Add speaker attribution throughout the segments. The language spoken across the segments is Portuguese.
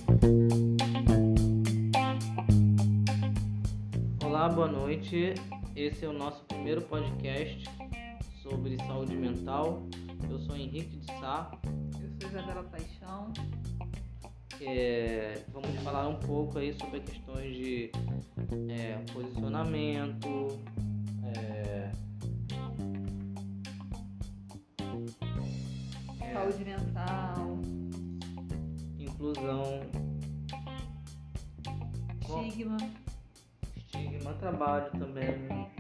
Speaker 1: Olá, boa noite. Esse é o nosso primeiro podcast sobre saúde mental. Eu sou Henrique de Sá.
Speaker 2: Eu sou Isabela Paixão.
Speaker 1: Vamos falar um pouco aí sobre questões de posicionamento,
Speaker 2: Saúde mental,
Speaker 1: inclusão,
Speaker 2: estigma,
Speaker 1: trabalho também.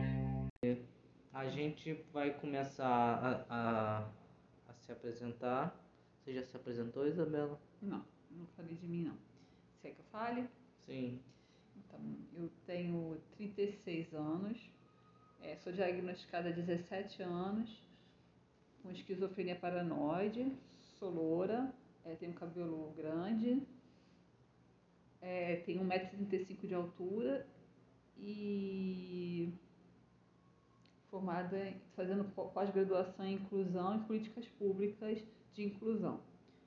Speaker 1: A gente vai começar a se apresentar. Você já se apresentou, Isabela?
Speaker 2: Não falei de mim não. Você quer que eu fale?
Speaker 1: Sim.
Speaker 2: Então, eu tenho 36 anos, sou diagnosticada há 17 anos, com esquizofrenia paranoide, sou loura, tenho cabelo grande, tenho 1,35 m de altura e fazendo pós-graduação em inclusão e políticas públicas de inclusão.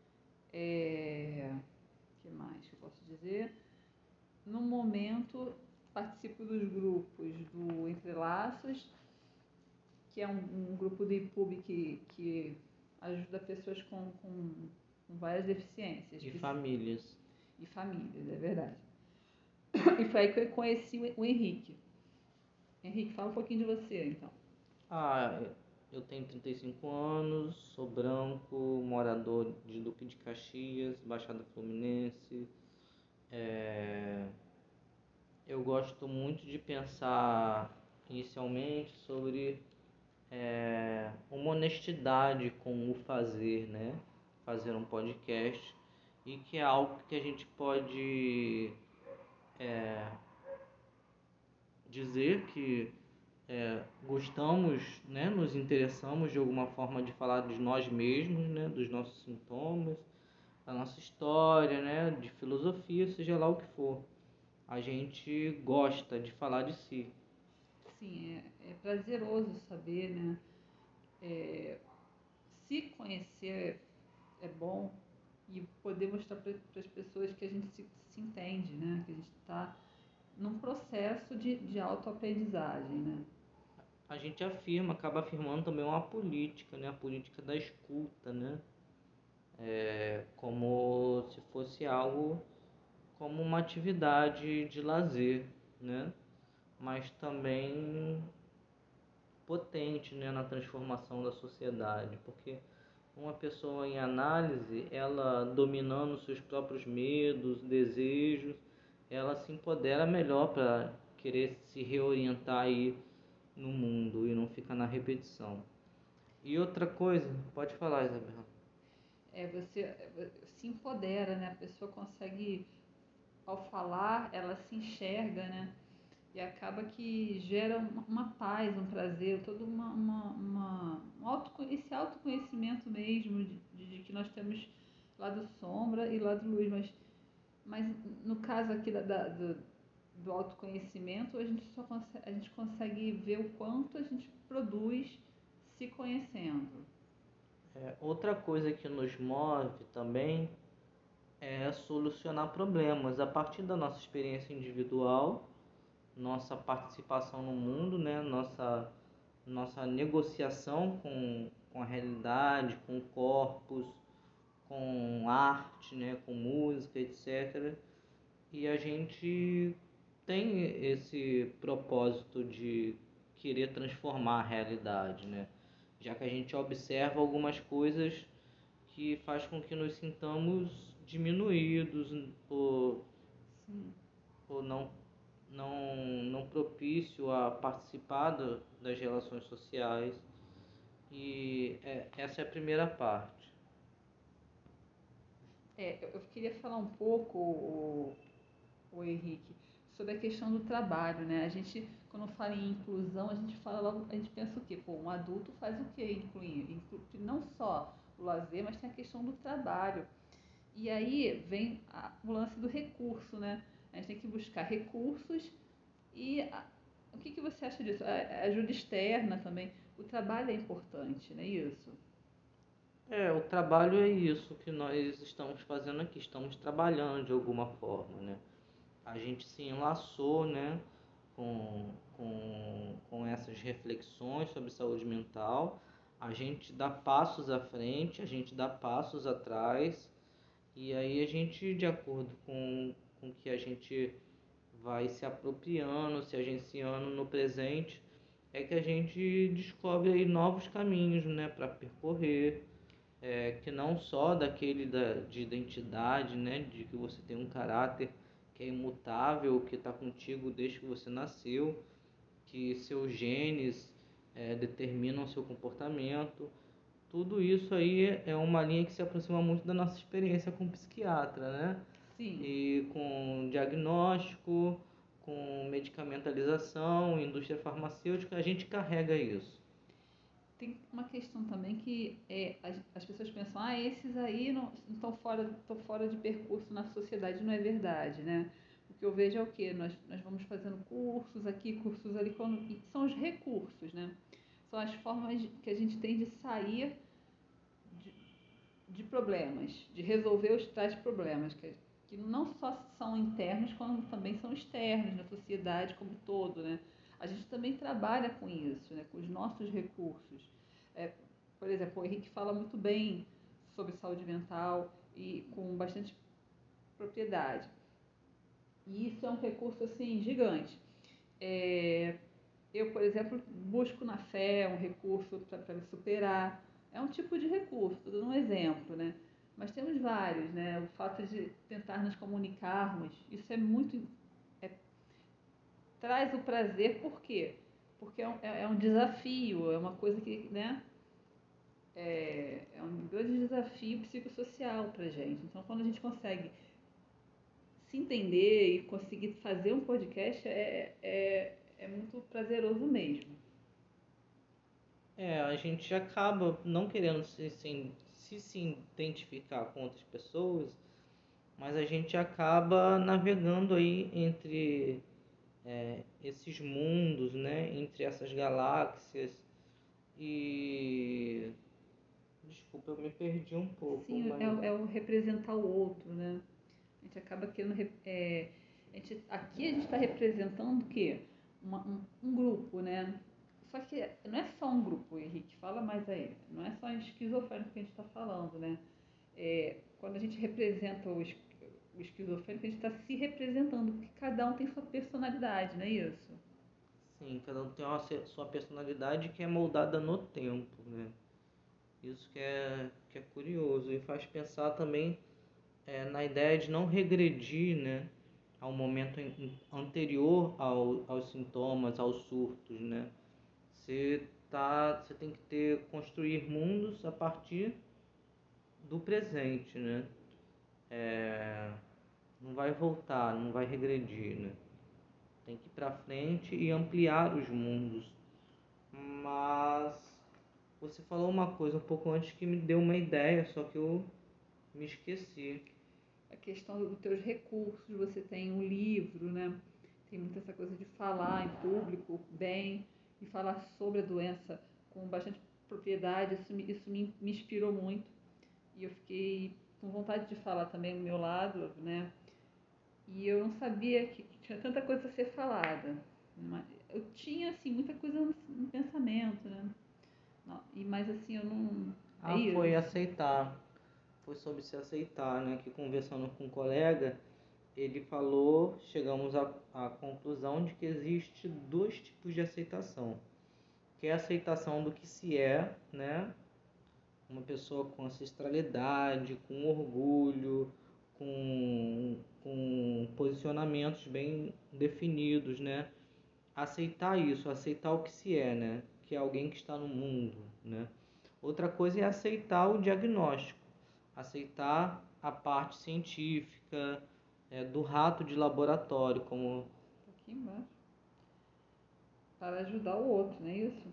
Speaker 2: Que mais que eu posso dizer? No momento, participo dos grupos do Entre Laços, que é um grupo do IPUB que ajuda pessoas com várias deficiências.
Speaker 1: E famílias.
Speaker 2: E famílias, é verdade. E foi aí que eu conheci o Henrique. Henrique, fala um pouquinho de você, então.
Speaker 1: Eu tenho 35 anos, sou branco, morador de Duque de Caxias, Baixada Fluminense. Eu gosto muito de pensar inicialmente sobre uma honestidade com o fazer, né? Fazer um podcast, e que é algo que a gente pode dizer que gostamos, né, nos interessamos de alguma forma de falar de nós mesmos, né, dos nossos sintomas, da nossa história, né, de filosofia, seja lá o que for. A gente gosta de falar de si.
Speaker 2: Sim, é prazeroso saber, né? Se conhecer é bom, e poder mostrar para as pessoas que a gente se entende, né? Que a gente está num processo de autoaprendizagem, né?
Speaker 1: A gente acaba afirmando também uma política, né, a política da escuta, né, como se fosse algo, como uma atividade de lazer, né, mas também potente, né, na transformação da sociedade, porque uma pessoa em análise, ela dominando seus próprios medos, desejos, ela se empodera melhor para querer se reorientar aí no mundo e não ficar na repetição. E outra coisa, pode falar, Isabela.
Speaker 2: Você se empodera, né? A pessoa consegue, ao falar, ela se enxerga, né? E acaba que gera uma paz, um prazer, todo esse autoconhecimento mesmo de que nós temos lado sombra e lado luz. Mas no caso aqui do autoconhecimento, a gente consegue ver o quanto a gente produz se conhecendo.
Speaker 1: Outra coisa que nos move também é solucionar problemas a partir da nossa experiência individual, nossa participação no mundo, né? Nossa negociação com a realidade, com o corpus, com arte, né? Com música, etc. E a gente tem esse propósito de querer transformar a realidade, né? Já que a gente observa algumas coisas que faz com que nos sintamos diminuídos
Speaker 2: Sim.
Speaker 1: ou não propício a participar das relações sociais. E essa é a primeira parte.
Speaker 2: Eu queria falar um pouco, o Henrique, sobre a questão do trabalho, né? A gente, quando fala em inclusão, a gente fala logo, a gente pensa o quê? Pô, um adulto faz o quê incluir? Não só o lazer, mas tem a questão do trabalho. E aí vem o lance do recurso, né? A gente tem que buscar recursos o que você acha disso? A ajuda externa também. O trabalho é importante, não é isso?
Speaker 1: O trabalho é isso que nós estamos fazendo aqui, estamos trabalhando de alguma forma, né? A gente se enlaçou, né, com essas reflexões sobre saúde mental, a gente dá passos à frente, a gente dá passos atrás, e aí a gente, de acordo com que a gente vai se apropriando, se agenciando no presente, é que a gente descobre aí novos caminhos, né, para percorrer, que não só de identidade, né, de que você tem um caráter que é imutável, que está contigo desde que você nasceu, que seus genes determinam seu comportamento. Tudo isso aí é uma linha que se aproxima muito da nossa experiência com psiquiatra, né?
Speaker 2: Sim.
Speaker 1: E com diagnóstico, com medicamentalização, indústria farmacêutica, a gente carrega isso.
Speaker 2: Tem uma questão também que as pessoas pensam, esses aí não estão fora de percurso na sociedade, não é verdade, né? O que eu vejo é o quê? Nós vamos fazendo cursos aqui, cursos ali, e são os recursos, né? São as formas que a gente tem de sair de, de problemas, de resolver os tais problemas, que não só são internos, como também são externos na sociedade como um todo, né? A gente também trabalha com isso, né? Com os nossos recursos. É, por exemplo, o Henrique fala muito bem sobre saúde mental e com bastante propriedade. E isso é um recurso assim gigante. É, eu, por exemplo, busco na fé um recurso para me superar. É um tipo de recurso, estou dando um exemplo, né? Mas temos vários, né? O fato de tentar nos comunicarmos, isso é muito. É, traz o prazer, por quê? Porque é um desafio, é uma coisa que, né? É um grande desafio psicossocial para gente. Então, quando a gente consegue se entender e conseguir fazer um podcast, é muito prazeroso mesmo.
Speaker 1: A gente acaba não querendo se identificar com outras pessoas, mas a gente acaba navegando aí entre esses mundos, né? Entre essas galáxias e... Desculpa, eu me perdi um pouco,
Speaker 2: Sim,
Speaker 1: mas...
Speaker 2: é o representar o outro, né? A gente acaba querendo. Aqui a gente está representando o quê? Um grupo, né? Só que não é só um grupo, Henrique, fala mais aí. Não é só esquizofrênico que a gente está falando, né? Quando a gente representa o esquizofrênico, a gente está se representando, porque cada um tem sua personalidade, não é isso?
Speaker 1: Sim, cada um tem sua personalidade que é moldada no tempo, né? Isso que é curioso e faz pensar também na ideia de não regredir, né, ao momento anterior aos sintomas, aos surtos, né? Você tem que construir mundos a partir do presente, né? Não vai voltar, não vai regredir, né? Tem que ir para frente e ampliar os mundos. Mas você falou uma coisa um pouco antes que me deu uma ideia, só que eu me esqueci.
Speaker 2: A questão dos teus recursos, você tem um livro, né? Tem muita essa coisa de falar em público bem e falar sobre a doença com bastante propriedade. Me inspirou muito e eu fiquei com vontade de falar também do meu lado, né? E eu não sabia que tinha tanta coisa a ser falada. Eu tinha, assim, muita coisa no pensamento, né? Mas, assim, eu não... É
Speaker 1: Foi
Speaker 2: isso.
Speaker 1: aceitar. Foi sobre se aceitar, né? Que conversando com um colega, ele falou, chegamos à conclusão de que existe dois tipos de aceitação. Que é a aceitação do que se é, né? Uma pessoa com ancestralidade, com orgulho, com posicionamentos bem definidos, né? Aceitar isso, aceitar o que se é, né? Que é alguém que está no mundo, né? Outra coisa é aceitar o diagnóstico, aceitar a parte científica, do rato de laboratório, como
Speaker 2: Aqui embaixo. Para ajudar o outro, não é isso?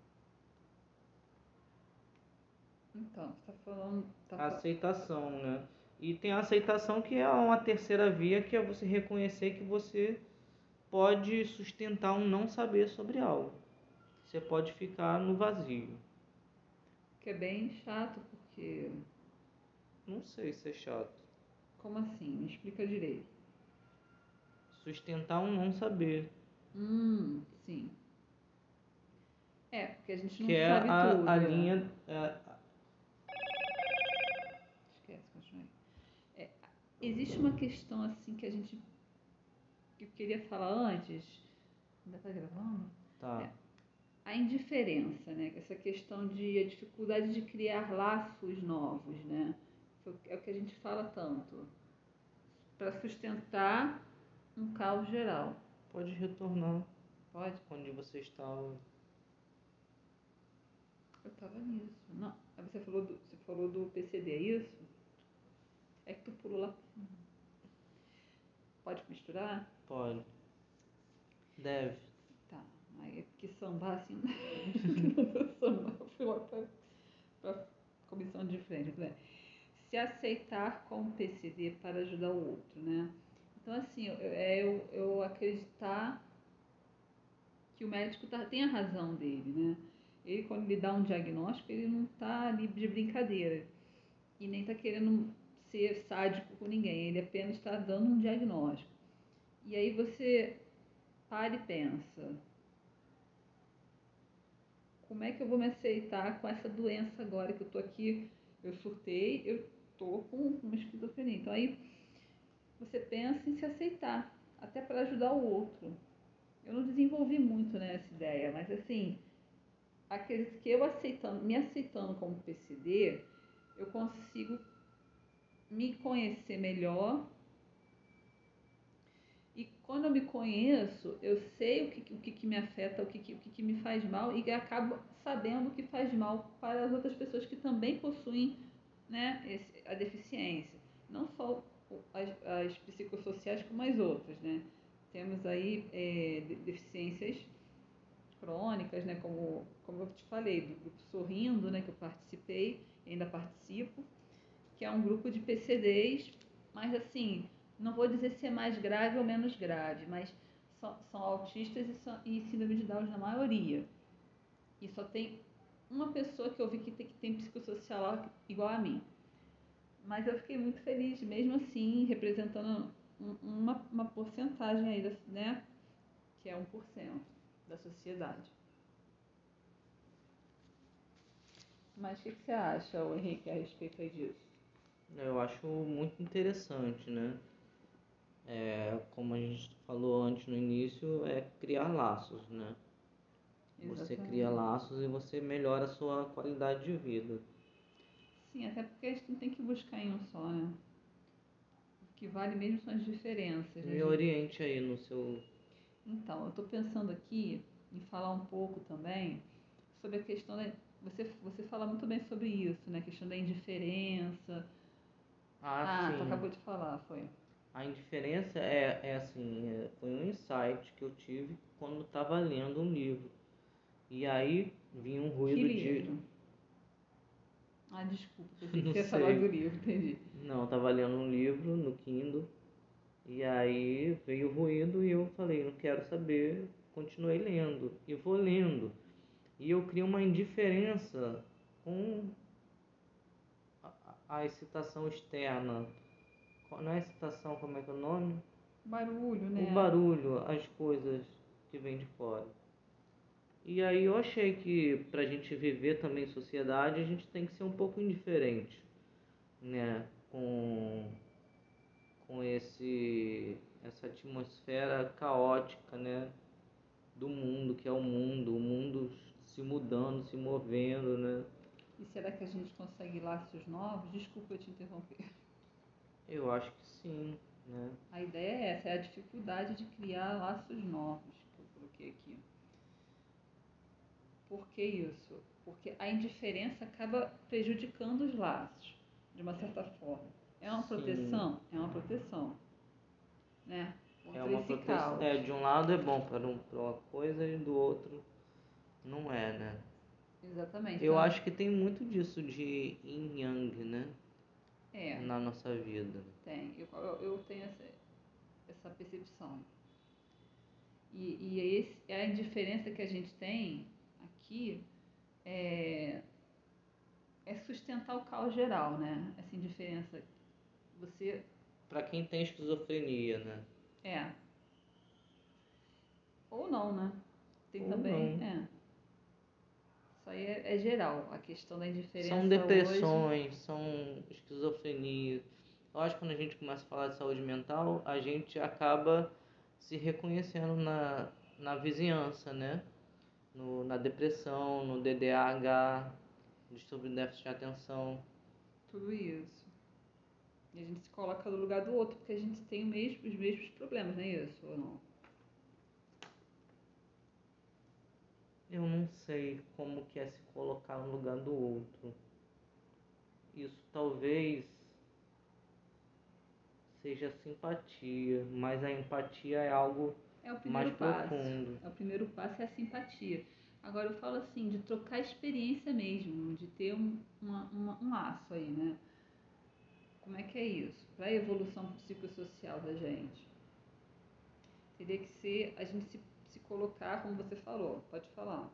Speaker 2: Então, você está falando...
Speaker 1: a aceitação, né? E tem a aceitação que é uma terceira via, que é você reconhecer que você pode sustentar um não saber sobre algo. Você pode ficar no vazio.
Speaker 2: Que é bem chato, porque Porque,
Speaker 1: Não sei se é chato.
Speaker 2: como assim? Me explica direito.
Speaker 1: Sustentar um não saber.
Speaker 2: Sim. Porque a gente não
Speaker 1: Que é
Speaker 2: sabe tudo.
Speaker 1: a linha.
Speaker 2: Esquece, continua aí. Existe uma questão assim que eu queria falar antes. Ainda tá gravando?
Speaker 1: Tá.
Speaker 2: A indiferença, né? Essa questão de a dificuldade de criar laços novos, né? É o que a gente fala tanto. Para sustentar um caos geral.
Speaker 1: Pode retornar
Speaker 2: Pode?
Speaker 1: onde você estava.
Speaker 2: Eu tava nisso. Não. Aí você falou do PCD, é isso? É que tu pulou lá. Pode misturar?
Speaker 1: Pode. Deve.
Speaker 2: Tá. Aí é porque sambar assim. Não deu samba. Eu fui lá pra comissão de frente. Né? Se aceitar como PCD para ajudar o outro, né? Então, assim, eu acreditar que o médico tem a razão dele, né? Ele, quando lhe dá um diagnóstico, ele não está ali de brincadeira e nem está querendo ser sádico com ninguém, ele apenas está dando um diagnóstico. E aí você para e pensa, como é que eu vou me aceitar com essa doença agora que eu tô aqui, eu surtei, eu tô com uma esquizofrenia. Então aí você pensa em se aceitar, até para ajudar o outro. Eu não desenvolvi muito, né, essa ideia, mas assim, acredito que me aceitando como PCD, eu consigo me conhecer melhor. E quando eu me conheço, eu sei o que me afeta, o que me faz mal e acabo sabendo o que faz mal para as outras pessoas que também possuem, né, a deficiência. Não só as psicossociais, como as outras, né? Temos aí deficiências crônicas, né, como eu te falei, do grupo Sorrindo, né, que eu participei, ainda participo, que é um grupo de PCDs, mas assim, não vou dizer se é mais grave ou menos grave, mas são autistas e síndrome de Down na maioria. E só tem uma pessoa que eu vi que tem psicossocial igual a mim. Mas eu fiquei muito feliz, mesmo assim, representando uma porcentagem aí, né, que é 1% da sociedade. Mas o que você acha, Henrique, a respeito disso?
Speaker 1: Eu acho muito interessante, né? Como a gente falou antes no início, é criar laços, né? Você cria
Speaker 2: Exatamente.
Speaker 1: laços e você melhora a sua qualidade de vida.
Speaker 2: Sim, até porque a gente não tem que buscar em um só, né? O que vale mesmo são as diferenças, né?
Speaker 1: Me oriente aí no seu.
Speaker 2: Então, eu estou pensando aqui em falar um pouco também sobre a questão da. Você fala muito bem sobre isso, né? A questão da indiferença. Ah, tu
Speaker 1: Sim.
Speaker 2: acabou de falar, foi.
Speaker 1: A indiferença foi um insight que eu tive quando estava lendo um livro. E aí vinha um
Speaker 2: Que
Speaker 1: ruído de.
Speaker 2: livro? Ah, desculpa, pensei que
Speaker 1: Não
Speaker 2: você ia falar do
Speaker 1: sei.
Speaker 2: livro, entendi.
Speaker 1: Não, estava lendo um livro no Kindle. E aí veio o ruído e eu falei, não quero saber. Continuei lendo. E vou lendo. E eu crio uma indiferença com a excitação externa. Não é excitação, como é que é o nome?
Speaker 2: Barulho,
Speaker 1: O
Speaker 2: né?
Speaker 1: barulho, as coisas que vêm de fora. E aí eu achei que pra gente viver também em sociedade, a gente tem que ser um pouco indiferente, né? Com essa atmosfera caótica, né? Do mundo, que é o mundo se mudando, se movendo, né?
Speaker 2: E será que a gente consegue laços novos? Desculpa eu te interromper.
Speaker 1: Eu acho que sim, né?
Speaker 2: A ideia é essa, é a dificuldade de criar laços novos que eu coloquei aqui. Por que isso? Porque a indiferença acaba prejudicando os laços, de uma certa forma. É uma
Speaker 1: Sim,
Speaker 2: proteção? É uma proteção, né?
Speaker 1: é
Speaker 2: Contra
Speaker 1: uma
Speaker 2: esse
Speaker 1: proteção.
Speaker 2: caos.
Speaker 1: De um lado é bom para uma coisa e do outro não é, né?
Speaker 2: Exatamente.
Speaker 1: Eu
Speaker 2: Então,
Speaker 1: acho que tem muito disso de yin yang, né?
Speaker 2: é,
Speaker 1: Na nossa vida.
Speaker 2: tem. Eu tenho essa percepção. E a indiferença que a gente tem aqui é é sustentar o caos geral, né? Essa indiferença. Você
Speaker 1: Para quem tem esquizofrenia, né?
Speaker 2: é. Ou não, né? Tem
Speaker 1: Ou
Speaker 2: também.
Speaker 1: não.
Speaker 2: Isso aí é geral. A questão da
Speaker 1: São
Speaker 2: indiferença hoje.
Speaker 1: depressões, são esquizofrenia. Eu acho que quando a gente começa a falar de saúde mental, a gente acaba se reconhecendo na vizinhança, né? Na depressão, no DDAH, distúrbio de déficit de atenção.
Speaker 2: Tudo isso. E a gente se coloca no lugar do outro porque a gente tem os mesmos problemas, não é isso? Ou não?
Speaker 1: Eu não sei como que é se colocar no lugar do outro. Isso talvez seja simpatia, mas a empatia é algo
Speaker 2: É o
Speaker 1: mais
Speaker 2: primeiro passo.
Speaker 1: profundo.
Speaker 2: É o primeiro passo é a simpatia. Agora eu falo assim, de trocar experiência mesmo, de ter um laço aí, né? Como é que é isso? Para a evolução psicossocial da gente, teria que ser a gente se colocar, como você falou, pode falar.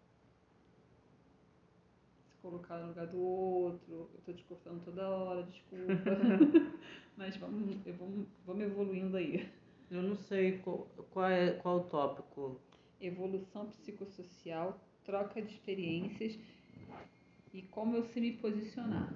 Speaker 2: Se colocar no lugar do outro. Eu tô te cortando toda hora, desculpa. Mas vamos evoluindo aí.
Speaker 1: Eu não sei qual o tópico.
Speaker 2: Evolução psicossocial, troca de experiências e como eu sei me posicionar.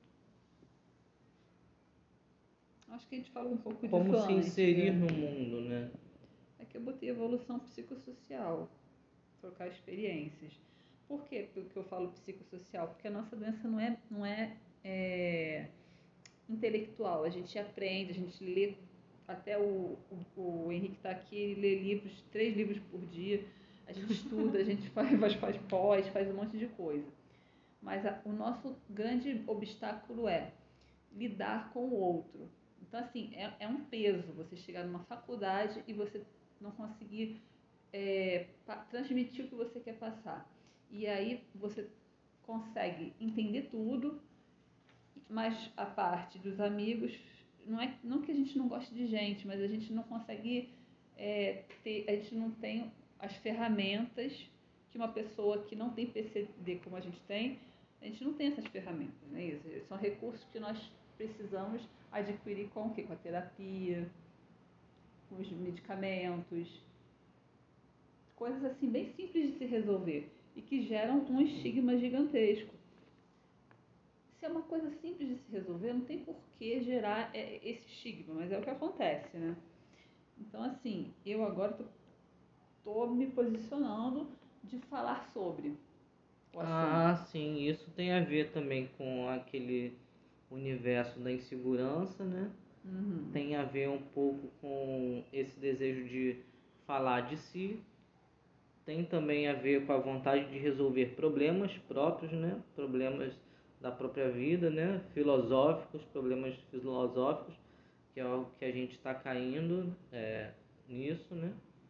Speaker 2: Acho que a gente falou um pouco disso
Speaker 1: Como se
Speaker 2: antes,
Speaker 1: inserir
Speaker 2: né?
Speaker 1: no mundo, né?
Speaker 2: É que eu botei evolução psicossocial, trocar experiências. Por que eu falo psicossocial? Porque a nossa doença não é intelectual. A gente aprende, a gente lê, até o Henrique está aqui, ele lê livros, 3 livros por dia. A gente estuda, a gente faz pós, faz um monte de coisa. Mas o nosso grande obstáculo é lidar com o outro. Então, assim, é um peso você chegar numa faculdade e você não conseguir transmitir o que você quer passar. E aí você consegue entender tudo, mas a parte dos amigos, não que a gente não goste de gente, mas a gente não consegue a gente não tem as ferramentas que uma pessoa que não tem PCD como a gente não tem essas ferramentas, né? Isso, são recursos que nós precisamos adquirir com o quê? Com a terapia, com os medicamentos, coisas assim bem simples de se resolver e que geram um estigma gigantesco. Se é uma coisa simples de se resolver, não tem por que gerar esse estigma, mas é o que acontece, né? Então, assim, eu agora tô me posicionando de falar sobre o assunto.
Speaker 1: Ah, sim, isso tem a ver também com aquele universo da insegurança, né?
Speaker 2: Uhum.
Speaker 1: Tem a ver um pouco com esse desejo de falar de si. Tem também a ver com a vontade de resolver problemas próprios, né? Problemas da própria vida, né? Filosóficos, problemas filosóficos, que é o que a gente está caindo nisso, né?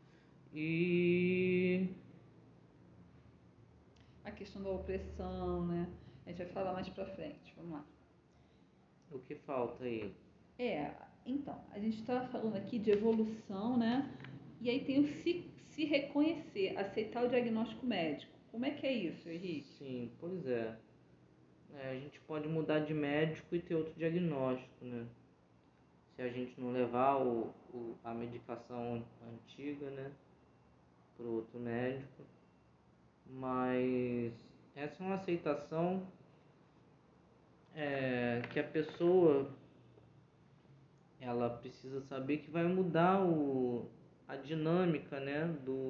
Speaker 1: E
Speaker 2: A questão da opressão, né? A gente vai falar mais pra frente, vamos lá.
Speaker 1: o que falta aí?
Speaker 2: Então, a gente está falando aqui de evolução, né? E aí tem o se reconhecer, aceitar o diagnóstico médico. Como é que é isso, Henrique?
Speaker 1: Sim, pois é. A gente pode mudar de médico e ter outro diagnóstico, né? Se a gente não levar a medicação antiga, né, para o outro médico. Mas essa é uma aceitação que a pessoa ela precisa saber que vai mudar a dinâmica, né,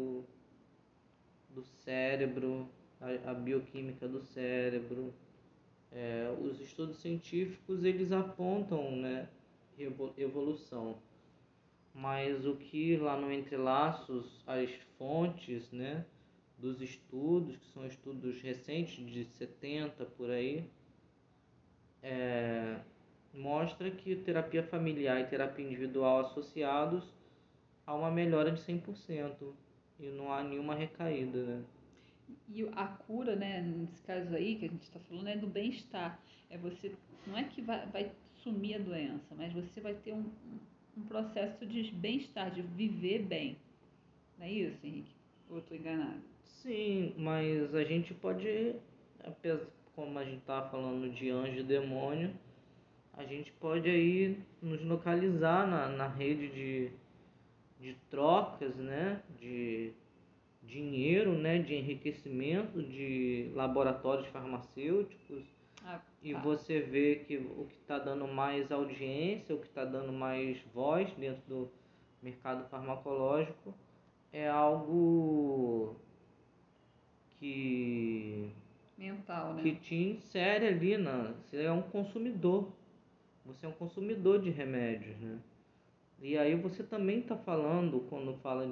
Speaker 1: do cérebro, a bioquímica do cérebro. Os estudos científicos eles apontam, né, evolução, mas o que lá no entrelaços, as fontes, né, dos estudos, que são estudos recentes de 70 por aí, mostra que terapia familiar e terapia individual associados a uma melhora de 100% e não há nenhuma recaída, né?
Speaker 2: E a cura, né, nesse caso aí que a gente está falando, é do bem-estar. Não é que vai sumir a doença, mas você vai ter um processo de bem-estar, de viver bem. Não é isso, Henrique? Ou eu estou enganado?
Speaker 1: Sim, mas a gente pode, como a gente estava falando de anjo e demônio, a gente pode aí nos localizar na rede de trocas, né? De dinheiro, né? De enriquecimento de laboratórios farmacêuticos. E
Speaker 2: Tá.
Speaker 1: você vê que o que está dando mais audiência, o que está dando mais voz dentro do mercado farmacológico é algo que,
Speaker 2: Mental, né?
Speaker 1: que te insere ali você é um consumidor. Você é um consumidor de remédios, né? E aí você também está falando, quando fala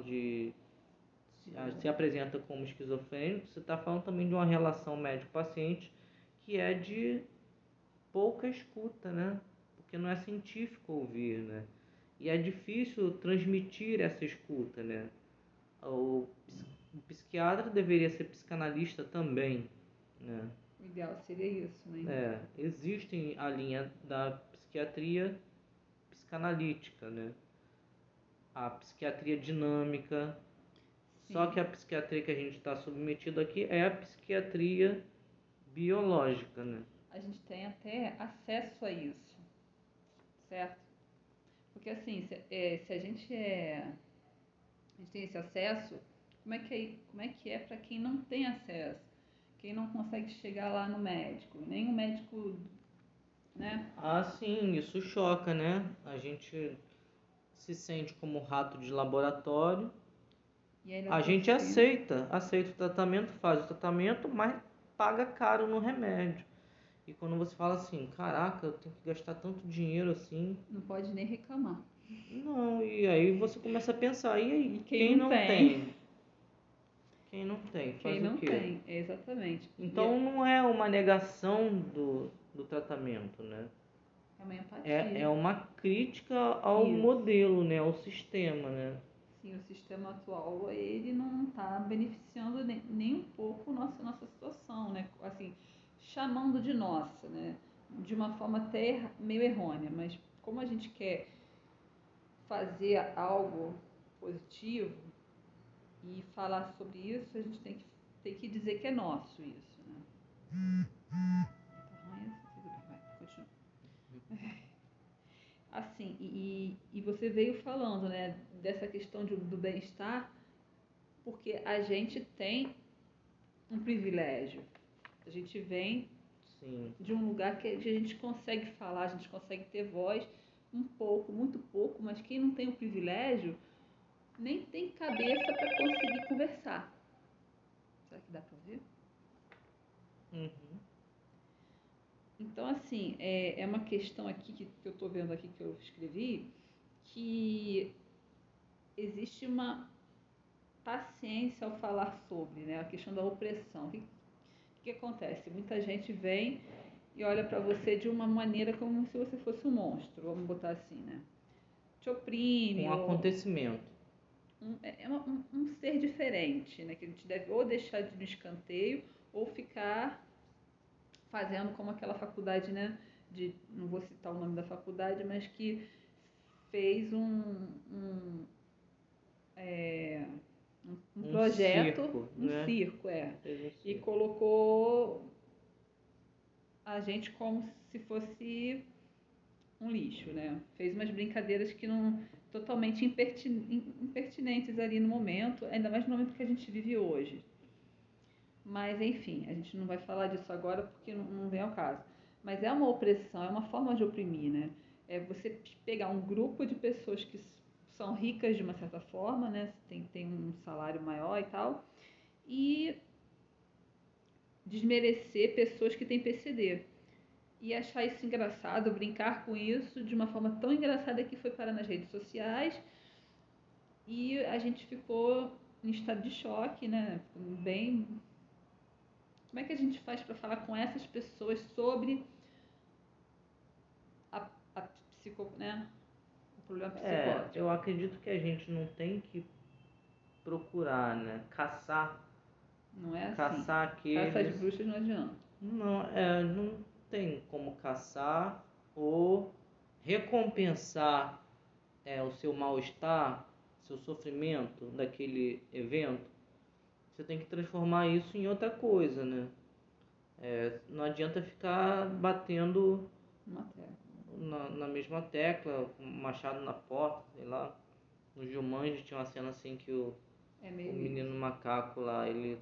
Speaker 1: se apresenta como esquizofrênico, você está falando também de uma relação médico-paciente que é de pouca escuta, né? Porque não é científico ouvir, né? E é difícil transmitir essa escuta, né? O, o psiquiatra deveria ser psicanalista também, né?
Speaker 2: O ideal seria isso, né?
Speaker 1: Existe a linha da psiquiatria psicanalítica, né? A psiquiatria dinâmica, só
Speaker 2: Sim.
Speaker 1: que a psiquiatria que a gente está submetido aqui é a psiquiatria biológica, né?
Speaker 2: A gente tem até acesso a isso, certo? Porque assim, se a gente tem esse acesso, como é que é para quem não tem acesso? Quem não consegue chegar lá no médico? Nem o médico, né?
Speaker 1: Ah, sim, isso choca, né? A gente se sente como rato de laboratório.
Speaker 2: E ainda
Speaker 1: A
Speaker 2: por
Speaker 1: gente
Speaker 2: cima,
Speaker 1: aceita o tratamento, faz o tratamento, mas paga caro no remédio. E quando você fala assim, caraca, eu tenho que gastar tanto dinheiro assim.
Speaker 2: não pode nem reclamar.
Speaker 1: Não, e aí você começa a pensar, e aí,
Speaker 2: E quem
Speaker 1: quem
Speaker 2: não
Speaker 1: não
Speaker 2: tem?
Speaker 1: tem? Quem não tem,
Speaker 2: Quem
Speaker 1: faz o
Speaker 2: não
Speaker 1: quê?
Speaker 2: tem, exatamente.
Speaker 1: Então não é uma negação do tratamento, né?
Speaker 2: É uma
Speaker 1: É
Speaker 2: empatia.
Speaker 1: uma crítica ao
Speaker 2: Isso.
Speaker 1: modelo, né? Ao sistema, né?
Speaker 2: Sim, o sistema atual, ele não está beneficiando nem um pouco nossa situação, né? Assim, chamando de nossa, né? De uma forma até meio errônea, mas como a gente quer fazer algo positivo e falar sobre isso, a gente tem que dizer que é nosso isso, né? Tá ruim isso? Tudo bem, vai, continua. Assim, e você veio falando, né, dessa questão do bem-estar, porque a gente tem um privilégio. A gente vem
Speaker 1: Sim.
Speaker 2: de um lugar que a gente consegue falar, a gente consegue ter voz, um pouco, muito pouco, mas quem não tem o privilégio nem tem cabeça para conseguir conversar. Será que dá para ouvir?
Speaker 1: Uhum.
Speaker 2: Então, assim, é uma questão aqui que eu estou vendo aqui que eu escrevi, que existe uma paciência ao falar sobre, né, a questão da opressão. O que acontece? Muita gente vem e olha para você de uma maneira como se você fosse um monstro, vamos botar assim, né? Te oprime,
Speaker 1: Um
Speaker 2: ou
Speaker 1: acontecimento.
Speaker 2: um ser diferente, né? Que a gente deve ou deixar de no escanteio ou ficar fazendo como aquela faculdade, né? Não vou citar o nome da faculdade, mas que fez é, um
Speaker 1: Um
Speaker 2: projeto,
Speaker 1: circo,
Speaker 2: um
Speaker 1: né?
Speaker 2: circo,
Speaker 1: Fez um
Speaker 2: e
Speaker 1: circo.
Speaker 2: colocou a gente como se fosse um lixo, né? Fez umas brincadeiras que não totalmente impertinentes ali no momento, ainda mais no momento que a gente vive hoje. Mas enfim, a gente não vai falar disso agora porque não vem ao caso. Mas é uma opressão, é uma forma de oprimir, né? É você pegar um grupo de pessoas que são ricas de uma certa forma, né? Tem um salário maior e tal, e desmerecer pessoas que têm PCD. E achar isso engraçado, brincar com isso de uma forma tão engraçada que foi parar nas redes sociais e a gente ficou em estado de choque, né? Bem, como é que a gente faz para falar com essas pessoas sobre a né? O problema psicótico?
Speaker 1: Eu acredito que a gente não tem que procurar, né?
Speaker 2: Não é assim.
Speaker 1: Caçar
Speaker 2: Caça às
Speaker 1: aqueles.
Speaker 2: bruxas não adianta.
Speaker 1: Não tem como caçar ou recompensar o seu mal-estar, seu sofrimento daquele evento. Você tem que transformar isso em outra coisa, né? Não adianta ficar batendo
Speaker 2: Uma tela.
Speaker 1: na mesma tecla, com o machado na porta, sei lá. No Jumanji tinha uma cena assim que o
Speaker 2: É meio
Speaker 1: menino
Speaker 2: isso.
Speaker 1: macaco lá, ele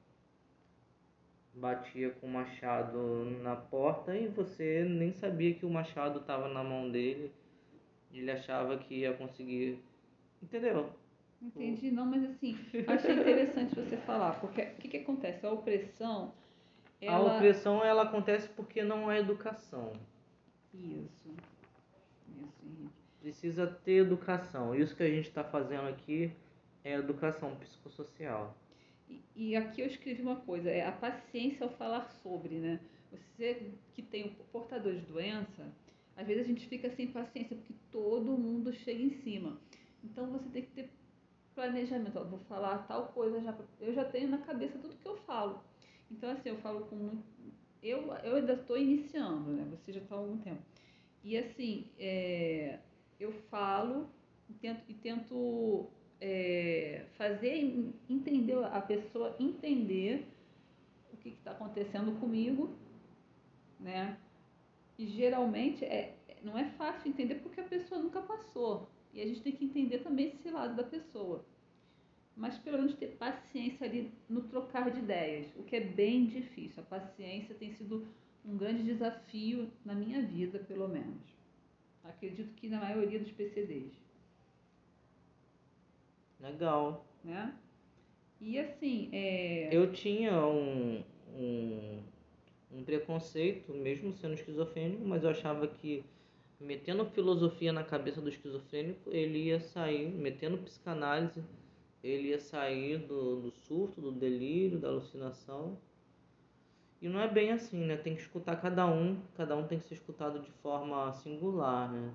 Speaker 1: batia com o machado na porta e você nem sabia que o machado estava na mão dele. Ele achava que ia conseguir. Entendeu? O-
Speaker 2: Entendi, não, mas assim, achei interessante você falar, porque o que acontece? A opressão,
Speaker 1: A
Speaker 2: ela.
Speaker 1: opressão ela acontece porque não há educação.
Speaker 2: Isso, Henrique.
Speaker 1: Precisa ter educação. Isso que a gente está fazendo aqui é educação psicossocial.
Speaker 2: E aqui eu escrevi uma coisa, é a paciência ao falar sobre, né? Você que tem um portador de doença, às vezes a gente fica sem paciência porque todo mundo chega em cima. Então você tem que ter planejamento. Ó, vou falar tal coisa já, eu já tenho na cabeça tudo que eu falo. Então assim, eu falo com muito, eu ainda estou iniciando, né? Você já está há algum tempo. E assim, eu falo e tento fazer entender a pessoa entender o que está acontecendo comigo, né? E geralmente não é fácil entender porque a pessoa nunca passou. E a gente tem que entender também esse lado da pessoa. Mas pelo menos ter paciência ali no trocar de ideias, o que é bem difícil. A paciência tem sido um grande desafio na minha vida, pelo menos. Acredito que na maioria dos PCDs,
Speaker 1: Legal.
Speaker 2: né? E assim,
Speaker 1: Eu tinha um, um preconceito, mesmo sendo esquizofrênico, mas eu achava que metendo filosofia na cabeça do esquizofrênico, ele ia sair, metendo psicanálise, ele ia sair do surto, do delírio, da alucinação. E não é bem assim, né? Tem que escutar cada um tem que ser escutado de forma singular, né?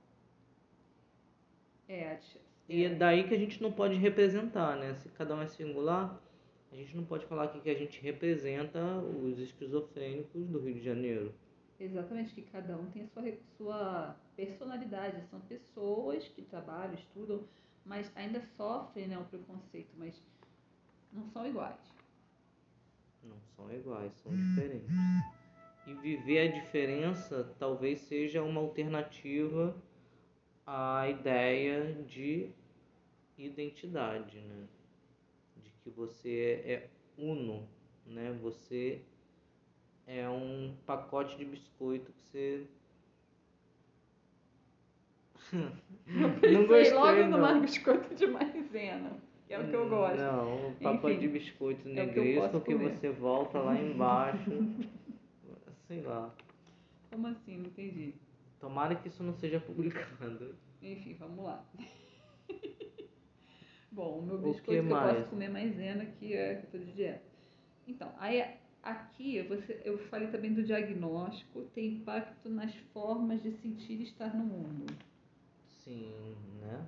Speaker 2: é,
Speaker 1: E é
Speaker 2: é,
Speaker 1: daí que a gente não pode representar, né? Se cada um é singular, a gente não pode falar aqui que a gente representa os esquizofrênicos do Rio de Janeiro.
Speaker 2: exatamente, que cada um tem a sua personalidade. São pessoas que trabalham, estudam, mas ainda sofrem, né, o preconceito, mas não são iguais.
Speaker 1: Não são iguais, são diferentes. E viver a diferença talvez seja uma alternativa à ideia de identidade, né? De que você é uno, né? Você é um pacote de biscoito que você
Speaker 2: Eu
Speaker 1: não
Speaker 2: pensei logo
Speaker 1: gostei
Speaker 2: numa
Speaker 1: não.
Speaker 2: biscoito de maisena, que é o que eu gosto.
Speaker 1: Não, um pacote de
Speaker 2: Enfim,
Speaker 1: biscoito
Speaker 2: é o que eu posso
Speaker 1: negresco que
Speaker 2: comer.
Speaker 1: você volta lá embaixo, sei lá.
Speaker 2: Como assim? Não entendi.
Speaker 1: Tomara que isso não seja publicado.
Speaker 2: Enfim, vamos lá. Bom, o meu
Speaker 1: O que
Speaker 2: biscoito que eu posso
Speaker 1: mais?
Speaker 2: comer maisena, que é que eu tô de dieta. Então, aí aqui eu falei também do diagnóstico, tem impacto nas formas de sentir e estar no mundo.
Speaker 1: Sim, né?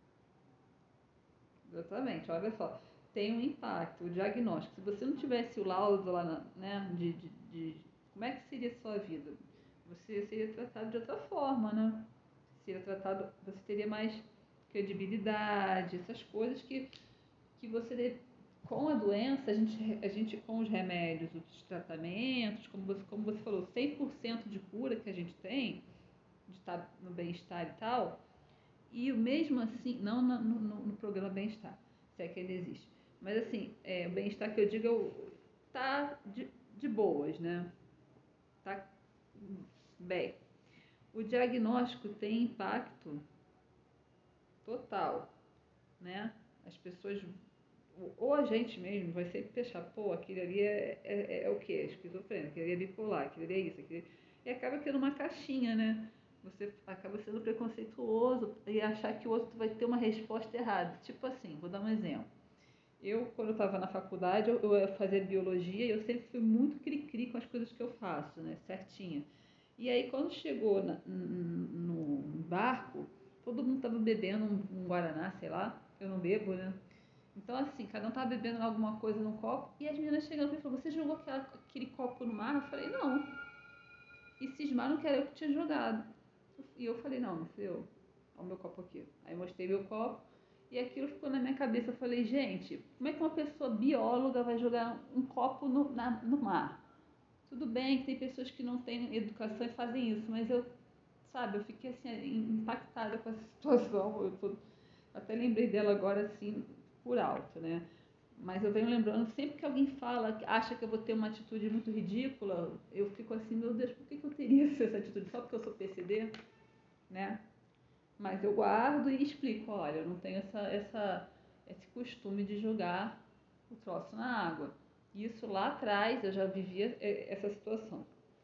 Speaker 2: Exatamente, olha só. Tem um impacto, o diagnóstico. Se você não tivesse o laudo lá, né, de como é que seria a sua vida, você seria tratado de outra forma, né? Seria tratado, você teria mais credibilidade, essas coisas que com a doença, a gente com os remédios, os tratamentos, como você falou, 100% de cura que a gente tem, de estar no bem-estar e tal, e mesmo assim, não no programa bem-estar, se é que ele existe, mas assim, o bem-estar que eu digo tá de boas, né? Tá bem. O diagnóstico tem impacto total, né? As pessoas ou a gente mesmo vai sempre fechar, pô, aquele ali é o quê? É esquizofrênico, aquele ali é bipolar, aquele ali é isso, aquele... E acaba tendo uma caixinha, né? Você acaba sendo preconceituoso e achar que o outro vai ter uma resposta errada. Tipo assim, vou dar um exemplo. Quando eu estava na faculdade, eu ia fazer biologia e eu sempre fui muito cri-cri com as coisas que eu faço, né? Certinha. E aí, quando chegou no barco, todo mundo estava bebendo um guaraná, sei lá. Eu não bebo, né? Então, assim, cada um tava bebendo alguma coisa num copo e as meninas chegando e falaram, você jogou aquele copo no mar? Eu falei, não. E cismaram que era eu que tinha jogado. E eu falei, não fui eu. Olha o meu copo aqui. Aí eu mostrei meu copo e aquilo ficou na minha cabeça. Eu falei, gente, como é que uma pessoa bióloga vai jogar um copo no mar? Tudo bem que tem pessoas que não têm educação e fazem isso, mas eu fiquei assim, impactada com essa situação. Até lembrei dela agora assim, por alto, né? Mas eu venho lembrando, sempre que alguém fala, acha que eu vou ter uma atitude muito ridícula, eu fico assim, meu Deus, por que eu teria essa atitude? Só porque eu sou PCD, né? Mas eu guardo e explico, olha, eu não tenho esse costume de jogar o troço na água. Isso lá atrás eu já vivia essa situação.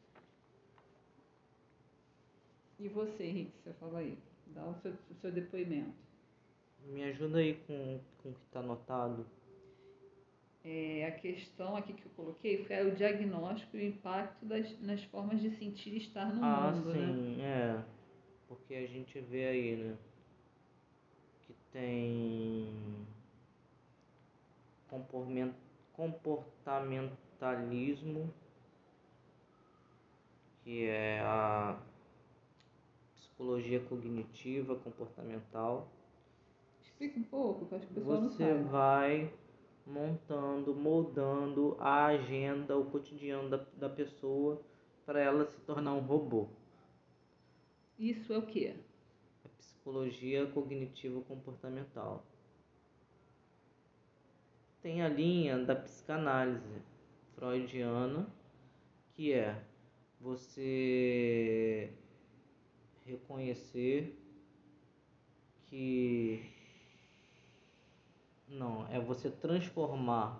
Speaker 2: E você, Henrique, você fala aí, dá o seu depoimento.
Speaker 1: Me ajuda aí com o que está anotado.
Speaker 2: A questão aqui que eu coloquei foi o diagnóstico e o impacto nas formas de sentir e estar no mundo, né?
Speaker 1: Sim, porque a gente vê aí, né, que tem comportamentalismo, que é a psicologia cognitiva comportamental.
Speaker 2: Explica um pouco, que eu acho que o pessoal não
Speaker 1: Você
Speaker 2: sabe.
Speaker 1: vai moldando a agenda, o cotidiano da pessoa para ela se tornar um robô.
Speaker 2: Isso é o quê?
Speaker 1: É psicologia cognitivo comportamental. Tem a linha da psicanálise freudiana, que é você reconhecer que não, é você transformar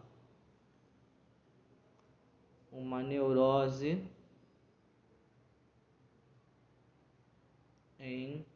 Speaker 1: uma neurose em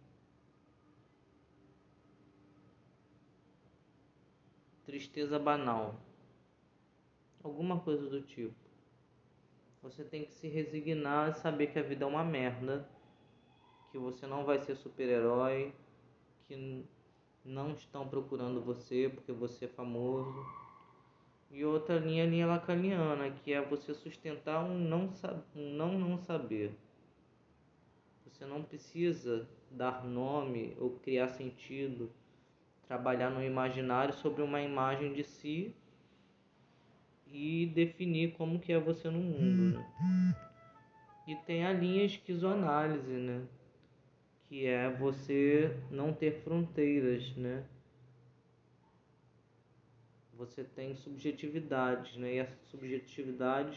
Speaker 1: tristeza banal, alguma coisa do tipo. Você tem que se resignar e saber que a vida é uma merda, que você não vai ser super-herói, que não estão procurando você porque você é famoso. E outra linha, a linha lacaniana, que é você sustentar um não saber. Você não precisa dar nome ou criar sentido, trabalhar no imaginário sobre uma imagem de si e definir como que é você no mundo, né? E tem a linha esquizoanálise, né? Que é você não ter fronteiras, né? Você tem subjetividades, né? E essas subjetividades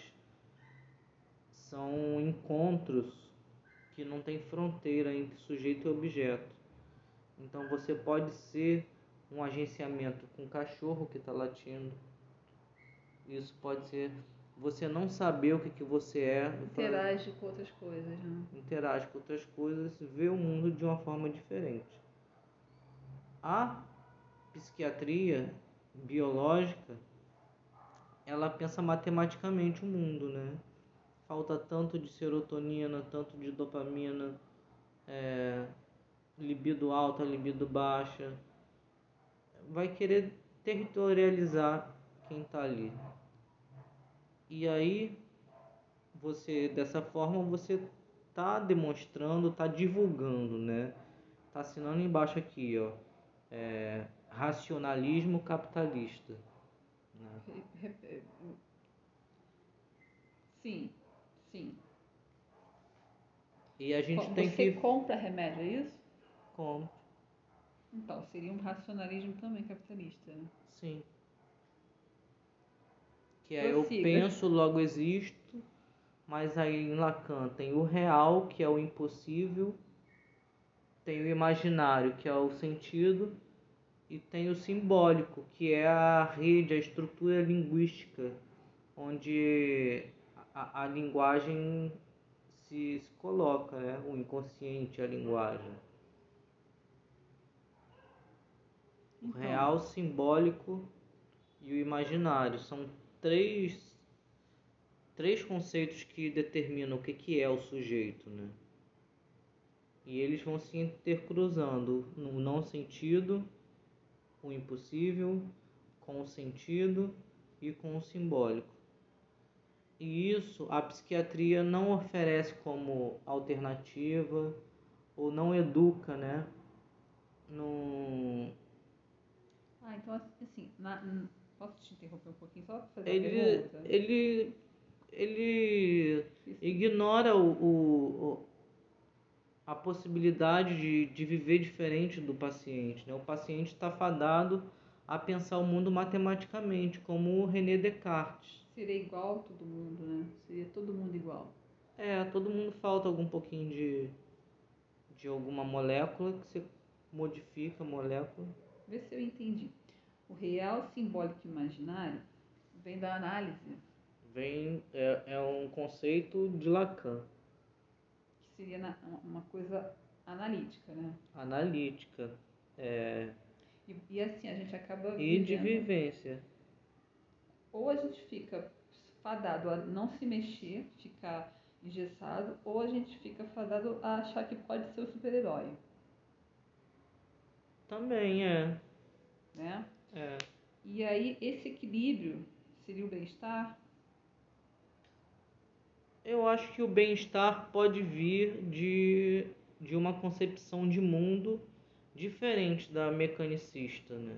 Speaker 1: são encontros que não tem fronteira entre sujeito e objeto. Então você pode ser um agenciamento com um cachorro que está latindo. Isso pode ser você não saber o que você é.
Speaker 2: Interage com outras coisas, né?
Speaker 1: Interage com outras coisas, vê o mundo de uma forma diferente. A psiquiatria biológica, ela pensa matematicamente o mundo, né? Falta tanto de serotonina, tanto de dopamina, libido alta, libido baixa. Vai querer territorializar quem está ali. E aí, dessa forma, você está demonstrando, está divulgando, né? Está assinando embaixo aqui, ó. Racionalismo capitalista. Né?
Speaker 2: Sim, sim.
Speaker 1: E a gente tem
Speaker 2: Você
Speaker 1: que...
Speaker 2: compra remédio, é isso?
Speaker 1: Como?
Speaker 2: Então, seria um racionalismo também capitalista, né?
Speaker 1: Sim. Que é eu
Speaker 2: Prossiga.
Speaker 1: penso, logo existo, mas aí em Lacan tem o real, que é o impossível, tem o imaginário, que é o sentido, e tem o simbólico, que é a rede, a estrutura linguística, onde a linguagem se coloca, né? O inconsciente, a linguagem. O
Speaker 2: Então,
Speaker 1: real, simbólico e o imaginário são três conceitos que determinam o que é o sujeito, né? E eles vão se intercruzando no não sentido, com o impossível, com o sentido e com o simbólico. E isso a psiquiatria não oferece como alternativa ou não educa, né? No...
Speaker 2: então assim, posso te interromper um pouquinho só para fazer a
Speaker 1: Ele,
Speaker 2: pergunta?
Speaker 1: ele ele ignora a possibilidade de viver diferente do paciente, né? O paciente está fadado a pensar o mundo matematicamente, como o René Descartes.
Speaker 2: Seria igual todo mundo, né? Seria todo mundo igual.
Speaker 1: Todo mundo falta algum pouquinho de alguma molécula que você modifica a molécula.
Speaker 2: Vê se eu entendi. O real, simbólico e imaginário vem da análise,
Speaker 1: É um conceito de Lacan.
Speaker 2: que seria uma coisa analítica, né?
Speaker 1: Analítica.
Speaker 2: E assim, a gente acaba
Speaker 1: E de
Speaker 2: vivendo,
Speaker 1: vivência.
Speaker 2: ou a gente fica fadado a não se mexer, ficar engessado, ou a gente fica fadado a achar que pode ser o super-herói,
Speaker 1: Também
Speaker 2: né?
Speaker 1: é.
Speaker 2: E aí, esse equilíbrio seria o bem-estar?
Speaker 1: Eu acho que o bem-estar pode vir de uma concepção de mundo diferente da mecanicista, né?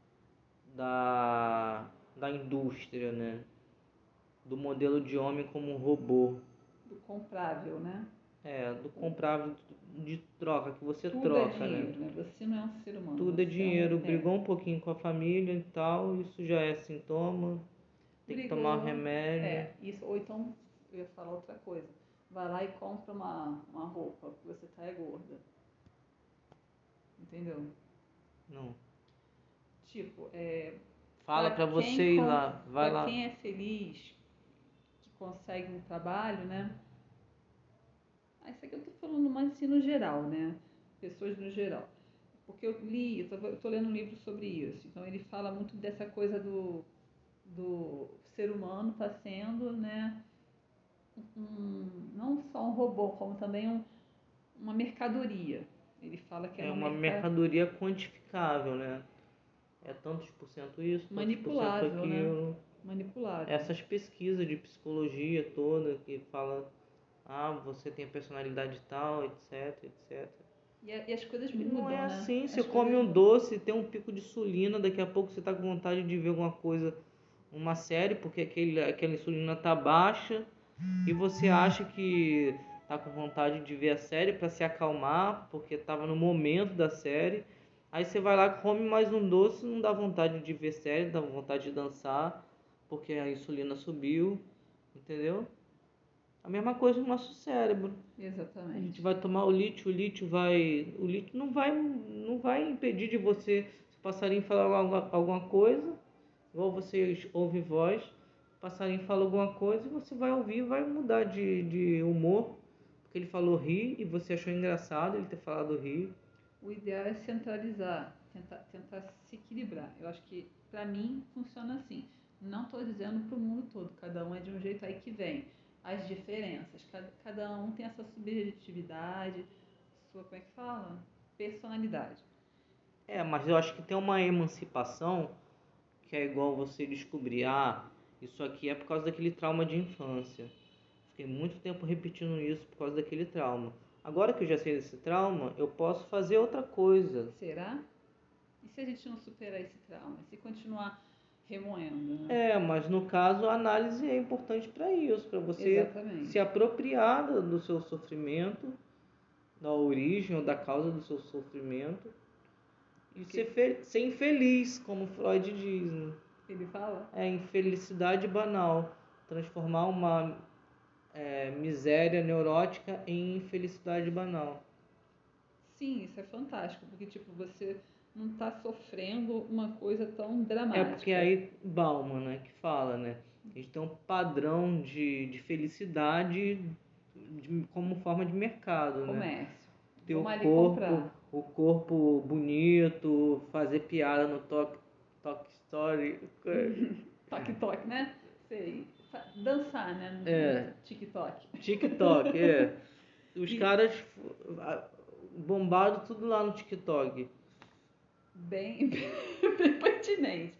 Speaker 1: Da indústria, né? Do modelo de homem como um robô.
Speaker 2: Do comprável, né?
Speaker 1: Do comprável de troca, que você
Speaker 2: Tudo é
Speaker 1: troca, né?
Speaker 2: dinheiro, né? Você não é um ser humano,
Speaker 1: Tudo é
Speaker 2: você
Speaker 1: dinheiro. Brigou um pouquinho com a família e tal, isso já é sintoma. Tem que tomar um remédio.
Speaker 2: Isso, ou então, eu ia falar outra coisa. Vai lá e compra uma roupa, porque você tá gorda. Entendeu?
Speaker 1: Não.
Speaker 2: Tipo,
Speaker 1: Fala pra você ir lá, vai
Speaker 2: pra
Speaker 1: lá.
Speaker 2: quem é feliz, que consegue um trabalho, né? Isso aqui eu tô falando mais assim no geral, né? Pessoas no geral. Porque eu tô lendo um livro sobre isso. Então ele fala muito dessa coisa do ser humano tá sendo, né? Não só um robô, como também uma mercadoria. Ele fala que é
Speaker 1: É
Speaker 2: uma
Speaker 1: uma mercadoria quantificável, né? É tantos por cento isso, tantos por cento
Speaker 2: manipulável, né?
Speaker 1: aquilo.
Speaker 2: Manipulável.
Speaker 1: Essas pesquisas de psicologia toda que fala, você tem personalidade tal, etc, etc.
Speaker 2: E as coisas
Speaker 1: E não é
Speaker 2: mudam, né?
Speaker 1: assim, você
Speaker 2: As
Speaker 1: come
Speaker 2: coisas
Speaker 1: um
Speaker 2: mudam.
Speaker 1: doce, tem um pico de insulina, daqui a pouco você tá com vontade de ver alguma coisa, uma série, porque aquela insulina tá baixa e você acha que tá com vontade de ver a série para se acalmar, porque tava no momento da série. Aí você vai lá, come mais um doce, não dá vontade de ver série, dá vontade de dançar, porque a insulina subiu, entendeu? A mesma coisa no nosso cérebro. A gente
Speaker 2: Exatamente.
Speaker 1: vai tomar o lítio o lítio não vai impedir de você, se o passarinho falar alguma coisa, igual você ouve voz, o passarinho fala alguma coisa e você vai ouvir, vai mudar de humor, porque ele falou ri e você achou engraçado ele ter falado ri.
Speaker 2: O ideal é centralizar, tentar se equilibrar. Eu acho que, pra mim, funciona assim. Não estou dizendo para o mundo todo, cada um é de um jeito, aí que vem as diferenças. Cada um tem essa subjetividade, sua, como é que fala? Personalidade.
Speaker 1: Mas eu acho que tem uma emancipação que é igual você descobrir, isso aqui é por causa daquele trauma de infância. Fiquei muito tempo repetindo isso por causa daquele trauma. Agora que eu já sei desse trauma, eu posso fazer outra coisa.
Speaker 2: Será? E se a gente não superar esse trauma? Se continuar remoendo, né?
Speaker 1: Mas no caso a análise é importante para isso, para você se
Speaker 2: Exatamente.
Speaker 1: apropriar do seu sofrimento, da origem ou da causa do seu sofrimento e ser infeliz, como Freud diz, né?
Speaker 2: Ele fala?
Speaker 1: Infelicidade banal, transformar uma miséria neurótica em infelicidade banal.
Speaker 2: Sim, isso é fantástico, porque tipo, você não está sofrendo uma coisa tão dramática.
Speaker 1: Porque aí Bauman, né, que fala, né? A gente tem um padrão de felicidade como forma de mercado, né?
Speaker 2: Comércio.
Speaker 1: Ter
Speaker 2: Vamos ali comprar.
Speaker 1: o corpo bonito, fazer piada no Talk Story.
Speaker 2: Toque, né? Sei. Dançar, né? No TikTok.
Speaker 1: TikTok, Os
Speaker 2: E
Speaker 1: caras bombaram tudo lá no TikTok.
Speaker 2: bem, bem pertinente.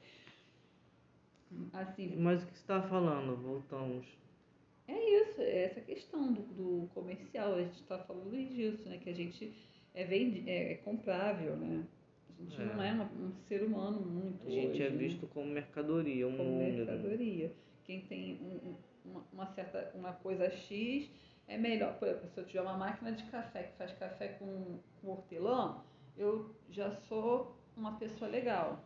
Speaker 2: Assim,
Speaker 1: Mas o que você está falando? Voltamos.
Speaker 2: é isso, é essa questão do comercial. A gente está falando disso, né? Que a gente é comprável, né? A gente não é um ser humano muito
Speaker 1: A gente
Speaker 2: hoje,
Speaker 1: é
Speaker 2: né?
Speaker 1: visto como mercadoria, um
Speaker 2: Como
Speaker 1: número.
Speaker 2: mercadoria. Quem tem uma coisa X é melhor. Por exemplo, se eu tiver uma máquina de café que faz café com hortelã, eu já sou uma pessoa legal.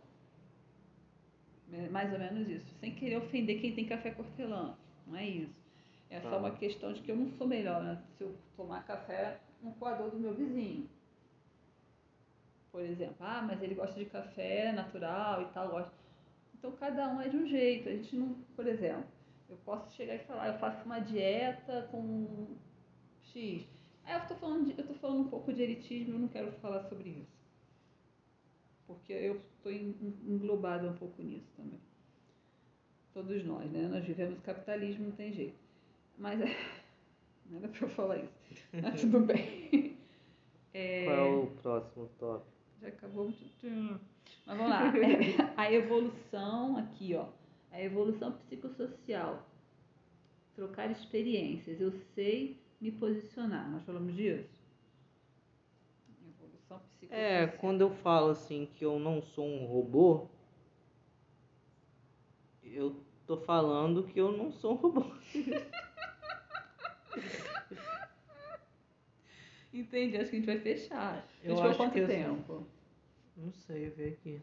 Speaker 2: É mais ou menos isso. Sem querer ofender quem tem café com hortelã. Não é isso. É só uma questão de que eu não sou melhor, né? Se eu tomar café no coador do meu vizinho. Por exemplo, mas ele gosta de café natural e tal, gosta. Então cada um é de um jeito. A gente não, por exemplo, eu posso chegar e falar, eu faço uma dieta com X. Aí eu tô falando um pouco de elitismo, eu não quero falar sobre isso. Porque eu estou englobada um pouco nisso também. Todos nós, né? Nós vivemos capitalismo, não tem jeito. Mas não era pra eu falar isso. Mas tudo bem.
Speaker 1: Qual é o próximo tópico?
Speaker 2: Já acabou. Mas vamos lá. A evolução aqui, ó. A evolução psicossocial. Trocar experiências. Eu sei me posicionar. Nós falamos disso? Evolução psicossocial.
Speaker 1: Quando eu falo assim que eu não sou um robô, eu tô falando que eu não sou um robô.
Speaker 2: Entendi, acho que a gente vai fechar. A
Speaker 1: Eu
Speaker 2: gente
Speaker 1: acho
Speaker 2: quanto
Speaker 1: que
Speaker 2: tempo?
Speaker 1: Assim, não sei, ver aqui.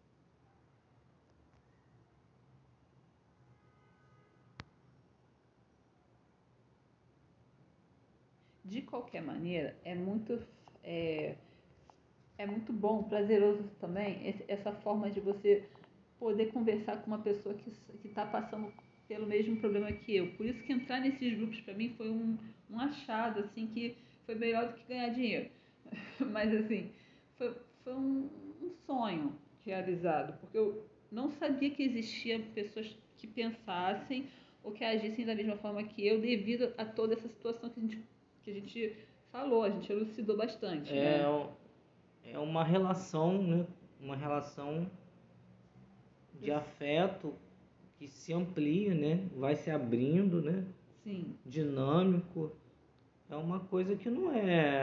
Speaker 2: De qualquer maneira, é, é muito bom, prazeroso também, essa forma de você poder conversar com uma pessoa que está passando pelo mesmo problema que eu. Por isso que entrar nesses grupos para mim foi um achado, assim, que foi melhor do que ganhar dinheiro. Mas, assim, foi um sonho realizado, porque eu não sabia que existiam pessoas que pensassem ou que agissem da mesma forma que eu, devido a toda essa situação que a gente falou, a gente elucidou bastante, né?
Speaker 1: É uma relação, né? Uma relação de afeto que se amplia, né? Vai se abrindo, né?
Speaker 2: Sim.
Speaker 1: Dinâmico. É uma coisa que não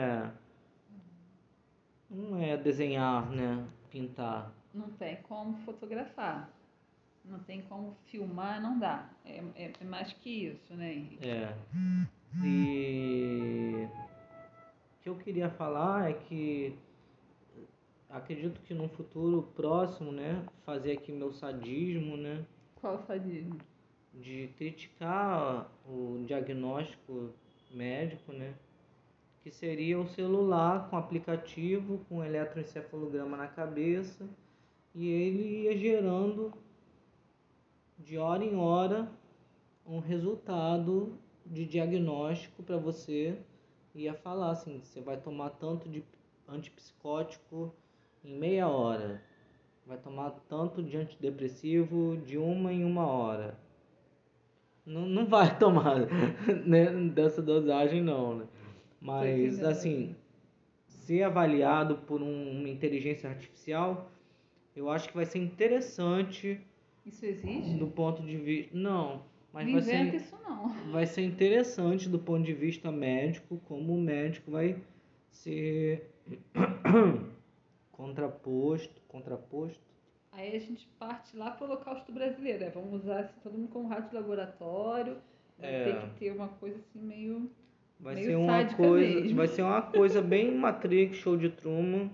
Speaker 1: é desenhar, né? Pintar.
Speaker 2: Não tem como fotografar, não tem como filmar, não dá. É mais que isso, né, Henrique?
Speaker 1: E o que eu queria falar é que acredito que num futuro próximo, né? Fazer aqui meu sadismo, né?
Speaker 2: Qual sadismo?
Speaker 1: De criticar o diagnóstico médico, né? Que seria o celular com aplicativo, com eletroencefalograma na cabeça, e ele ia gerando de hora em hora um resultado de diagnóstico para você. Ia falar assim, você vai tomar tanto de antipsicótico em meia hora, vai tomar tanto de antidepressivo de uma em uma hora. Não vai tomar, né, dessa dosagem não, né? Mas assim, ser avaliado por uma inteligência artificial, eu acho que vai ser interessante.
Speaker 2: Isso existe?
Speaker 1: Do ponto de vista, não, mas
Speaker 2: Não inventa isso não.
Speaker 1: vai ser interessante do ponto de vista médico, como o médico vai ser contraposto.
Speaker 2: Aí a gente parte lá pro Holocausto brasileiro, né? Vamos usar todo mundo como rato de laboratório, vai ter que ter uma coisa assim meio sádica mesmo.
Speaker 1: Vai ser uma coisa bem Matrix, Show de Truman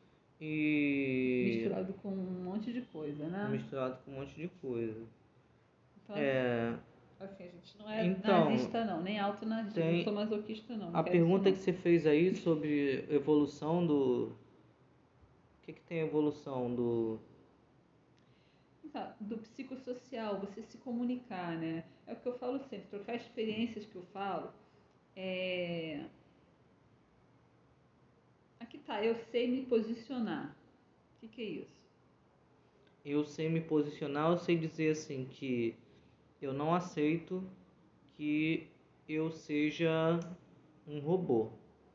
Speaker 1: e
Speaker 2: misturado com um monte de coisa, né?
Speaker 1: Misturado com um monte de coisa.
Speaker 2: Então, assim, a gente não é nazista não, nem auto-nazista, não sou masoquista não.
Speaker 1: A pergunta que você fez aí sobre evolução o que tem evolução
Speaker 2: Então, do psicossocial, você se comunicar, né? É o que eu falo sempre, trocar experiências que eu falo. Aqui tá, eu sei me posicionar. O que é isso?
Speaker 1: Eu sei me posicionar, eu sei dizer assim que eu não aceito que eu seja um robô.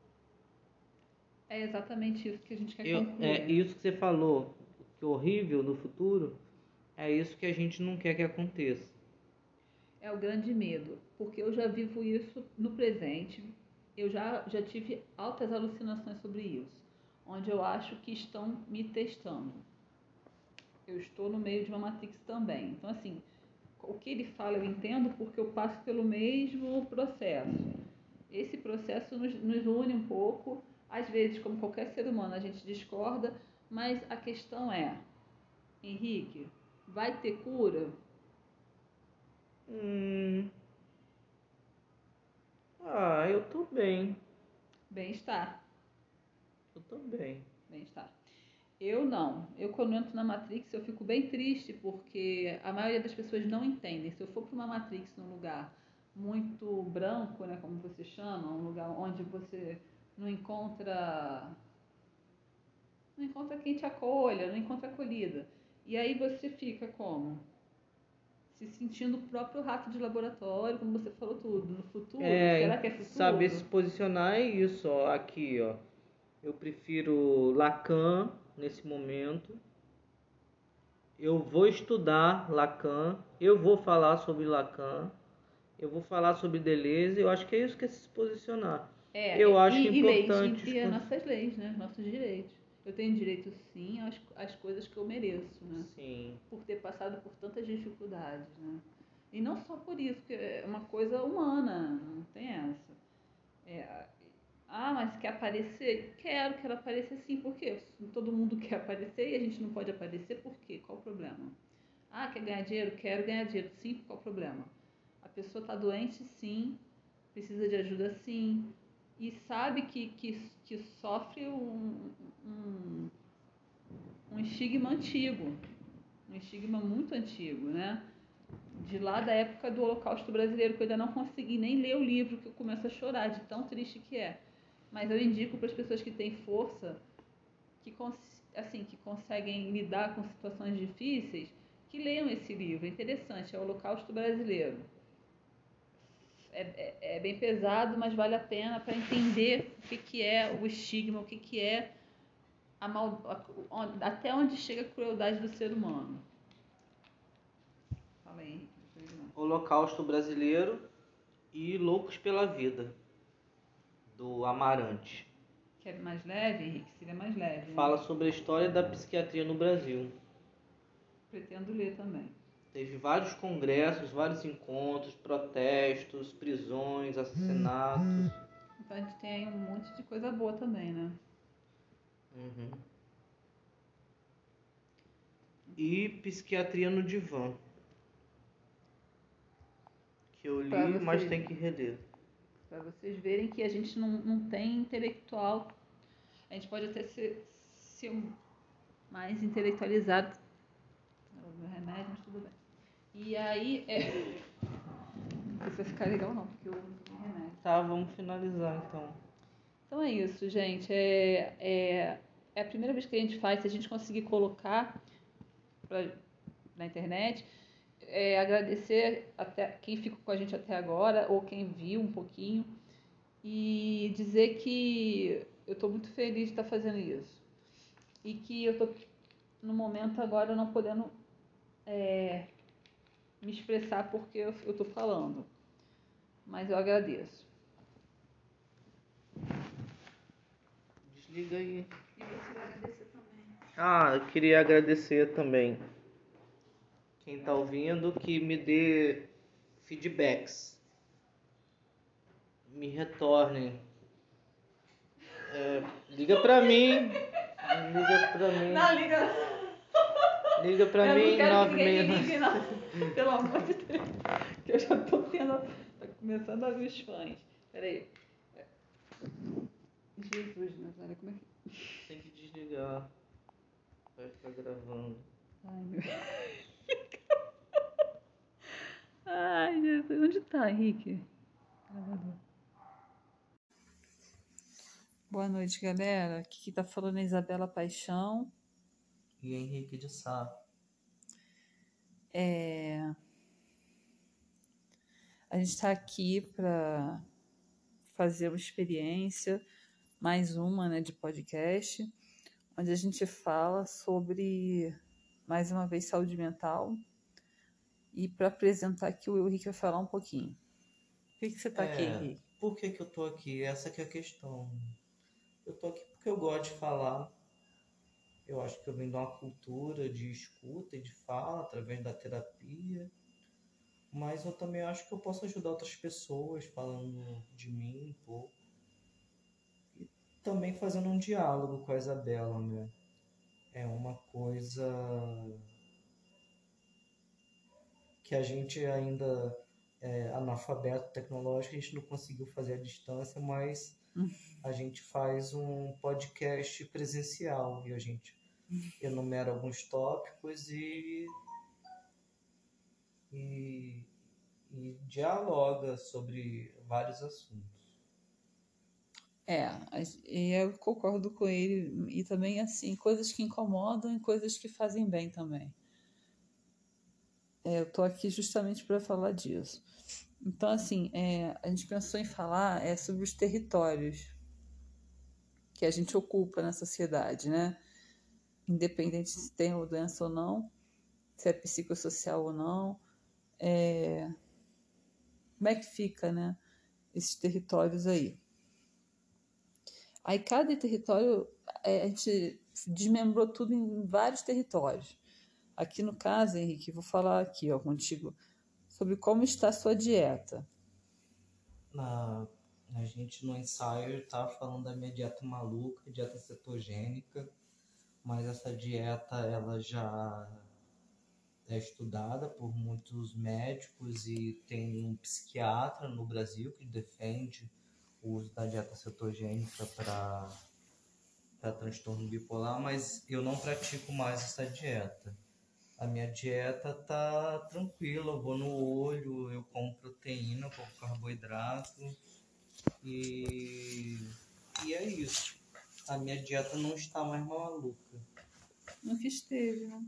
Speaker 2: É exatamente isso que a gente quer concluir.
Speaker 1: É isso que você falou, que horrível no futuro, é isso que a gente não quer que aconteça.
Speaker 2: É o grande medo, porque eu já vivo isso no presente, eu já tive altas alucinações sobre isso, onde eu acho que estão me testando. Eu estou no meio de uma Matrix também. Então, assim, o que ele fala eu entendo porque eu passo pelo mesmo processo. Esse processo nos une um pouco. Às vezes, como qualquer ser humano, a gente discorda, mas a questão é, Henrique, vai ter cura?
Speaker 1: Eu tô bem.
Speaker 2: Bem-estar.
Speaker 1: Eu tô bem.
Speaker 2: Bem-estar. Eu não. Eu, quando entro na Matrix, eu fico bem triste porque a maioria das pessoas não entendem. Se eu for para uma Matrix num lugar muito branco, né, como você chama, um lugar onde você não encontra quem te acolha, não encontra acolhida. E aí você fica como? Se sentindo o próprio rato de laboratório, como você falou tudo. No futuro? Será que é
Speaker 1: Saber
Speaker 2: futuro?
Speaker 1: se posicionar é isso, ó. Aqui, ó. Eu prefiro Lacan nesse momento. Eu vou estudar Lacan. Eu vou falar sobre Lacan. Eu vou falar sobre Deleuze. Eu acho que é isso que é se posicionar. Eu acho
Speaker 2: E leis,
Speaker 1: importante.
Speaker 2: e as nossas leis, né? Nossos direitos. Eu tenho direito sim às coisas que eu mereço, né?
Speaker 1: Sim.
Speaker 2: Por ter passado por tantas dificuldades, né? E não só por isso, porque é uma coisa humana, não tem essa. É, mas quer aparecer? Quero aparecer sim, por quê? Todo mundo quer aparecer e a gente não pode aparecer, por quê? Qual o problema? Quer ganhar dinheiro? Quero ganhar dinheiro, sim, qual o problema? A pessoa está doente, sim, precisa de ajuda, sim, e sabe que sofre um estigma antigo, um estigma muito antigo, né? De lá da época do Holocausto Brasileiro, que eu ainda não consegui nem ler o livro, que eu começo a chorar de tão triste que é. Mas eu indico para as pessoas que têm força, que conseguem lidar com situações difíceis, que leiam esse livro. É interessante, é o Holocausto Brasileiro. É bem pesado, mas vale a pena para entender o que é o estigma, o que é até onde chega a crueldade do ser humano. Fala aí, Henrique.
Speaker 1: Holocausto Brasileiro e Loucos pela Vida, do Amarante.
Speaker 2: Que é mais leve, Henrique? Seria mais leve, né?
Speaker 1: Fala sobre a história da psiquiatria no Brasil.
Speaker 2: Pretendo ler também.
Speaker 1: Teve vários congressos, vários encontros, protestos, prisões, assassinatos.
Speaker 2: Então a gente tem aí um monte de coisa boa também, né?
Speaker 1: Uhum. E Psiquiatria no Divã, que eu li, mas tem que reler.
Speaker 2: Para vocês verem que a gente não tem intelectual. A gente pode até ser mais intelectualizado. O remédio, mas tudo bem. E aí, não sei se vai ficar legal não, porque eu uso remédio.
Speaker 1: Tá, vamos finalizar então.
Speaker 2: Então é isso, gente. É a primeira vez que a gente faz, se a gente conseguir colocar na internet. Agradecer até quem ficou com a gente até agora, ou quem viu um pouquinho, e dizer que eu estou muito feliz de estar fazendo isso. E que eu estou, no momento agora, não podendo me expressar porque eu estou falando. Mas eu agradeço.
Speaker 1: Desliga aí.
Speaker 2: E você vai agradecer também.
Speaker 1: Eu queria agradecer também quem tá ouvindo, que me dê feedbacks. Me retornem. Liga pra mim. Liga pra mim.
Speaker 2: Não, liga.
Speaker 1: Liga pra
Speaker 2: Eu
Speaker 1: mim,
Speaker 2: não quero que ninguém
Speaker 1: 96.
Speaker 2: me ligue, não. Pelo amor de Deus. Que eu já tô tendo. Tá começando a ver os fãs. Peraí. Jesus, Nazaré, como é que.
Speaker 1: Tem que desligar. Vai ficar gravando.
Speaker 2: Ai, meu. Ai, Jesus. Onde tá, Henrique? Gravador. Boa noite, galera. Aqui tá falando é Isabela Paixão.
Speaker 1: E Henrique de Sá.
Speaker 2: A gente está aqui para fazer uma experiência, mais uma, né, de podcast, onde a gente fala sobre, mais uma vez, saúde mental. E para apresentar aqui, o Henrique vai falar um pouquinho. Por que você está aqui, Henrique?
Speaker 1: Por que eu tô aqui? Essa que é a questão. Eu tô aqui porque eu gosto de falar. Eu acho que eu venho de uma cultura de escuta e de fala através da terapia. Mas eu também acho que eu posso ajudar outras pessoas falando de mim um pouco. E também fazendo um diálogo com a Isabela, né? É uma coisa que a gente ainda é analfabeto tecnológico, a gente não conseguiu fazer à distância, mas a gente faz um podcast presencial e a gente enumera alguns tópicos e, e dialoga sobre vários assuntos.
Speaker 2: E eu concordo com ele. E também, assim, coisas que incomodam e coisas que fazem bem também. Eu tô aqui justamente para falar disso. Então, assim, a gente pensou em falar sobre os territórios que a gente ocupa na sociedade, né? Independente se tem ou doença ou não, se é psicossocial ou não, como é que fica, né? Esses territórios aí. Aí cada território, a gente desmembrou tudo em vários territórios. Aqui no caso, Henrique, vou falar aqui ó, contigo sobre como está a sua dieta.
Speaker 1: A gente no ensaio tá falando da minha dieta maluca, dieta cetogênica, mas essa dieta ela já é estudada por muitos médicos e tem um psiquiatra no Brasil que defende o uso da dieta cetogênica para transtorno bipolar, mas eu não pratico mais essa dieta. A minha dieta tá tranquila, eu vou no olho, eu como proteína, eu como carboidrato e é isso. A minha dieta não está mais maluca.
Speaker 2: Nunca esteve, né?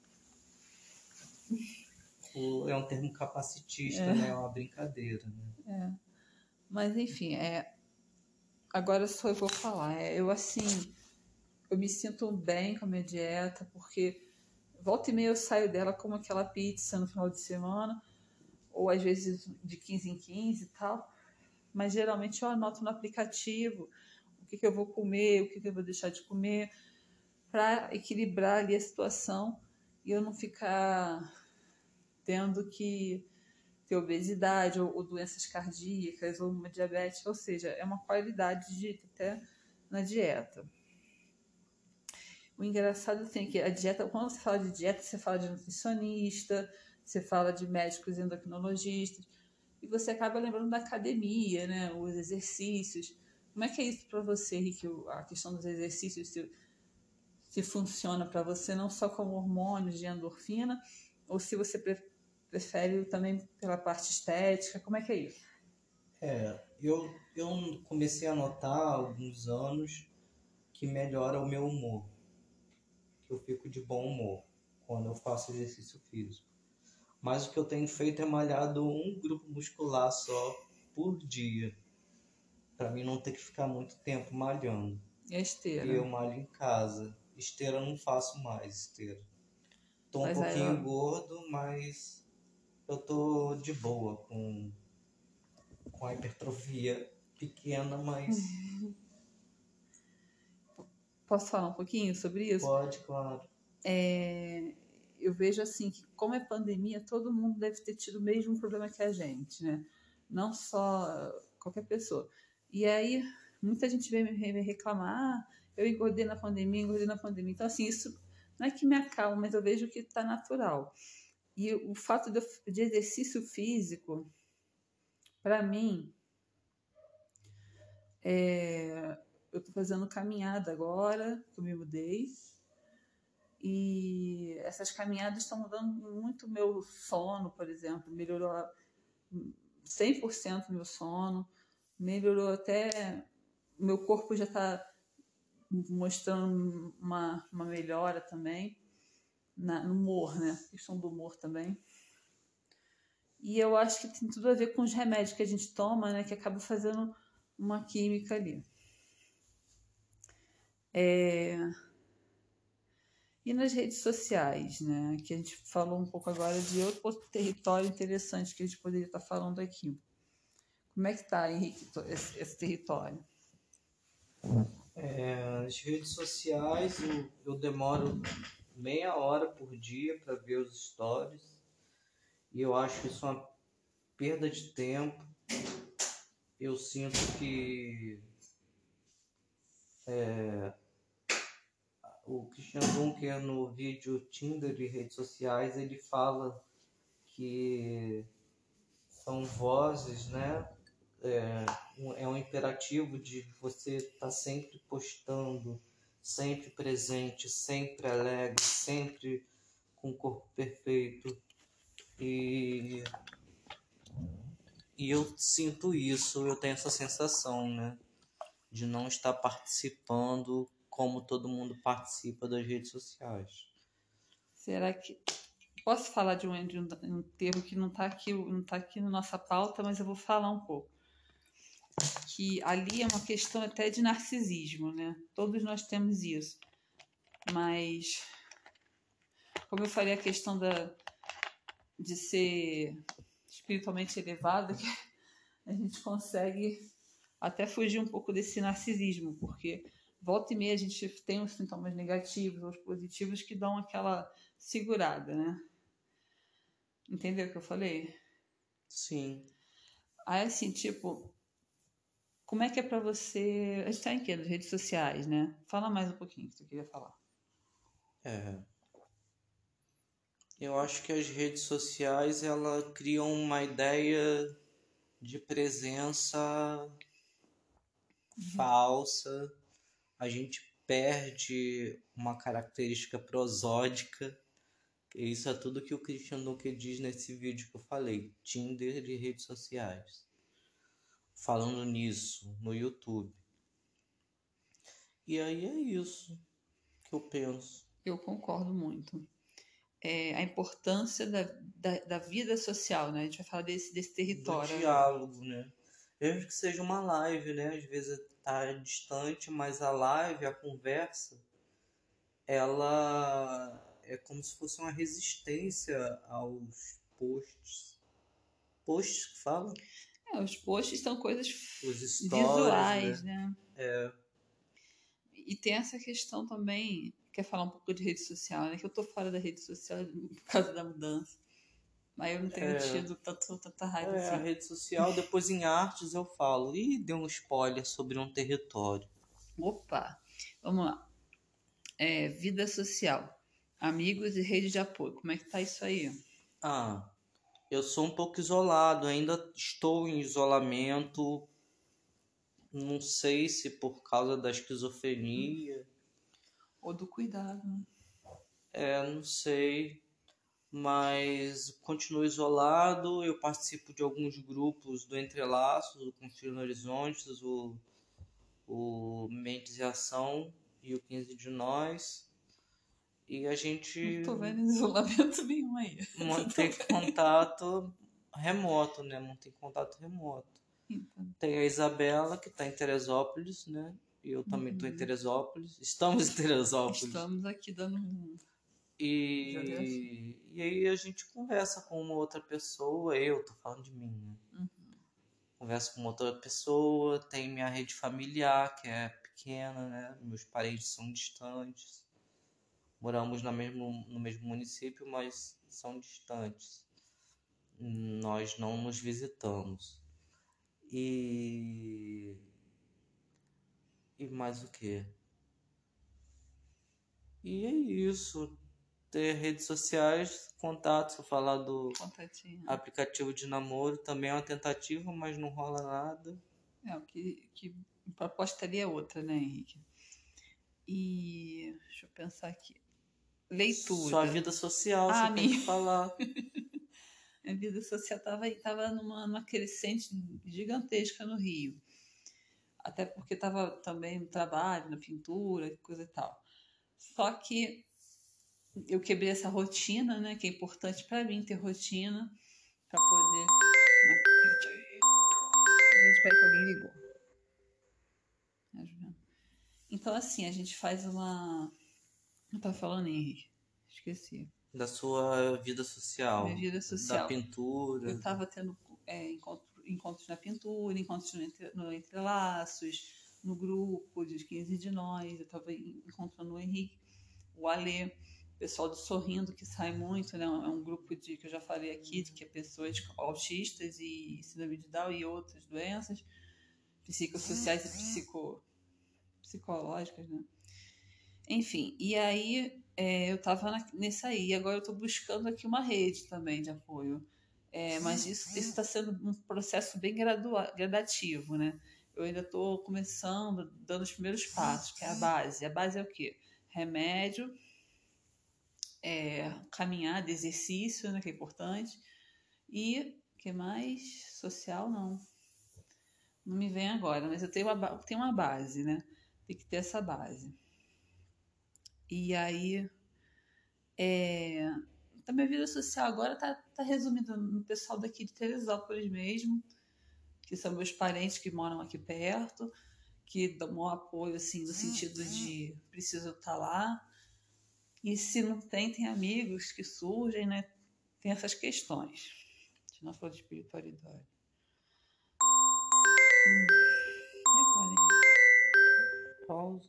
Speaker 1: É um termo capacitista, né? É uma brincadeira, né?
Speaker 2: Mas enfim, agora só eu vou falar. Eu me sinto bem com a minha dieta, porque volta e meia eu saio dela como aquela pizza no final de semana, ou às vezes de 15 em 15 e tal. Mas geralmente eu anoto no aplicativo o que eu vou comer, o que eu vou deixar de comer, para equilibrar ali a situação e eu não ficar tendo que ter obesidade ou doenças cardíacas ou uma diabetes, ou seja, é uma qualidade de até na dieta. O engraçado assim, é que a dieta, quando você fala de dieta, você fala de nutricionista, você fala de médicos endocrinologistas, e você acaba lembrando da academia, né, os exercícios. Como é que é isso para você, Rick, a questão dos exercícios, se funciona para você não só como hormônios de endorfina, ou se você prefere também pela parte estética, como é que é isso?
Speaker 1: Eu comecei a notar há alguns anos que melhora o meu humor, que eu fico de bom humor quando eu faço exercício físico. Mas o que eu tenho feito é malhado um grupo muscular só por dia, para mim não ter que ficar muito tempo malhando.
Speaker 2: E a
Speaker 1: E
Speaker 2: esteira?
Speaker 1: eu malho em casa. Esteira eu não faço mais, esteira. Tô um
Speaker 2: Faz
Speaker 1: pouquinho
Speaker 2: aeróbico?
Speaker 1: gordo, mas eu tô de boa com a hipertrofia pequena, mas
Speaker 2: Posso falar um pouquinho sobre isso?
Speaker 1: pode, claro.
Speaker 2: Eu vejo assim que como é pandemia, todo mundo deve ter tido o mesmo problema que a gente, né? Não só qualquer pessoa. E aí muita gente vem me reclamar, eu engordei na pandemia, engordei na pandemia. Então assim, isso não é que me acalma, mas eu vejo que está natural. E o fato de exercício físico, para mim, eu estou fazendo caminhada agora, que eu me mudei. E essas caminhadas estão mudando muito o meu sono, por exemplo. Melhorou 100% o meu sono. Melhorou até... Meu corpo já está mostrando uma melhora também. No humor, né? A questão do humor também. E eu acho que tem tudo a ver com os remédios que a gente toma, né? Que acaba fazendo uma química ali. E nas redes sociais, né? Que a gente falou um pouco agora de outro território interessante que a gente poderia estar falando aqui. Como é que está, Henrique, esse território?
Speaker 1: As redes sociais eu demoro meia hora por dia para ver os stories e eu acho isso perda de tempo. Eu sinto que o Christian Dunker, no vídeo Tinder e redes sociais, ele fala que são vozes, né? É um imperativo de você estar sempre postando, sempre presente, sempre alegre, sempre com o corpo perfeito. E eu sinto isso, eu tenho essa sensação, né? De não estar participando como todo mundo participa das redes sociais.
Speaker 2: Será que... Posso falar de um termo que não está aqui na nossa pauta, mas eu vou falar um pouco. Que ali é uma questão até de narcisismo, né? Todos nós temos isso. Mas, como eu falei, a questão de ser espiritualmente elevado, que a gente consegue até fugir um pouco desse narcisismo, porque volta e meia a gente tem os sintomas negativos ou os positivos que dão aquela segurada, né? Entendeu o que eu falei?
Speaker 1: Sim.
Speaker 2: Aí, assim, tipo, como é que é pra você... A gente tá em quê? Nas redes sociais, né? Fala mais um pouquinho que você queria falar.
Speaker 1: Eu acho que as redes sociais, ela criam uma ideia de presença falsa. A gente perde uma característica prosódica. E isso é tudo que o Christian Dunker diz nesse vídeo que eu falei. Tinder e redes sociais. Falando nisso no YouTube. E aí é isso que eu penso.
Speaker 2: Eu concordo muito. A importância da vida social, né? A gente vai falar desse território.
Speaker 1: Do diálogo, né? Mesmo que seja uma live, né? Às vezes tá distante, mas a live, a conversa, ela é como se fosse uma resistência aos posts. Posts que fala?
Speaker 2: Os posts são coisas
Speaker 1: Os stories,
Speaker 2: visuais,
Speaker 1: né?
Speaker 2: E tem essa questão também, quer falar um pouco de rede social, né? Que eu tô fora da rede social por causa da mudança. Mas eu não tenho tido tanta raiva assim.
Speaker 1: A rede social, depois em artes eu falo. Ih, deu um spoiler sobre um território.
Speaker 2: Opa, vamos lá. Vida social. Amigos e rede de apoio. Como é que tá isso aí?
Speaker 1: Eu sou um pouco isolado, ainda estou em isolamento. Não sei se por causa da esquizofrenia.
Speaker 2: Ou do cuidado, né?
Speaker 1: Não sei. Mas continuo isolado. Eu participo de alguns grupos do Entrelaços, o Construindo Horizontes, o Mentes e Ação e o 15 de Nós. E a gente
Speaker 2: Não tô vendo isolamento nenhum aí.
Speaker 1: mantém contato remoto, né? Mantém contato remoto.
Speaker 2: Então,
Speaker 1: Tem a Isabela, que está em Teresópolis, né? E eu também estou em Teresópolis. Estamos em Teresópolis.
Speaker 2: estamos aqui dando um...
Speaker 1: E aí a gente conversa com uma outra pessoa. Eu tô falando de mim, né? Converso com uma outra pessoa. Tem minha rede familiar, que é pequena, né? Meus parentes são distantes. Moramos no mesmo município, mas são distantes. Nós não nos visitamos. E mais o quê? E é isso. Ter redes sociais, contatos, vou falar do
Speaker 2: Contatinho.
Speaker 1: aplicativo de namoro, também é uma tentativa, mas não rola nada.
Speaker 2: O que a proposta ali é outra, né, Henrique? E deixa eu pensar aqui. Leitura.
Speaker 1: Sua vida social, você tem que falar.
Speaker 2: Minha vida social tava numa crescente gigantesca no Rio. Até porque tava também no trabalho, na pintura, coisa e tal. Só que eu quebrei essa rotina, né? Que é importante para mim ter rotina para poder... Gente, espera que alguém ligou. Então, assim, a gente faz uma... Eu tava falando, Henrique? Esqueci.
Speaker 1: Da sua vida social.
Speaker 2: Minha vida social.
Speaker 1: Da pintura.
Speaker 2: Eu tava tendo encontros na pintura, encontros no Entrelaços, no grupo de 15 de Nós. Eu tava encontrando o Henrique, o Alê. pessoal do Sorrindo, que sai muito, né? É um grupo que eu já falei aqui, que é pessoas autistas e síndrome de Down e outras doenças psicossociais e psicológicas, né? Enfim, e aí eu estava nesse aí, e agora eu estou buscando aqui uma rede também de apoio. Mas isso está sendo um processo bem gradativo, né? Eu ainda estou começando, dando os primeiros passos, que é a base. A base é o quê? Remédio, caminhada, exercício, né, que é importante. E o que mais? Social, não. Não me vem agora, mas eu tenho uma base, né? Tem que ter essa base. E aí, a minha vida social agora tá resumida no pessoal daqui de Teresópolis mesmo, que são meus parentes que moram aqui perto, que dão um apoio, assim, no sentido de preciso estar lá. E se não tem amigos que surgem, né? Tem essas questões. A gente não falou de espiritualidade.
Speaker 1: Pausa.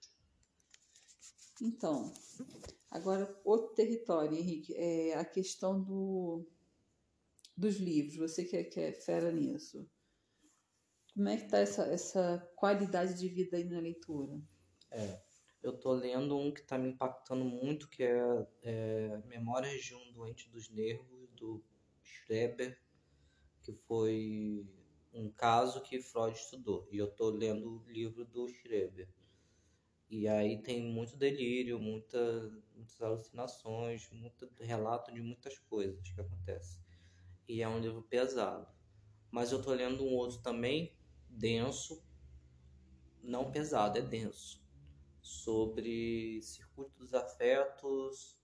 Speaker 2: Então, agora outro território, Henrique, é a questão dos livros. Você que é fera nisso. Como é que está essa qualidade de vida aí na leitura?
Speaker 1: Eu tô lendo um que tá me impactando muito, que é Memórias de um Doente dos Nervos, do Schreber, que foi um caso que Freud estudou. E eu tô lendo o livro do Schreber. E aí tem muito delírio, muitas alucinações, muito relato de muitas coisas que acontecem. E é um livro pesado. Mas eu tô lendo um outro também, denso, não pesado, é denso, sobre circuito dos afetos,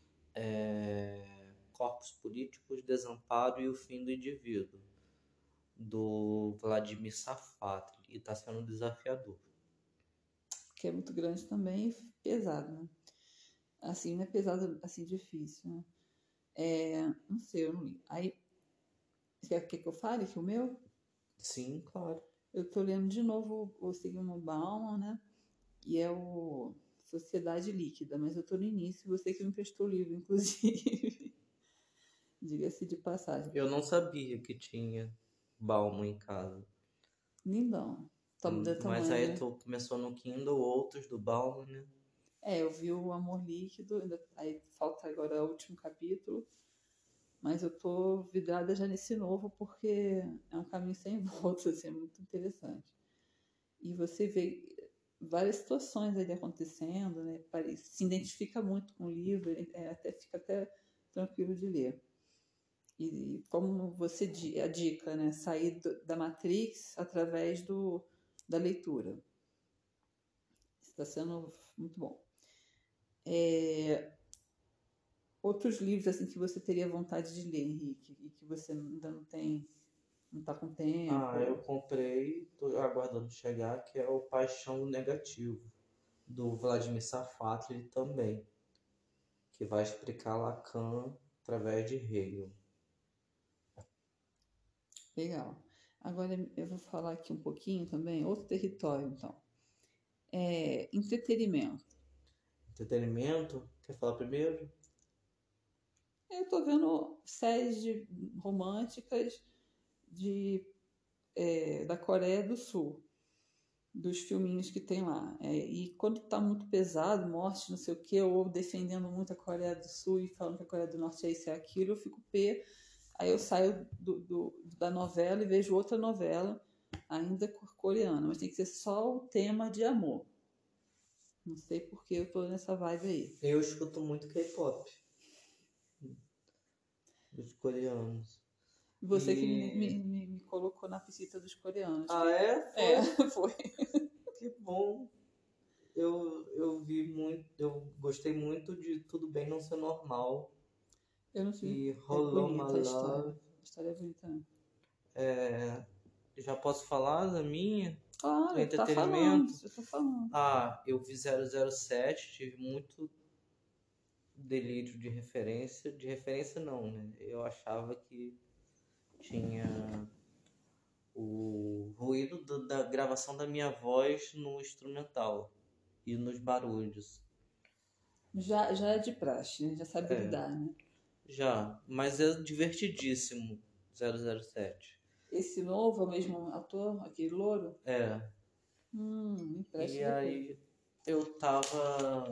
Speaker 1: corpos políticos, desamparo e o fim do indivíduo, do Vladimir Safatli, e está sendo desafiador.
Speaker 2: Que é muito grande também e pesado, né? Assim, não é pesado, assim, difícil, né? Não sei, eu não li. Aí, quer que eu fale que o meu?
Speaker 1: Sim, claro.
Speaker 2: Eu tô lendo de novo o Sigmund Bauman, né? E é o Sociedade Líquida, mas eu tô no início, você que me emprestou o livro, inclusive. Diga-se de passagem.
Speaker 1: Eu não sabia que tinha Balmo em casa.
Speaker 2: Lindão. Do
Speaker 1: Mas
Speaker 2: tamanho,
Speaker 1: aí
Speaker 2: né?
Speaker 1: tu começou no Kindle, outros do Balmo, né?
Speaker 2: Eu vi o Amor Líquido, aí falta agora o último capítulo, mas eu tô vidrada já nesse novo porque é um caminho sem volta, assim, é muito interessante. E você vê várias situações ali acontecendo, né? Se identifica muito com o livro, fica até tranquilo de ler. E como você a dica, né? Sair da Matrix através da leitura. Está sendo muito bom. Outros livros assim que você teria vontade de ler, Henrique, e que você ainda não está com tempo?
Speaker 1: Eu comprei, tô aguardando chegar, que é o Paixão do Negativo, do Vladimir Safatli também, que vai explicar Lacan através de Hegel.
Speaker 2: Legal. Agora eu vou falar aqui um pouquinho também, outro território, então. Entretenimento.
Speaker 1: Entretenimento, quer falar primeiro?
Speaker 2: Eu estou vendo séries românticas da Coreia do Sul, dos filminhos que tem lá. E quando tá muito pesado, morte, não sei o quê, ou defendendo muito a Coreia do Sul e falando que a Coreia do Norte é isso e aquilo, eu fico pé. Aí eu saio da novela e vejo outra novela, ainda coreana, mas tem que ser só o tema de amor. Não sei porque eu tô nessa vibe aí.
Speaker 1: Eu escuto muito K-pop dos coreanos.
Speaker 2: Você que me colocou na piscina dos coreanos.
Speaker 1: Ah, é? Foi?
Speaker 2: Foi.
Speaker 1: Que bom. Eu vi muito, eu gostei muito de Tudo Bem Não Ser Normal.
Speaker 2: Eu não sei.
Speaker 1: E
Speaker 2: É
Speaker 1: Hollow My
Speaker 2: bonita a história.
Speaker 1: Love.
Speaker 2: A história é bonita, né?
Speaker 1: Já posso falar da minha? Do
Speaker 2: Claro, tá falando,
Speaker 1: entretenimento?
Speaker 2: você tá falando.
Speaker 1: Eu vi 007, tive muito delírio de referência. De referência não, né? Eu achava que tinha o ruído da gravação da minha voz no instrumental e nos barulhos.
Speaker 2: Já é de praxe, né? Já sabe
Speaker 1: É,
Speaker 2: lidar, né?
Speaker 1: já, mas é divertidíssimo 007.
Speaker 2: Esse novo é o mesmo ator, aquele louro?
Speaker 1: É,
Speaker 2: Me empreste
Speaker 1: e
Speaker 2: depois.
Speaker 1: aí eu tava.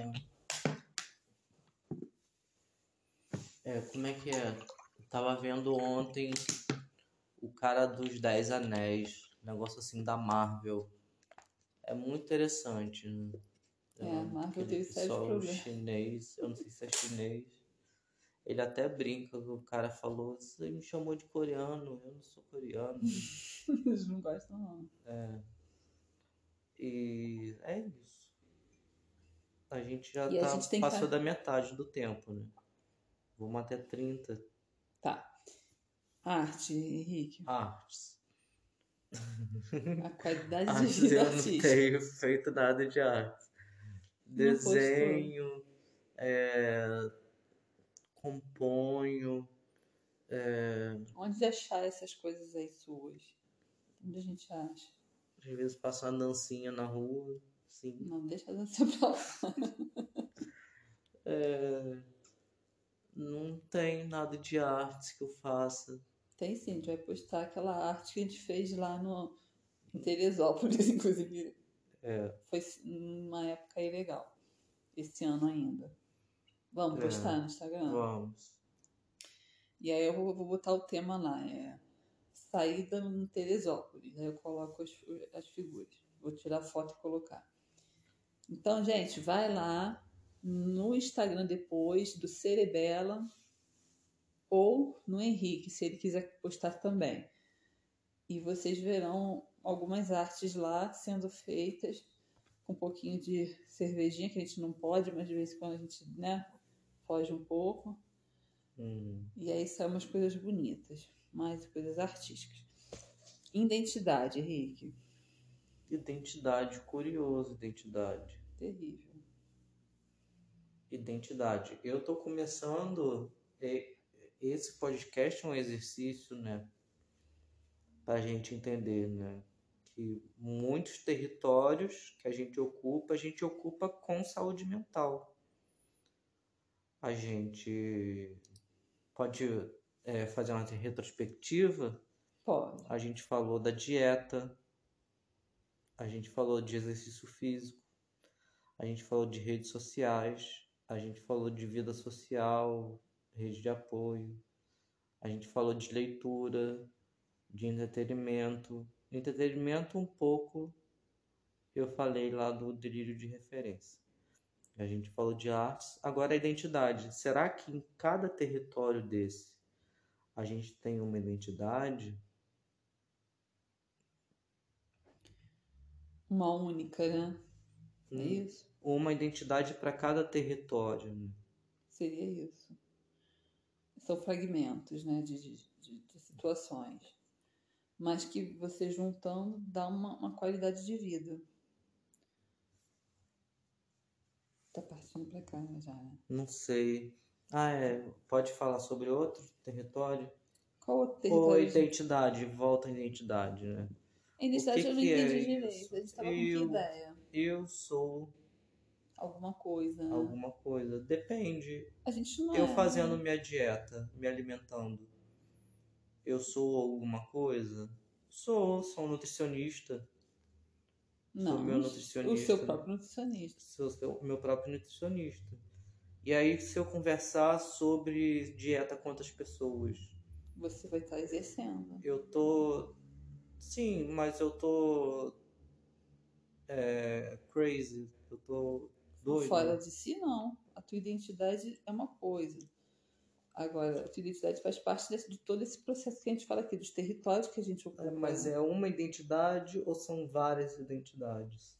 Speaker 1: Como é que é? Eu tava vendo ontem o cara dos Dez Anéis, negócio assim da Marvel. É muito interessante, né?
Speaker 2: É, a Marvel
Speaker 1: Aquele
Speaker 2: teve sérios
Speaker 1: pessoal
Speaker 2: problemas.
Speaker 1: chinês, eu não sei se é chinês. Ele até brinca, o cara falou, você me chamou de coreano, eu não sou coreano.
Speaker 2: Eles não gostam, não.
Speaker 1: E é isso. A gente já
Speaker 2: E a gente tem que.
Speaker 1: passou da metade do tempo, né? Vamos até 30.
Speaker 2: Tá. Arte, Henrique.
Speaker 1: Artes.
Speaker 2: A qualidade de
Speaker 1: Artes
Speaker 2: vida
Speaker 1: eu não
Speaker 2: artística.
Speaker 1: tenho feito nada de arte.
Speaker 2: Não postou.
Speaker 1: Desenho, é, componho,
Speaker 2: Onde achar essas coisas aí suas? Onde a gente acha?
Speaker 1: às vezes faço uma dancinha na rua, sim.
Speaker 2: Não, deixa de ser pra lá.
Speaker 1: É, não tem nada de artes que eu faça.
Speaker 2: Tem sim, a gente vai postar aquela arte que a gente fez lá no, em Teresópolis, inclusive.
Speaker 1: É,
Speaker 2: Foi uma época aí legal. Esse ano ainda. Vamos
Speaker 1: é,
Speaker 2: postar no Instagram?
Speaker 1: vamos.
Speaker 2: E aí eu vou botar o tema lá, saída em Teresópolis. Aí eu coloco as figuras. Vou tirar foto e colocar. Então, gente, vai lá no Instagram depois do Cerebela ou no Henrique, se ele quiser postar também. E vocês verão algumas artes lá sendo feitas com um pouquinho de cervejinha, que a gente não pode, mas de vez em quando a gente, né, foge um pouco. E aí são umas coisas bonitas, mais coisas artísticas. Identidade, Henrique.
Speaker 1: Identidade, curioso, identidade.
Speaker 2: Terrível.
Speaker 1: Identidade. Eu tô começando. Esse podcast é um exercício, né? Pra gente entender, né? Que muitos territórios que a gente ocupa com saúde mental. A gente pode fazer uma retrospectiva.
Speaker 2: Pode.
Speaker 1: A gente falou da dieta, a gente falou de exercício físico, a gente falou de redes sociais, a gente falou de vida social, rede de apoio, a gente falou de leitura, de entretenimento. Entretenimento um pouco eu falei lá do delírio de referência. A gente falou de artes, agora a identidade. Será que em cada território desse a gente tem uma identidade?
Speaker 2: Uma única, né? É isso?
Speaker 1: Uma identidade para cada território, né?
Speaker 2: Seria isso. São fragmentos, né, de situações. Mas que você juntando dá uma qualidade de vida. Tá partindo pra cá já, né?
Speaker 1: Não sei. Pode falar sobre outro território?
Speaker 2: Qual outro
Speaker 1: Ou
Speaker 2: território?
Speaker 1: identidade, volta à identidade, né?
Speaker 2: A
Speaker 1: O que
Speaker 2: identidade eu não
Speaker 1: que é
Speaker 2: entendi direito.
Speaker 1: isso?
Speaker 2: A gente tava com que ideia?
Speaker 1: Eu sou
Speaker 2: Alguma coisa, né?
Speaker 1: alguma coisa. Depende.
Speaker 2: A gente não
Speaker 1: Eu
Speaker 2: é,
Speaker 1: fazendo
Speaker 2: né?
Speaker 1: minha dieta, me alimentando, eu sou alguma coisa? Sou um nutricionista. Sou meu
Speaker 2: Não, o seu
Speaker 1: nutricionista.
Speaker 2: próprio nutricionista.
Speaker 1: Sou meu próprio nutricionista. E aí, se eu conversar sobre dieta com outras pessoas,
Speaker 2: Você vai estar exercendo.
Speaker 1: eu tô. Sim, mas eu tô. Crazy. Eu tô
Speaker 2: Fora
Speaker 1: doido.
Speaker 2: de si, não. A tua identidade é uma coisa. Agora, a tua identidade faz parte de todo esse processo que a gente fala aqui, dos territórios que a gente ocupa,
Speaker 1: Mas
Speaker 2: né?
Speaker 1: é uma identidade ou são várias identidades?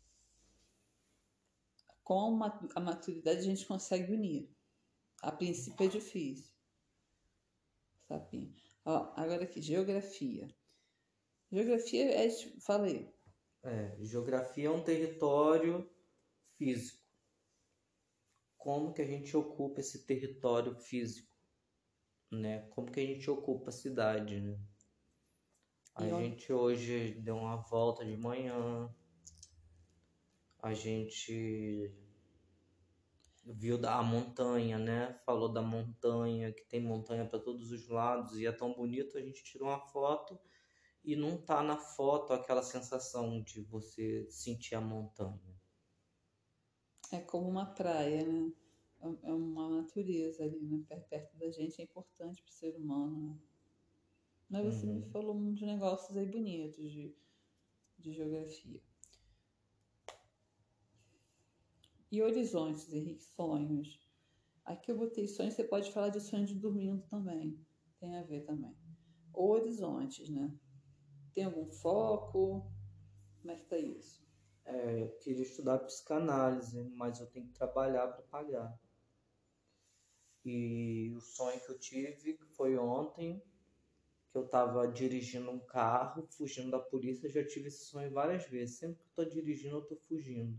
Speaker 2: Com a maturidade a gente consegue unir. A princípio é difícil. Sabe? Ó, agora aqui, geografia. Geografia é, falei,
Speaker 1: Geografia é um território físico. Como que a gente ocupa esse território físico, né? Como que a gente ocupa a cidade, né? A gente hoje deu uma volta de manhã, a gente Viu a montanha, né? Falou da montanha, que tem montanha para todos os lados e é tão bonito. A gente tirou uma foto e não tá na foto aquela sensação de você sentir a montanha.
Speaker 2: É como uma praia, né? É uma natureza ali, né? Perto da gente é importante para o ser humano, né? Mas você me
Speaker 1: Uhum.
Speaker 2: falou uns negócios aí bonitos de geografia. E horizontes, Henrique, sonhos. Aqui eu botei sonhos, você pode falar de sonhos de dormindo também. Tem a ver também. Ou horizontes, né? Tem algum foco? Como é que tá isso?
Speaker 1: Eu queria estudar psicanálise, mas eu tenho que trabalhar para pagar. E o sonho que eu tive foi ontem, que eu estava dirigindo um carro, fugindo da polícia. Eu já tive esse sonho várias vezes. Sempre que eu estou dirigindo, eu estou fugindo.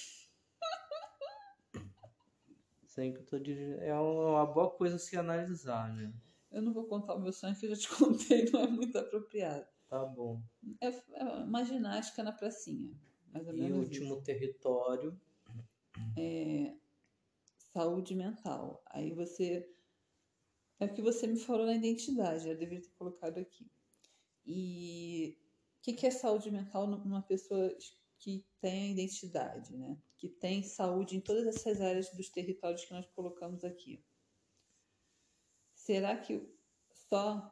Speaker 1: Sempre que eu estou dirigindo. É uma boa coisa se analisar, né?
Speaker 2: Eu não vou contar o meu sonho que eu já te contei, não é muito apropriado.
Speaker 1: Tá bom.
Speaker 2: É uma ginástica na pracinha, mais ou
Speaker 1: E o
Speaker 2: menos isso.
Speaker 1: último território.
Speaker 2: Saúde mental. Aí você. É o que você me falou na identidade, eu deveria ter colocado aqui. E o que é saúde mental numa pessoa que tem a identidade, né? Que tem saúde em todas essas áreas dos territórios que nós colocamos aqui. Será que só.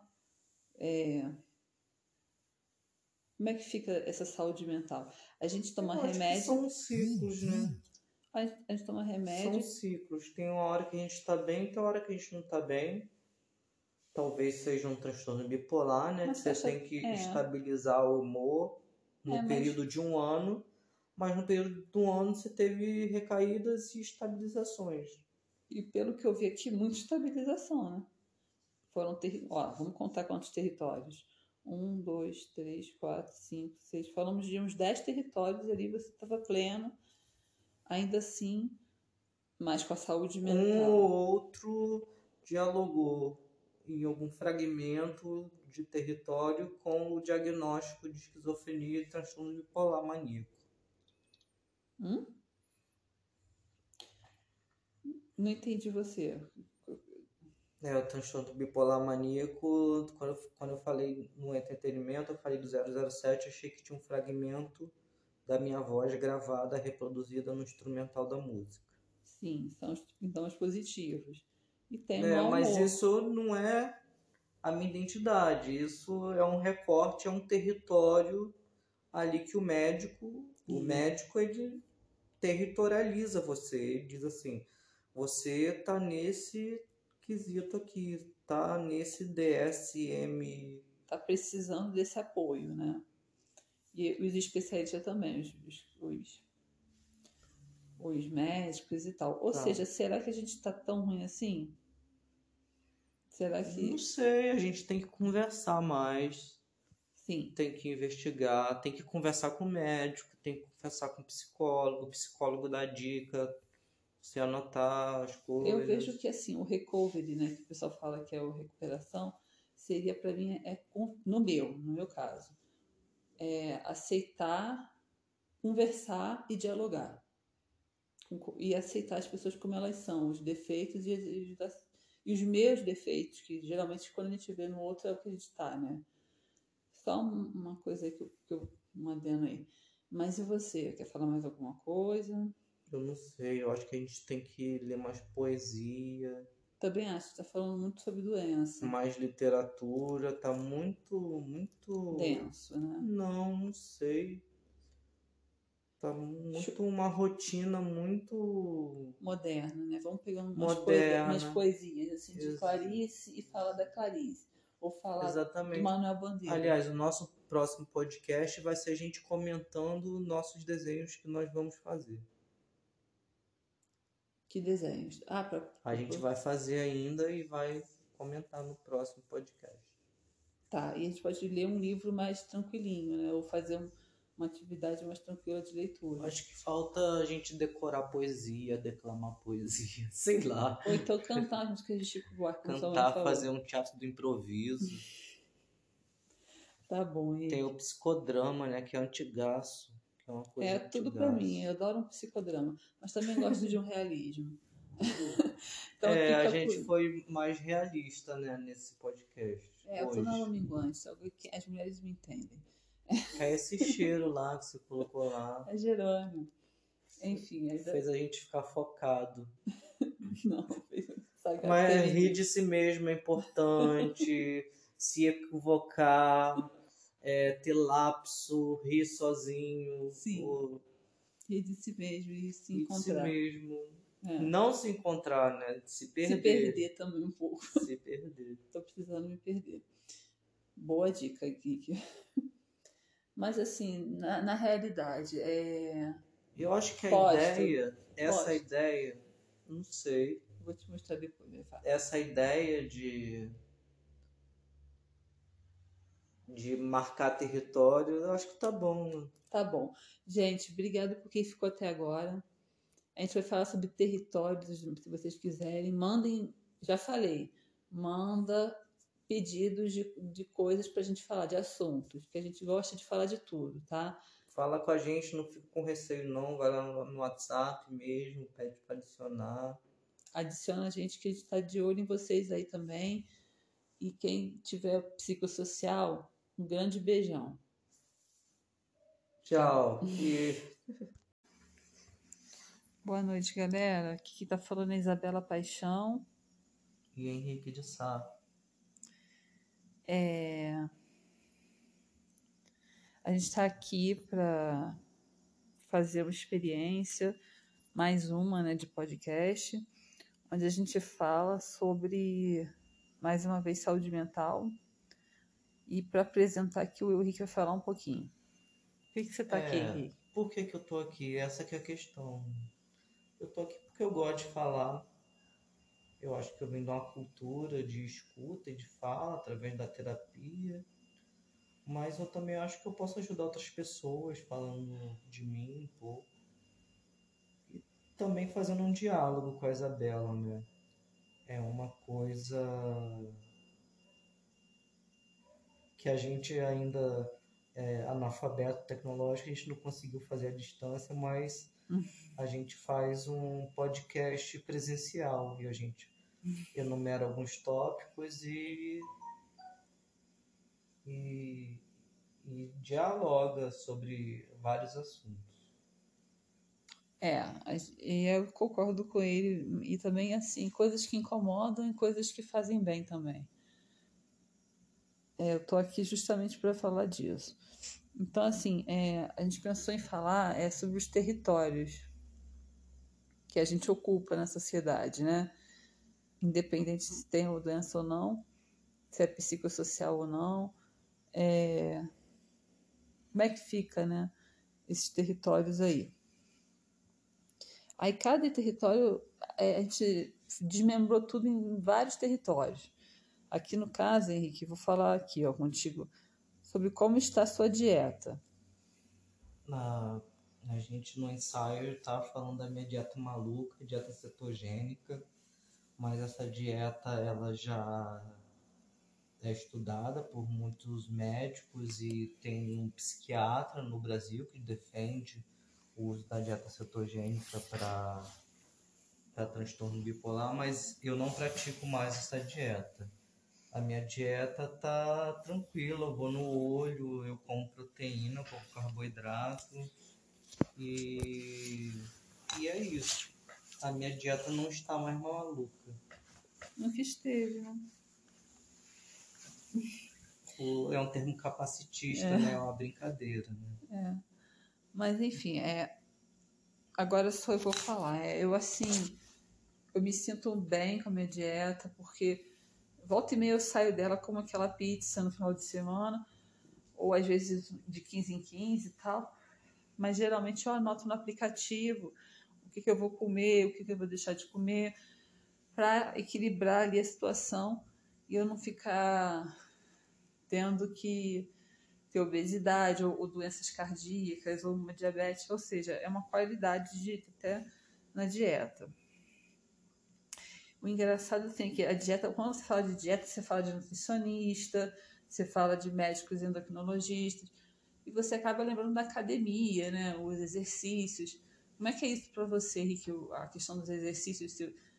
Speaker 2: Como é que fica essa saúde mental? A gente toma
Speaker 1: Eu acho que
Speaker 2: remédio,
Speaker 1: são ciclos, né?
Speaker 2: a gente toma
Speaker 1: São
Speaker 2: remédio,
Speaker 1: ciclos. Tem uma hora que a gente está bem, tem uma hora que a gente não está bem. Talvez seja um transtorno bipolar, né? Que
Speaker 2: mas você
Speaker 1: você
Speaker 2: acha.
Speaker 1: tem que estabilizar o humor no
Speaker 2: Mas.
Speaker 1: período de um ano, mas no período de um ano você teve recaídas e estabilizações.
Speaker 2: E pelo que eu vi aqui, muita estabilização, né? Ó, vamos contar quantos territórios. Um, dois, três, quatro, cinco, seis. Falamos de uns 10 territórios ali, você estava pleno, ainda assim, mas com a saúde
Speaker 1: Um ou
Speaker 2: mental.
Speaker 1: outro dialogou em algum fragmento de território com o diagnóstico de esquizofrenia e transtorno bipolar maníaco.
Speaker 2: Hum? Não entendi você.
Speaker 1: O transtorno bipolar maníaco, quando eu falei no entretenimento, eu falei do 007, achei que tinha um fragmento da minha voz gravada, reproduzida no instrumental da música.
Speaker 2: Sim, são os sintomas positivos. E tem o mau
Speaker 1: Mas
Speaker 2: humor.
Speaker 1: isso não é a minha identidade, isso é um recorte, é um território ali que o médico ele territorializa você, ele diz assim, você tá nesse quesito aqui, tá nesse DSM.
Speaker 2: Tá precisando desse apoio, né? E os especialistas também, os médicos e tal. Ou
Speaker 1: Tá.
Speaker 2: seja, será que a gente está tão ruim assim? Será
Speaker 1: Não
Speaker 2: que
Speaker 1: sei, a gente tem que conversar mais,
Speaker 2: sim?
Speaker 1: tem que investigar, tem que conversar com o médico, tem que conversar com o psicólogo dá dica, você anotar as
Speaker 2: Eu vejo
Speaker 1: coisas.
Speaker 2: que assim, o recovery, né, que o pessoal fala que é o recuperação, seria para mim no meu caso, aceitar, conversar e dialogar. E aceitar as pessoas como elas são, os defeitos e os meus defeitos, que geralmente quando a gente vê no outro é o que a gente tá, né? Só uma coisa aí um adendo aí. Mas e você? Quer falar mais alguma coisa?
Speaker 1: Eu não sei, eu acho que a gente tem que ler mais poesia,
Speaker 2: Também acho que está falando muito sobre doença.
Speaker 1: mais literatura, tá muito, muito.
Speaker 2: Denso, né?
Speaker 1: Não sei. Tá muito uma rotina muito
Speaker 2: Moderna, né? Vamos pegando umas
Speaker 1: moderna.
Speaker 2: poesias assim de
Speaker 1: Ex-
Speaker 2: Clarice e fala da Clarice. Ou fala do
Speaker 1: exatamente.
Speaker 2: Manuel Bandeira.
Speaker 1: Aliás, o nosso próximo podcast vai ser a gente comentando nossos desenhos que nós vamos fazer.
Speaker 2: Que desenhos? Ah,
Speaker 1: A gente vai fazer ainda e vai comentar no próximo podcast.
Speaker 2: tá. E a gente pode ler um livro mais tranquilinho, né? Ou fazer uma atividade mais tranquila de leitura.
Speaker 1: Acho que falta a gente decorar poesia, declamar poesia, sei lá.
Speaker 2: Ou então cantar as músicas de Chico Buarque, como sua mãe
Speaker 1: Cantar, fazer
Speaker 2: falou.
Speaker 1: um teatro do improviso.
Speaker 2: Tá bom,
Speaker 1: Tem o
Speaker 2: Henrique.
Speaker 1: psicodrama, né? Que é antigaço. Que é uma
Speaker 2: É
Speaker 1: coisa
Speaker 2: tudo pra mim.
Speaker 1: antigaço.
Speaker 2: Eu adoro um psicodrama. Mas também gosto de um realismo. Então
Speaker 1: A
Speaker 2: fica
Speaker 1: gente
Speaker 2: por...
Speaker 1: foi mais realista, né, nesse podcast
Speaker 2: Eu tô na
Speaker 1: hoje.
Speaker 2: minguante, algo que as mulheres me entendem.
Speaker 1: É esse cheiro lá que você colocou lá.
Speaker 2: É Jerônimo. Enfim, ainda...
Speaker 1: Fez a gente ficar focado.
Speaker 2: Não, essa
Speaker 1: Mas rir
Speaker 2: carteirinha.
Speaker 1: de si mesmo é importante, se equivocar, ter lapso, rir sozinho,
Speaker 2: Sim, rir de si mesmo e se
Speaker 1: rir de si
Speaker 2: encontrar.
Speaker 1: mesmo.
Speaker 2: É.
Speaker 1: Não se encontrar, né? Se
Speaker 2: Se
Speaker 1: perder.
Speaker 2: perder também um pouco.
Speaker 1: Se perder.
Speaker 2: Tô precisando me perder. Boa dica, Kiki. Mas assim, na realidade,
Speaker 1: Eu acho que a
Speaker 2: posto,
Speaker 1: ideia, essa
Speaker 2: posto.
Speaker 1: ideia, não sei,
Speaker 2: Vou te mostrar depois, vai falar.
Speaker 1: essa ideia de marcar território, eu acho que tá bom, né?
Speaker 2: Tá bom. Gente, obrigado por quem ficou até agora. A gente vai falar sobre territórios, se vocês quiserem. Mandem, já falei, manda pedidos de coisas pra gente falar, de assuntos, que a gente gosta de falar de tudo, tá?
Speaker 1: Fala com a gente, não fica com receio não, vai lá no WhatsApp mesmo, pede para adicionar.
Speaker 2: Adiciona a gente que a gente está de olho em vocês aí também. E quem tiver psicossocial, um grande beijão.
Speaker 1: Tchau. E
Speaker 2: Boa noite, galera. Aqui que tá falando é Isabela Paixão.
Speaker 1: Henrique de Sá.
Speaker 2: A gente está aqui para fazer uma experiência, mais uma, né, de podcast, onde a gente fala sobre, mais uma vez, saúde mental. E para apresentar aqui, o Henrique vai falar um pouquinho. Por que você está aqui, Henrique?
Speaker 1: Por que eu tô aqui? Essa que é a questão. Eu tô aqui porque eu gosto de falar. Eu acho que eu venho de uma cultura de escuta e de fala através da terapia. Mas eu também acho que eu posso ajudar outras pessoas falando de mim um pouco. E também fazendo um diálogo com a Isabela, né? É uma coisa que a gente ainda é analfabeto tecnológico, a gente não conseguiu fazer à distância, mas a gente faz um podcast presencial e a gente enumera alguns tópicos e, e dialoga sobre vários assuntos.
Speaker 2: E eu concordo com ele. E também, assim, coisas que incomodam e coisas que fazem bem também. Eu tô aqui justamente para falar disso. Então, assim, a gente pensou em falar sobre os territórios que a gente ocupa na sociedade, né? Independente se tem doença ou não, se é psicossocial ou não, como é que fica, né? Esses territórios aí. Aí cada território, a gente desmembrou tudo em vários territórios. Aqui no caso, Henrique, vou falar aqui, ó, contigo, sobre como está a sua dieta.
Speaker 1: A gente no ensaio tá falando da minha dieta maluca, dieta cetogênica, mas essa dieta ela já é estudada por muitos médicos e tem um psiquiatra no Brasil que defende o uso da dieta cetogênica para transtorno bipolar, mas eu não pratico mais essa dieta. A minha dieta tá tranquila, eu vou no olho, eu como proteína, eu como carboidrato e é isso. A minha dieta não está mais maluca.
Speaker 2: Nunca esteve, né?
Speaker 1: É um termo capacitista, né? É uma brincadeira, né?
Speaker 2: Mas enfim, agora só eu vou falar. Eu assim, eu me sinto bem com a minha dieta, porque volta e meia eu saio dela como aquela pizza no final de semana, ou às vezes de 15 em 15 e tal. Mas geralmente eu anoto no aplicativo o que eu vou comer, o que eu vou deixar de comer, para equilibrar ali a situação e eu não ficar tendo que ter obesidade ou doenças cardíacas ou uma diabetes, ou seja, é uma qualidade de até na dieta. O engraçado assim, é que a dieta, quando você fala de dieta, você fala de nutricionista, você fala de médicos endocrinologistas, e você acaba lembrando da academia, né, os exercícios. Como é que é isso para você, Rick, a questão dos exercícios?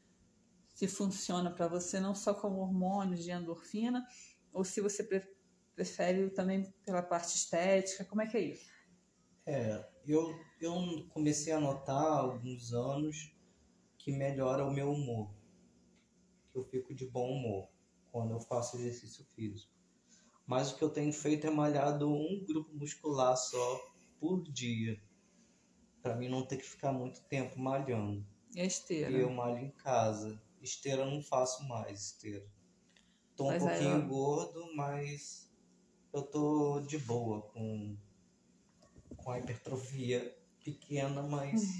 Speaker 2: se funciona para você não só como hormônios de endorfina, ou se você prefere também pela parte estética, como é que é isso?
Speaker 1: Eu comecei a notar há alguns anos que melhora o meu humor, que eu fico de bom humor quando eu faço exercício físico. Mas o que eu tenho feito é malhado um grupo muscular só por dia, para mim não ter que ficar muito tempo malhando.
Speaker 2: E a
Speaker 1: E
Speaker 2: esteira?
Speaker 1: eu malho em casa. Esteira eu não faço mais, esteira. Tô um
Speaker 2: Faz
Speaker 1: pouquinho
Speaker 2: aeróbico?
Speaker 1: gordo, mas eu tô de boa com a hipertrofia pequena, mas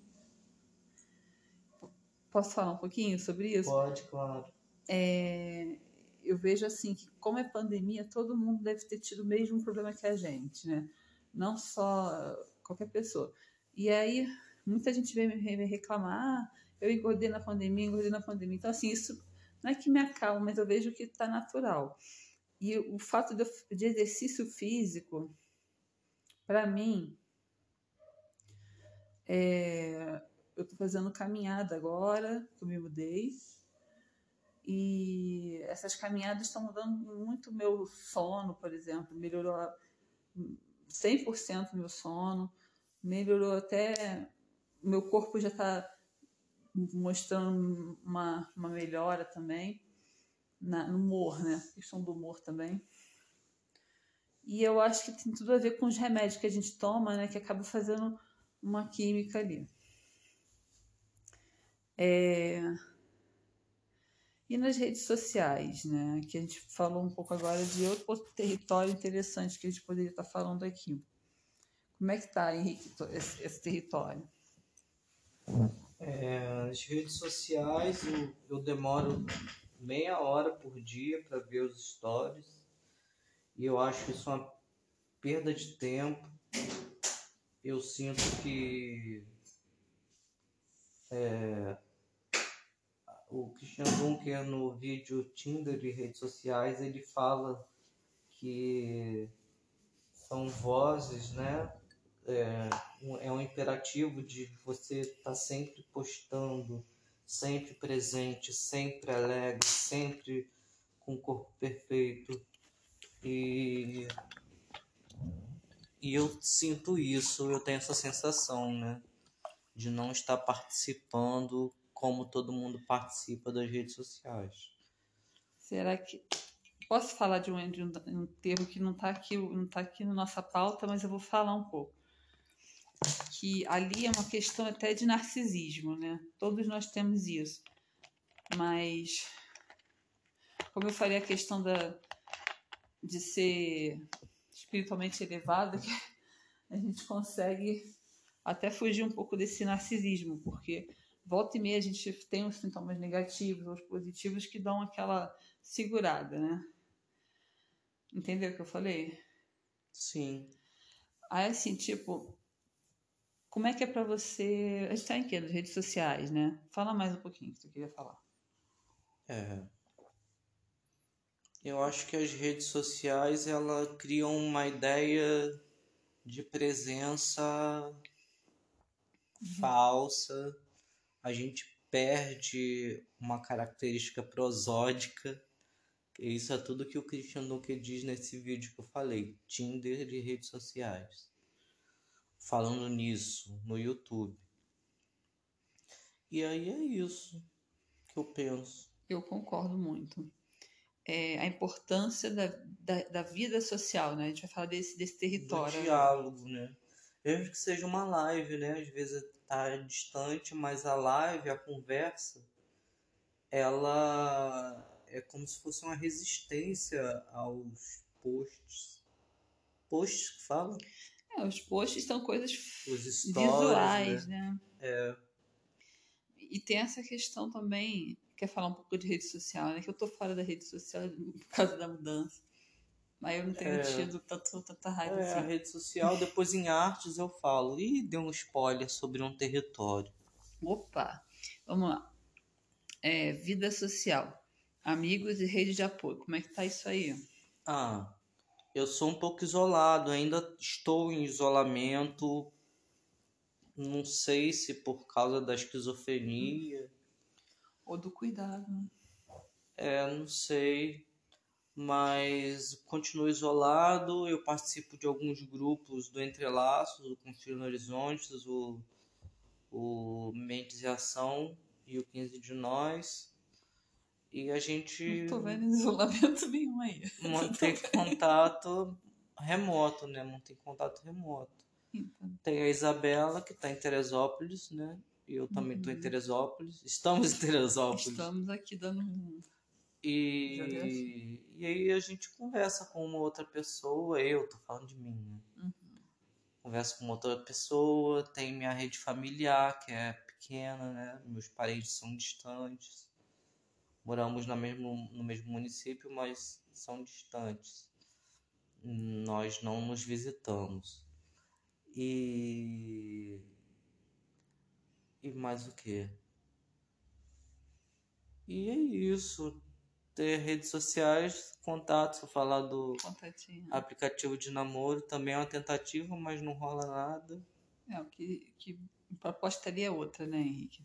Speaker 2: Posso falar um pouquinho sobre isso?
Speaker 1: pode, claro.
Speaker 2: Eu vejo assim que, como é pandemia, todo mundo deve ter tido o mesmo problema que a gente, né? Não só qualquer pessoa. E aí, muita gente vem me reclamar, eu engordei na pandemia, engordei na pandemia. Então, assim, isso não é que me acalma, mas eu vejo que está natural. E o fato de exercício físico, para mim, eu estou fazendo caminhada agora, que eu me mudei, e essas caminhadas estão mudando muito o meu sono, por exemplo. Melhorou 100% meu sono, melhorou até. Meu corpo já está mostrando uma melhora também no humor, né? A questão do humor também. E eu acho que tem tudo a ver com os remédios que a gente toma, né? Que acaba fazendo uma química ali. E nas redes sociais, né? Que a gente falou um pouco agora de outro território interessante que a gente poderia estar falando aqui. Como é que está, Henrique, esse território?
Speaker 1: As redes sociais eu demoro meia hora por dia para ver os stories e eu acho isso uma perda de tempo. Eu sinto que o Christian Dunker no vídeo Tinder e redes sociais ele fala que são vozes, né? É um imperativo de você estar sempre postando, sempre presente, sempre alegre, sempre com o corpo perfeito. E eu sinto isso, eu tenho essa sensação, né? De não estar participando como todo mundo participa das redes sociais.
Speaker 2: Será que. Posso falar de um termo que não tá aqui na nossa pauta, mas eu vou falar um pouco. Que ali é uma questão até de narcisismo, né? Todos nós temos isso. Mas, como eu falei, a questão de ser espiritualmente elevado, que a gente consegue até fugir um pouco desse narcisismo, porque volta e meia a gente tem os sintomas negativos ou positivos que dão aquela segurada, né? Entendeu o que eu falei?
Speaker 1: Sim.
Speaker 2: Aí, assim, tipo, como é que é pra você. A gente tá em quê? Nas redes sociais, né? Fala mais um pouquinho que você queria falar.
Speaker 1: Eu acho que as redes sociais ela criam uma ideia de presença falsa. A gente perde uma característica prosódica. E isso é tudo que o Christian Dunker diz nesse vídeo que eu falei, Tinder e redes sociais. Falando nisso no YouTube. E aí é isso que eu penso.
Speaker 2: Eu concordo muito. A importância da vida social, né? A gente vai falar desse
Speaker 1: Do
Speaker 2: território agora.
Speaker 1: diálogo, né? Mesmo que seja uma live, né? Às vezes tá distante, mas a live, a conversa, ela é como se fosse uma resistência aos posts. Posts que fala?
Speaker 2: Os posts são coisas
Speaker 1: Os stories,
Speaker 2: visuais,
Speaker 1: né?
Speaker 2: né? E tem essa questão também, quer falar um pouco de rede social, né? Que eu tô fora da rede social por causa da mudança. Mas eu não tenho tido tanta raiva
Speaker 1: A
Speaker 2: assim.
Speaker 1: rede social, depois em artes eu falo. Ih, deu um spoiler sobre um território.
Speaker 2: Opa, vamos lá. Vida social. Amigos e rede de apoio. Como é que tá isso aí?
Speaker 1: Ah, eu sou um pouco isolado, ainda estou em isolamento. Não sei se por causa da esquizofrenia
Speaker 2: Ou do cuidado, né?
Speaker 1: Não sei, mas continuo isolado. Eu participo de alguns grupos do Entrelaços, o Construindo Horizontes, o Mentes e Ação e o 15 de Nós. E a
Speaker 2: Não
Speaker 1: gente
Speaker 2: tô vendo isolamento nenhum aí.
Speaker 1: mantém contato remoto, né? Mantém contato remoto.
Speaker 2: Então,
Speaker 1: Tem a Isabela, que está em Teresópolis, né? E eu também estou em Teresópolis. Estamos em Teresópolis.
Speaker 2: estamos aqui dando um.
Speaker 1: E aí a gente conversa com uma outra pessoa. Eu tô falando de mim, né? Converso com uma outra pessoa. Tem minha rede familiar, que é pequena, né? Meus parentes são distantes. Moramos no mesmo município, mas são distantes. Nós não nos visitamos. E mais o quê? E é isso. Ter redes sociais, contato, se eu falar do
Speaker 2: Contatinho.
Speaker 1: aplicativo de namoro, também é uma tentativa, mas não rola nada.
Speaker 2: O que a proposta ali é outra, né, Henrique?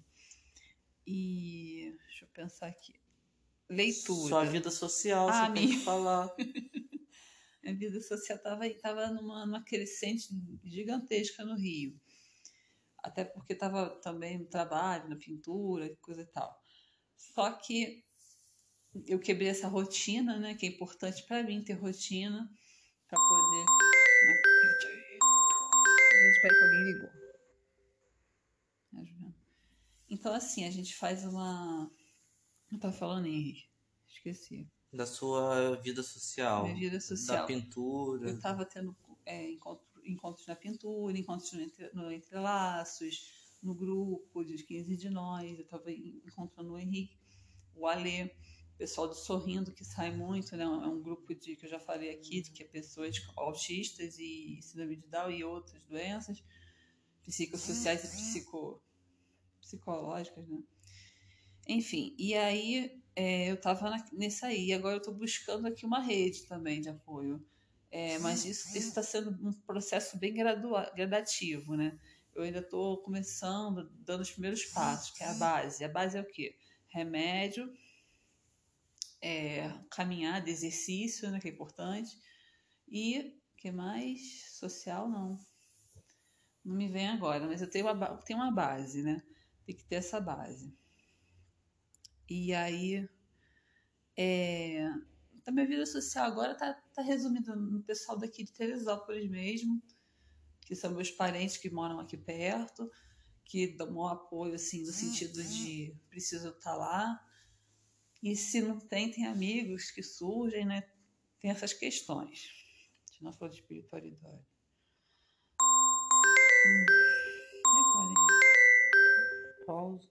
Speaker 2: E deixa eu pensar aqui. Leitura.
Speaker 1: Sua vida social, você tem que falar.
Speaker 2: Minha vida social estava numa crescente gigantesca no Rio. Até porque estava também no trabalho, na pintura, coisa e tal. Só que eu quebrei essa rotina, né? Que é importante para mim ter rotina para poder. Gente, espera que alguém ligou. Então, assim, a gente faz uma. Eu tava falando, Henrique? Esqueci.
Speaker 1: Da sua vida social.
Speaker 2: Minha vida social.
Speaker 1: Da pintura.
Speaker 2: Eu tava tendo encontros na pintura, encontros no Entrelaços, no grupo de 15 de Nós. Eu tava encontrando o Henrique, o Alê, o pessoal do Sorrindo, que sai muito, né? É um grupo que eu já falei aqui, que é pessoas autistas e síndrome de Down e outras doenças psicossociais e psicológicas, né? Enfim, e aí eu estava nesse aí, e agora eu estou buscando aqui uma rede também de apoio. Mas isso está sendo um processo bem gradativo, né? Eu ainda estou começando, dando os primeiros passos, que é a base. A base é o quê? Remédio, caminhada, exercício, né, que é importante. E o que mais? Social, não. Não me vem agora, mas eu tenho uma base, né? Tem que ter essa base. E aí, a minha vida social agora tá resumida no pessoal daqui de Teresópolis mesmo, que são meus parentes que moram aqui perto, que dão um apoio, assim, no sentido de preciso estar lá. E se não tem amigos que surgem, né? Tem essas questões. A gente não falou de espiritualidade.
Speaker 1: Pausa.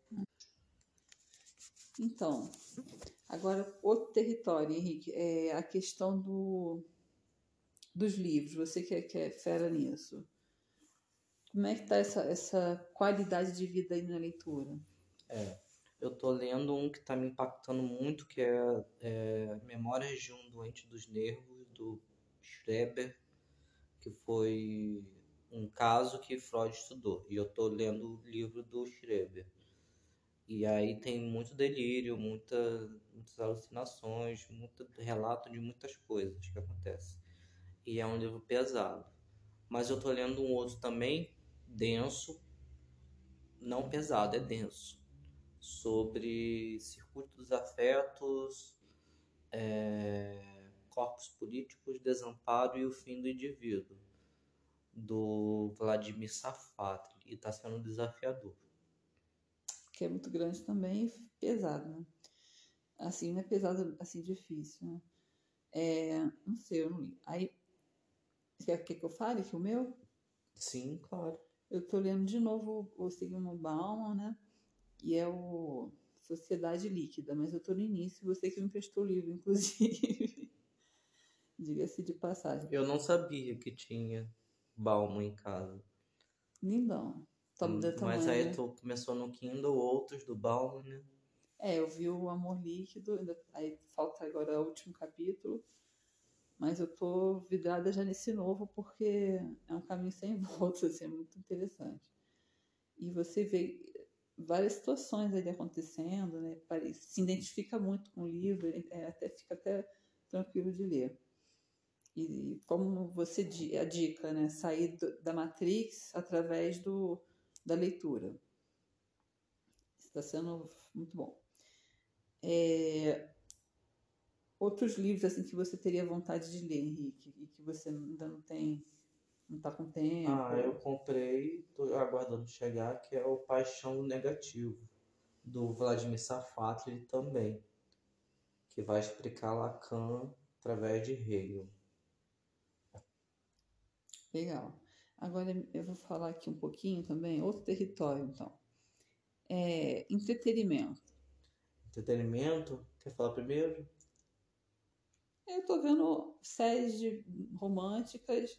Speaker 2: Então, agora outro território, Henrique, é a questão dos livros. Você que é fera nisso. Como é que está essa qualidade de vida aí na leitura?
Speaker 1: Eu tô lendo um que está me impactando muito, que é Memórias de um Doente dos Nervos, do Schreber, que foi um caso que Freud estudou. E eu tô lendo o livro do Schreber. E aí tem muito delírio, muitas alucinações, muito relato de muitas coisas que acontecem. E é um livro pesado. Mas eu tô lendo um outro também, denso, não pesado, é denso, sobre circuito dos afetos, corpos políticos, desamparo e o fim do indivíduo, do Vladimir Safatli, e está sendo desafiador.
Speaker 2: Que é muito grande também e pesado, né? Assim, não é pesado, assim, difícil, né? Não sei, eu não li. Aí, quer que eu fale que o meu?
Speaker 1: Sim, claro.
Speaker 2: Eu tô lendo de novo o Sigmund Bauman, né? E é o Sociedade Líquida, mas eu tô no início, você que me emprestou o livro, inclusive. Diga-se de passagem.
Speaker 1: Eu não sabia que tinha Bauman em casa.
Speaker 2: Lindão.
Speaker 1: Mas aí tu começou no Kindle, outros do Bauman, né?
Speaker 2: Eu vi o Amor Líquido, aí falta agora o último capítulo, mas eu tô vidrada já nesse novo porque é um caminho sem volta, assim, é muito interessante. E você vê várias situações ali acontecendo, né? Se identifica muito com o livro, fica até tranquilo de ler. E como você a dica, né? Sair da Matrix através da leitura. Está sendo muito bom. Outros livros assim que você teria vontade de ler, Henrique, e que você ainda não está com tempo?
Speaker 1: Eu comprei, tô aguardando chegar, que é o Paixão Negativo, do Vladimir Safatli também, que vai explicar Lacan através de Hegel.
Speaker 2: Legal. Agora eu vou falar aqui um pouquinho também, outro território, então. Entretenimento.
Speaker 1: Entretenimento, quer falar primeiro?
Speaker 2: Eu tô vendo séries românticas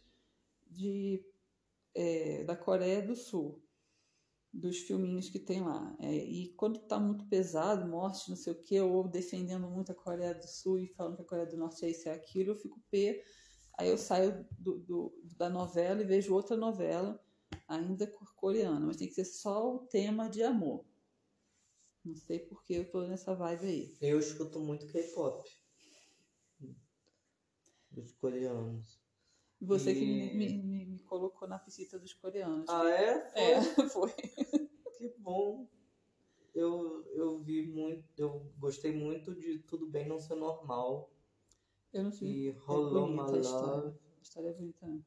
Speaker 2: da Coreia do Sul, dos filminhos que tem lá. E quando tá muito pesado, morte, não sei o quê, ou defendendo muito a Coreia do Sul e falando que a Coreia do Norte é isso e aquilo, eu fico pé. Aí eu saio da novela e vejo outra novela, ainda coreana, mas tem que ser só o tema de amor. Não sei por que eu tô nessa vibe aí.
Speaker 1: Eu escuto muito K-pop dos coreanos.
Speaker 2: Você que me colocou na piscina dos coreanos.
Speaker 1: Ah,
Speaker 2: Foi.
Speaker 1: Que bom. Eu vi muito, eu gostei muito de Tudo Bem Não Ser Normal
Speaker 2: Eu não sei.
Speaker 1: e
Speaker 2: É
Speaker 1: Rolou My
Speaker 2: bonita a história.
Speaker 1: Love.
Speaker 2: A história é bonita, né?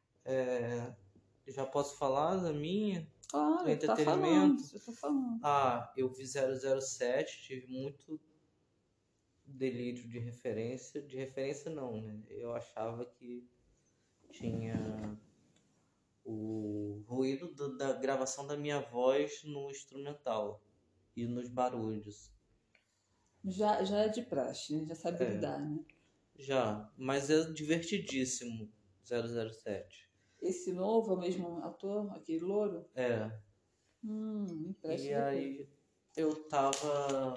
Speaker 1: Já posso falar da minha? Do
Speaker 2: Claro, tá falando,
Speaker 1: entretenimento?
Speaker 2: você tá falando.
Speaker 1: Eu vi 007, tive muito delírio de referência. De referência não, né? Eu achava que tinha o ruído da gravação da minha voz no instrumental e nos barulhos.
Speaker 2: Já é de praxe, né? Já sabe lidar, né?
Speaker 1: Já, mas é divertidíssimo 007.
Speaker 2: Esse novo é o mesmo ator, aquele louro?
Speaker 1: É,
Speaker 2: Me empresta
Speaker 1: e
Speaker 2: depois.
Speaker 1: aí eu tava.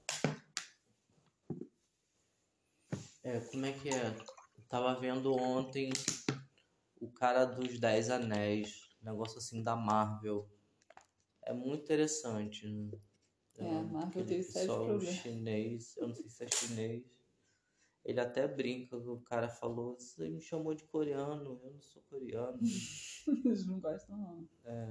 Speaker 1: Como é que é? Eu tava vendo ontem o cara dos Dez Anéis, negócio assim da Marvel. É muito interessante, né?
Speaker 2: A Marvel
Speaker 1: Aquele
Speaker 2: teve sérios
Speaker 1: pessoal
Speaker 2: problemas.
Speaker 1: chinês, eu não sei se é chinês. Ele até brinca, o cara falou, você me chamou de coreano, eu não sou coreano.
Speaker 2: Eles não gostam, não.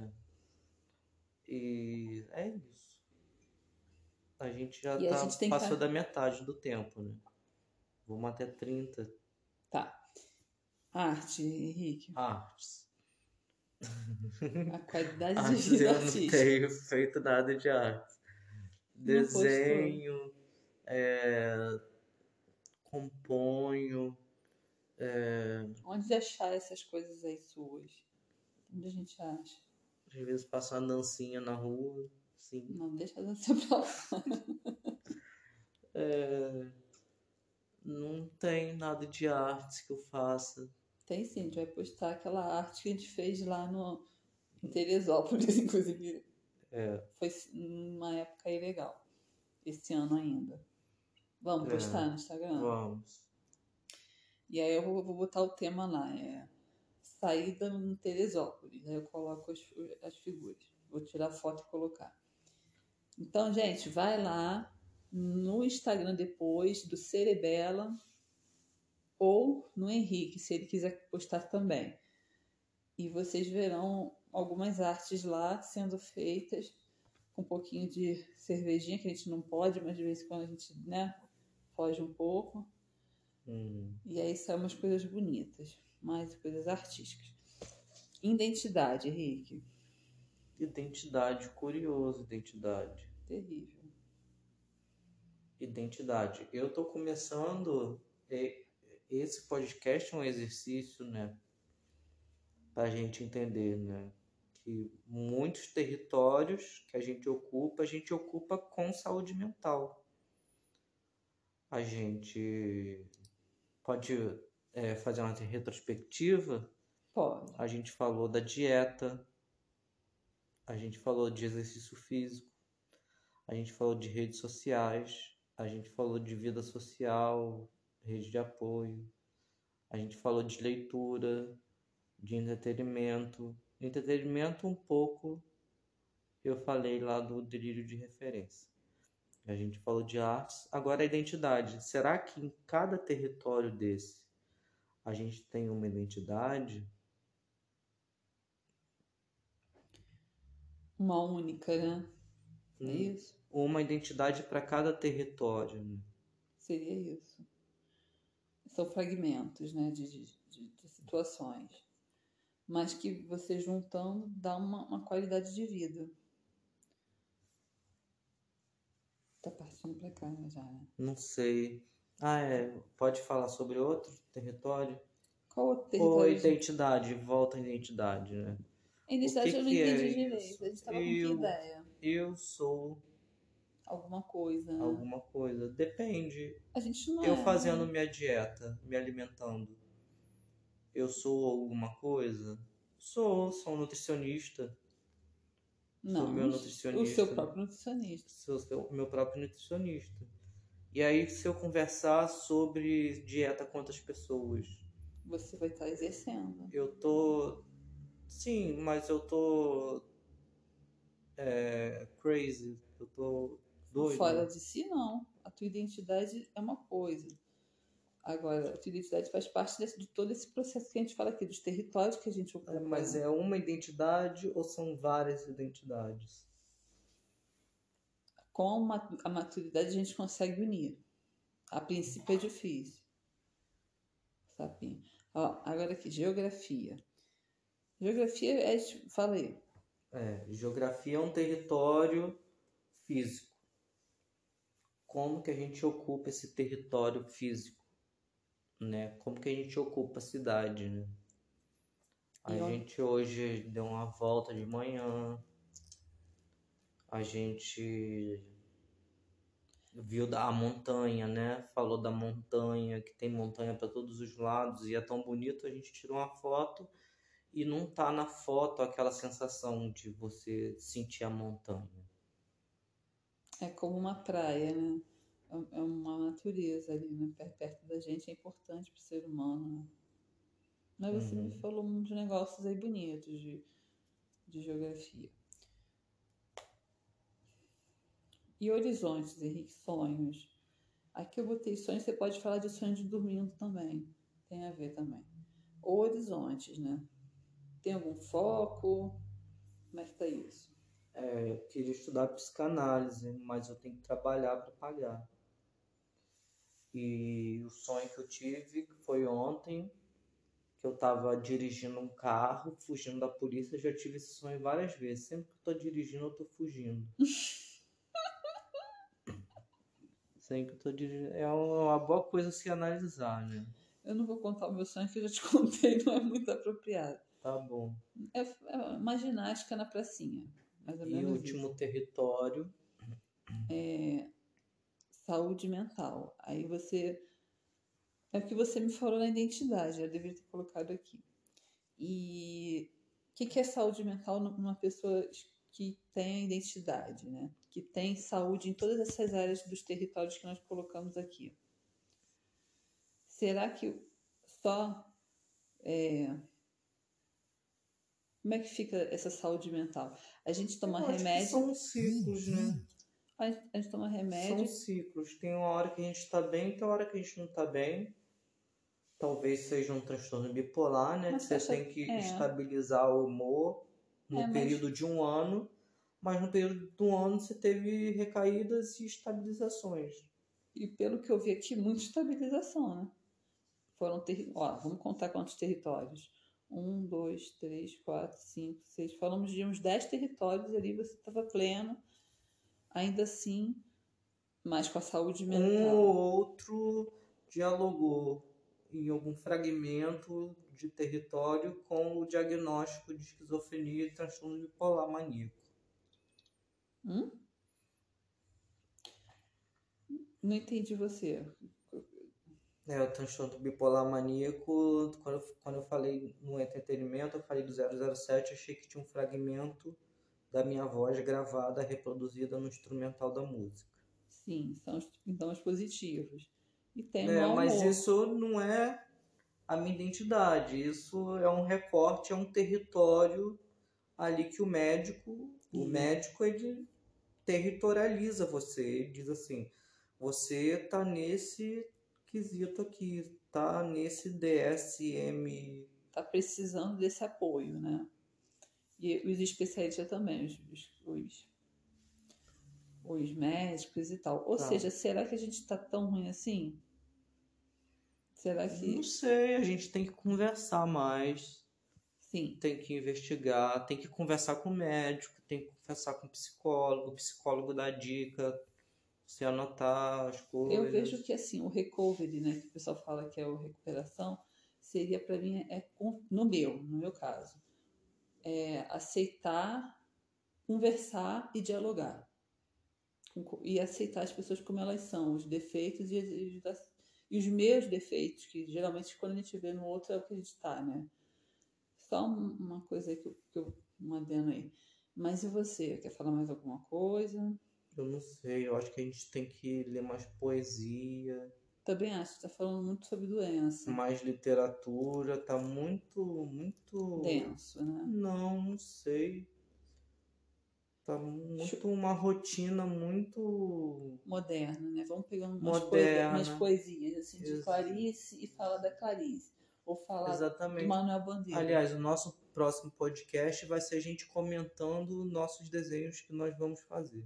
Speaker 1: E é isso. A gente já
Speaker 2: E a gente tem que.
Speaker 1: passou da metade do tempo, né? Vamos até 30.
Speaker 2: Tá. Arte, Henrique.
Speaker 1: Artes.
Speaker 2: A qualidade de
Speaker 1: Artes
Speaker 2: vida
Speaker 1: eu não
Speaker 2: artística.
Speaker 1: tenho feito nada de arte.
Speaker 2: Não postou.
Speaker 1: Desenho, componho,
Speaker 2: Onde achar essas coisas aí suas? Onde a gente acha?
Speaker 1: às vezes passo uma dancinha na rua, sim.
Speaker 2: Não, deixa de ser pra lá.
Speaker 1: Não tem nada de artes que eu faça.
Speaker 2: Tem sim, a gente vai postar aquela arte que a gente fez lá em Teresópolis, inclusive. Foi uma época aí legal. Esse ano ainda. Vamos postar no Instagram?
Speaker 1: Vamos.
Speaker 2: E aí eu vou botar o tema lá, saída em Teresópolis. Aí eu coloco as figuras. Vou tirar foto e colocar. Então, gente, vai lá no Instagram depois do Cerebela ou no Henrique, se ele quiser postar também. E vocês verão algumas artes lá sendo feitas com um pouquinho de cervejinha, que a gente não pode, mas de vez em quando a gente, né, foge um pouco. E aí são umas coisas bonitas, mais coisas artísticas. Identidade, Henrique.
Speaker 1: Identidade, curioso, identidade.
Speaker 2: Terrível.
Speaker 1: Identidade. Eu tô começando. Esse podcast é um exercício, né? Pra gente entender, né? Que muitos territórios que a gente ocupa com saúde mental. A gente pode fazer uma retrospectiva.
Speaker 2: Pode.
Speaker 1: A gente falou da dieta, a gente falou de exercício físico, a gente falou de redes sociais, a gente falou de vida social, rede de apoio, a gente falou de leitura, de entretenimento. Entretenimento um pouco Eu falei lá do delírio de referência. A gente falou de artes, agora a identidade. Será que em cada território desse a gente tem uma identidade?
Speaker 2: Uma única, né? É isso?
Speaker 1: Uma identidade para cada território, né?
Speaker 2: Seria isso. São fragmentos, né, de situações, mas que você juntando dá uma qualidade de vida. Tá partindo pra cá, né, já, né?
Speaker 1: Não sei. Ah, é. Pode falar sobre outro território?
Speaker 2: Qual outro
Speaker 1: Ou
Speaker 2: território?
Speaker 1: identidade, volta à identidade, né?
Speaker 2: A
Speaker 1: O que
Speaker 2: identidade eu não
Speaker 1: que é
Speaker 2: entendi
Speaker 1: isso?
Speaker 2: direito. A gente tava com que ideia?
Speaker 1: Eu sou
Speaker 2: Alguma coisa, né?
Speaker 1: alguma coisa. Depende.
Speaker 2: A gente não
Speaker 1: Eu
Speaker 2: é,
Speaker 1: fazendo
Speaker 2: né?
Speaker 1: minha dieta, me alimentando, eu sou alguma coisa? Sou um nutricionista. Sou
Speaker 2: Não,
Speaker 1: meu
Speaker 2: o seu
Speaker 1: nutricionista.
Speaker 2: próprio nutricionista.
Speaker 1: Sou meu próprio nutricionista. E aí, se eu conversar sobre dieta com outras pessoas,
Speaker 2: Você vai estar exercendo.
Speaker 1: eu tô. Sim, mas eu tô crazy, eu tô
Speaker 2: Fora
Speaker 1: doido.
Speaker 2: de si, não. A tua identidade é uma coisa. Agora, a tua identidade faz parte de todo esse processo que a gente fala aqui, dos territórios que a gente ocupa,
Speaker 1: Mas
Speaker 2: né?
Speaker 1: é uma identidade ou são várias identidades?
Speaker 2: Com a maturidade a gente consegue unir. A princípio é difícil, sabe? Ó, agora aqui, geografia. Geografia é, falei,
Speaker 1: Geografia é um território físico. Como que a gente ocupa esse território físico, né? Como que a gente ocupa a cidade, né? A
Speaker 2: e ó,
Speaker 1: gente hoje deu uma volta de manhã, a gente viu a montanha, né? Falou da montanha, que tem montanha para todos os lados e é tão bonito, a gente tirou uma foto e não tá na foto aquela sensação de você sentir a montanha.
Speaker 2: é como uma praia, né? É uma natureza ali, né? Perto da gente é importante para o ser humano, né? Mas você me
Speaker 1: Uhum.
Speaker 2: falou uns negócios aí bonitos de geografia. E horizontes, Henrique, sonhos. Aqui eu botei sonhos, você pode falar de sonhos de dormindo também. Tem a ver também. Horizontes, né? Tem algum foco? Como é que tá isso?
Speaker 1: Eu queria estudar psicanálise, mas eu tenho que trabalhar para pagar. E o sonho que eu tive foi ontem, que eu estava dirigindo um carro, fugindo da polícia. Eu já tive esse sonho várias vezes. Sempre que eu estou dirigindo, eu estou fugindo. Sempre que eu estou dirigindo. É uma boa coisa a se analisar, né?
Speaker 2: Eu não vou contar o meu sonho que eu já te contei, não é muito apropriado.
Speaker 1: Tá bom.
Speaker 2: É uma ginástica na pracinha, mais ou
Speaker 1: E o
Speaker 2: menos isso.
Speaker 1: último território.
Speaker 2: Saúde mental. Aí você. É o que você me falou na identidade, eu deveria ter colocado aqui. E o que é saúde mental numa pessoa que tem a identidade, né? Que tem saúde em todas essas áreas dos territórios que nós colocamos aqui. Será que só. Como é que fica essa saúde mental? A gente toma
Speaker 1: Eu acho que
Speaker 2: remédio,
Speaker 1: são ciclos, né?
Speaker 2: a gente toma
Speaker 1: São
Speaker 2: remédio,
Speaker 1: ciclos. Tem uma hora que a gente está bem, tem uma hora que a gente não está bem. Talvez seja um transtorno bipolar, né? Que
Speaker 2: mas você
Speaker 1: você
Speaker 2: acha.
Speaker 1: tem que estabilizar o humor no
Speaker 2: Mas.
Speaker 1: período de um ano, mas no período de um ano você teve recaídas e estabilizações.
Speaker 2: E pelo que eu vi aqui, muita estabilização, né? Ó, vamos contar quantos territórios. Um, dois, três, quatro, cinco, seis. Falamos de uns 10 territórios ali, você estava pleno, ainda assim, mas com a saúde
Speaker 1: Um ou
Speaker 2: mental.
Speaker 1: outro dialogou em algum fragmento de território com o diagnóstico de esquizofrenia e transtorno bipolar maníaco.
Speaker 2: Hum? Não entendi você.
Speaker 1: O transtorno bipolar maníaco, quando eu falei no entretenimento, eu falei do 007, achei que tinha um fragmento da minha voz gravada, reproduzida no instrumental da música.
Speaker 2: Sim, são então os positivos. E tem o mau
Speaker 1: Mas
Speaker 2: humor.
Speaker 1: isso não é a minha identidade, isso é um recorte, é um território
Speaker 3: ali que o médico ele territorializa você, ele diz assim, você tá nesse quesito aqui, tá nesse DSM.
Speaker 2: Tá precisando desse apoio, né? E os especialistas também, os médicos e tal. Ou
Speaker 3: Tá.
Speaker 2: seja, será que a gente tá tão ruim assim? Será que...
Speaker 3: Não sei, a gente tem que conversar mais,
Speaker 2: Sim.
Speaker 3: tem que investigar, tem que conversar com o médico, tem que conversar com o psicólogo dá dica, você anotar as coisas.
Speaker 2: Eu vejo que assim, o recovery, né, que o pessoal fala que é a recuperação, seria para mim, no meu caso, aceitar, conversar e dialogar. E aceitar as pessoas como elas são, os defeitos e os meus defeitos, que geralmente quando a gente vê no outro é o que a gente tá, né? Só uma coisa que eu um adendo aí. Mas e você? Quer falar mais alguma coisa?
Speaker 3: Eu não sei, eu acho que a gente tem que ler mais poesia,
Speaker 2: Também acho que tá falando muito sobre doença.
Speaker 3: mais literatura, tá muito...
Speaker 2: Denso, né?
Speaker 3: Não sei. Tá muito uma rotina muito
Speaker 2: Moderna, né? Vamos pegando
Speaker 3: moderna.
Speaker 2: umas poesias assim, de
Speaker 3: Isso.
Speaker 2: Clarice e fala da Clarice. Ou falar do
Speaker 3: Exatamente.
Speaker 2: Manuel Bandeira.
Speaker 3: Aliás, o nosso próximo podcast vai ser a gente comentando nossos desenhos que nós vamos fazer.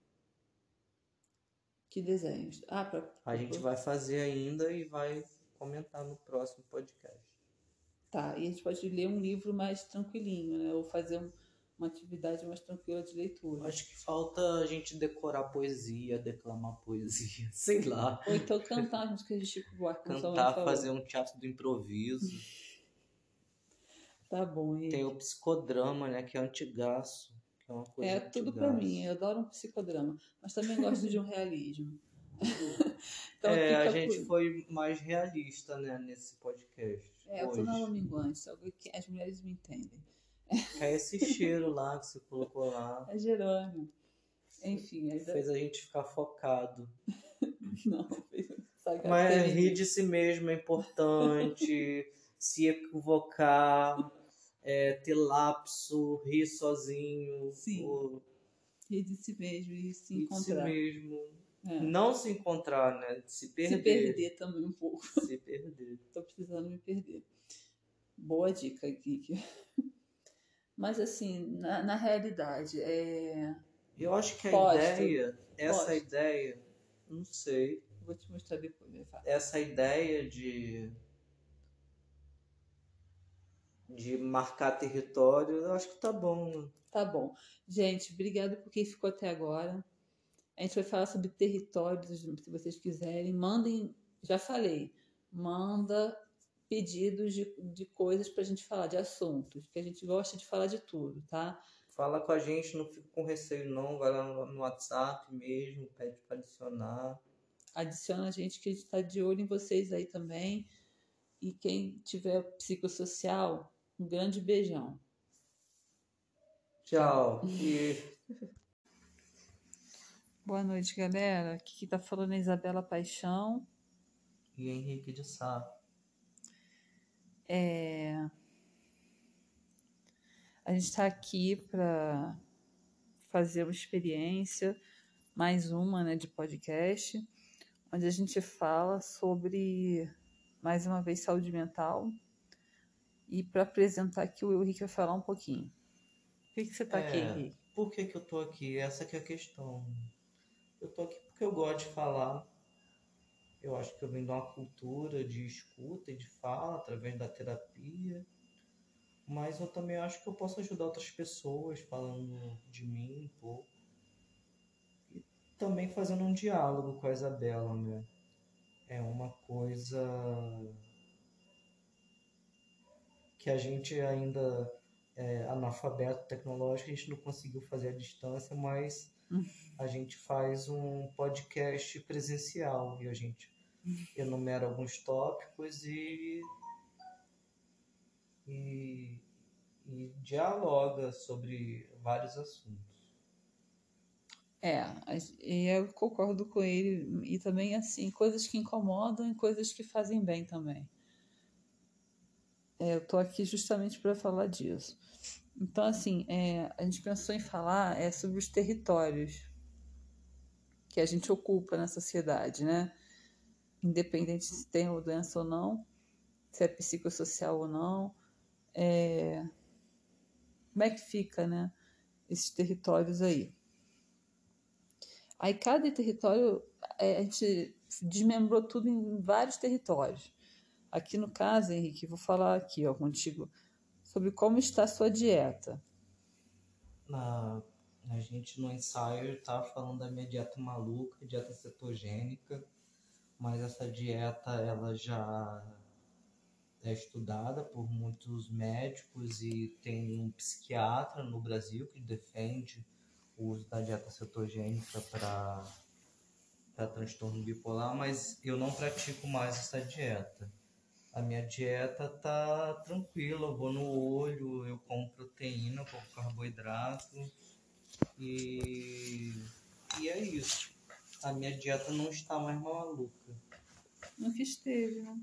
Speaker 2: Que desenhos?
Speaker 3: A gente vai fazer ainda e vai comentar no próximo podcast.
Speaker 2: Tá, e a gente pode ler um livro mais tranquilinho, né? Ou fazer uma atividade mais tranquila de leitura.
Speaker 3: Acho que falta a gente decorar poesia, declamar poesia, sei lá.
Speaker 2: Ou então cantar as músicas de Chico Buarque.
Speaker 3: Cantar, fazer um teatro do improviso.
Speaker 2: Tá bom, hein?
Speaker 3: Tem o psicodrama, né? Que é antigaço. Que é uma coisa
Speaker 2: tudo pra mim. Eu adoro um psicodrama. Mas também gosto de um realismo.
Speaker 3: Então, a gente foi mais realista, né? Nesse podcast.
Speaker 2: Eu tô na minguante. As mulheres me entendem.
Speaker 3: É esse cheiro lá que você colocou lá.
Speaker 2: É Jerônimo. Enfim.
Speaker 3: Fez a gente ficar focado.
Speaker 2: Não,
Speaker 3: mas rir de si mesmo é importante. Se equivocar, ter lapso, rir sozinho.
Speaker 2: Sim. Rir de si mesmo e se encontrar.
Speaker 3: Rir de si mesmo. Não se encontrar, né? Se perder.
Speaker 2: Se perder também um pouco.
Speaker 3: Se perder.
Speaker 2: Tô precisando me perder. Boa dica, Kiki. Mas assim, na realidade,
Speaker 3: eu acho que essa ideia, não sei.
Speaker 2: Vou te mostrar depois.
Speaker 3: Essa ideia de marcar território, eu acho que tá bom.
Speaker 2: Tá bom. Gente, obrigado por quem ficou até agora. A gente vai falar sobre territórios, se vocês quiserem. Mandem, já falei, manda pedidos de coisas pra gente falar, de assuntos, que a gente gosta de falar de tudo, tá?
Speaker 3: Fala com a gente, não fica com receio não, vai lá no WhatsApp mesmo, pede para adicionar.
Speaker 2: Adiciona a gente que a gente tá de olho em vocês aí também. E quem tiver psicossocial, um grande beijão.
Speaker 3: Tchau.
Speaker 2: Boa noite, galera. Aqui tá falando é Isabela Paixão.
Speaker 3: E Henrique de Sá.
Speaker 2: A gente está aqui para fazer uma experiência, mais uma, né, de podcast, onde a gente fala sobre, mais uma vez, saúde mental. E para apresentar aqui, o Henrique vai falar um pouquinho. Por que você está aqui, Henrique?
Speaker 3: Por que eu tô aqui? Essa que é a questão. Eu tô aqui porque eu gosto de falar. Eu acho que eu venho de uma cultura de escuta e de fala através da terapia. Mas eu também acho que eu posso ajudar outras pessoas falando de mim um pouco. E também fazendo um diálogo com a Isabela, né? É uma coisa que a gente ainda é analfabeto tecnológico, a gente não conseguiu fazer à distância, mas a gente faz um podcast presencial e a gente enumera alguns tópicos e dialoga sobre vários assuntos.
Speaker 2: Eu concordo com ele. E também, assim, coisas que incomodam e coisas que fazem bem também. Eu tô aqui justamente para falar disso. Então, assim, a gente pensou em falar sobre os territórios que a gente ocupa na sociedade, né? Independente se tem uma doença ou não, se é psicossocial ou não, como é que fica, né? Esses territórios aí. Aí cada território, a gente desmembrou tudo em vários territórios. Aqui no caso, Henrique, vou falar aqui, ó, contigo, sobre como está a sua dieta.
Speaker 3: Na, a gente no ensaio tá falando da minha dieta maluca, dieta cetogênica, mas essa dieta ela já é estudada por muitos médicos e tem um psiquiatra no Brasil que defende o uso da dieta cetogênica para transtorno bipolar, mas eu não pratico mais essa dieta. A minha dieta tá tranquila, eu vou no olho, eu como proteína, eu como carboidrato e é isso. A minha dieta não está mais maluca.
Speaker 2: Nunca esteve, né?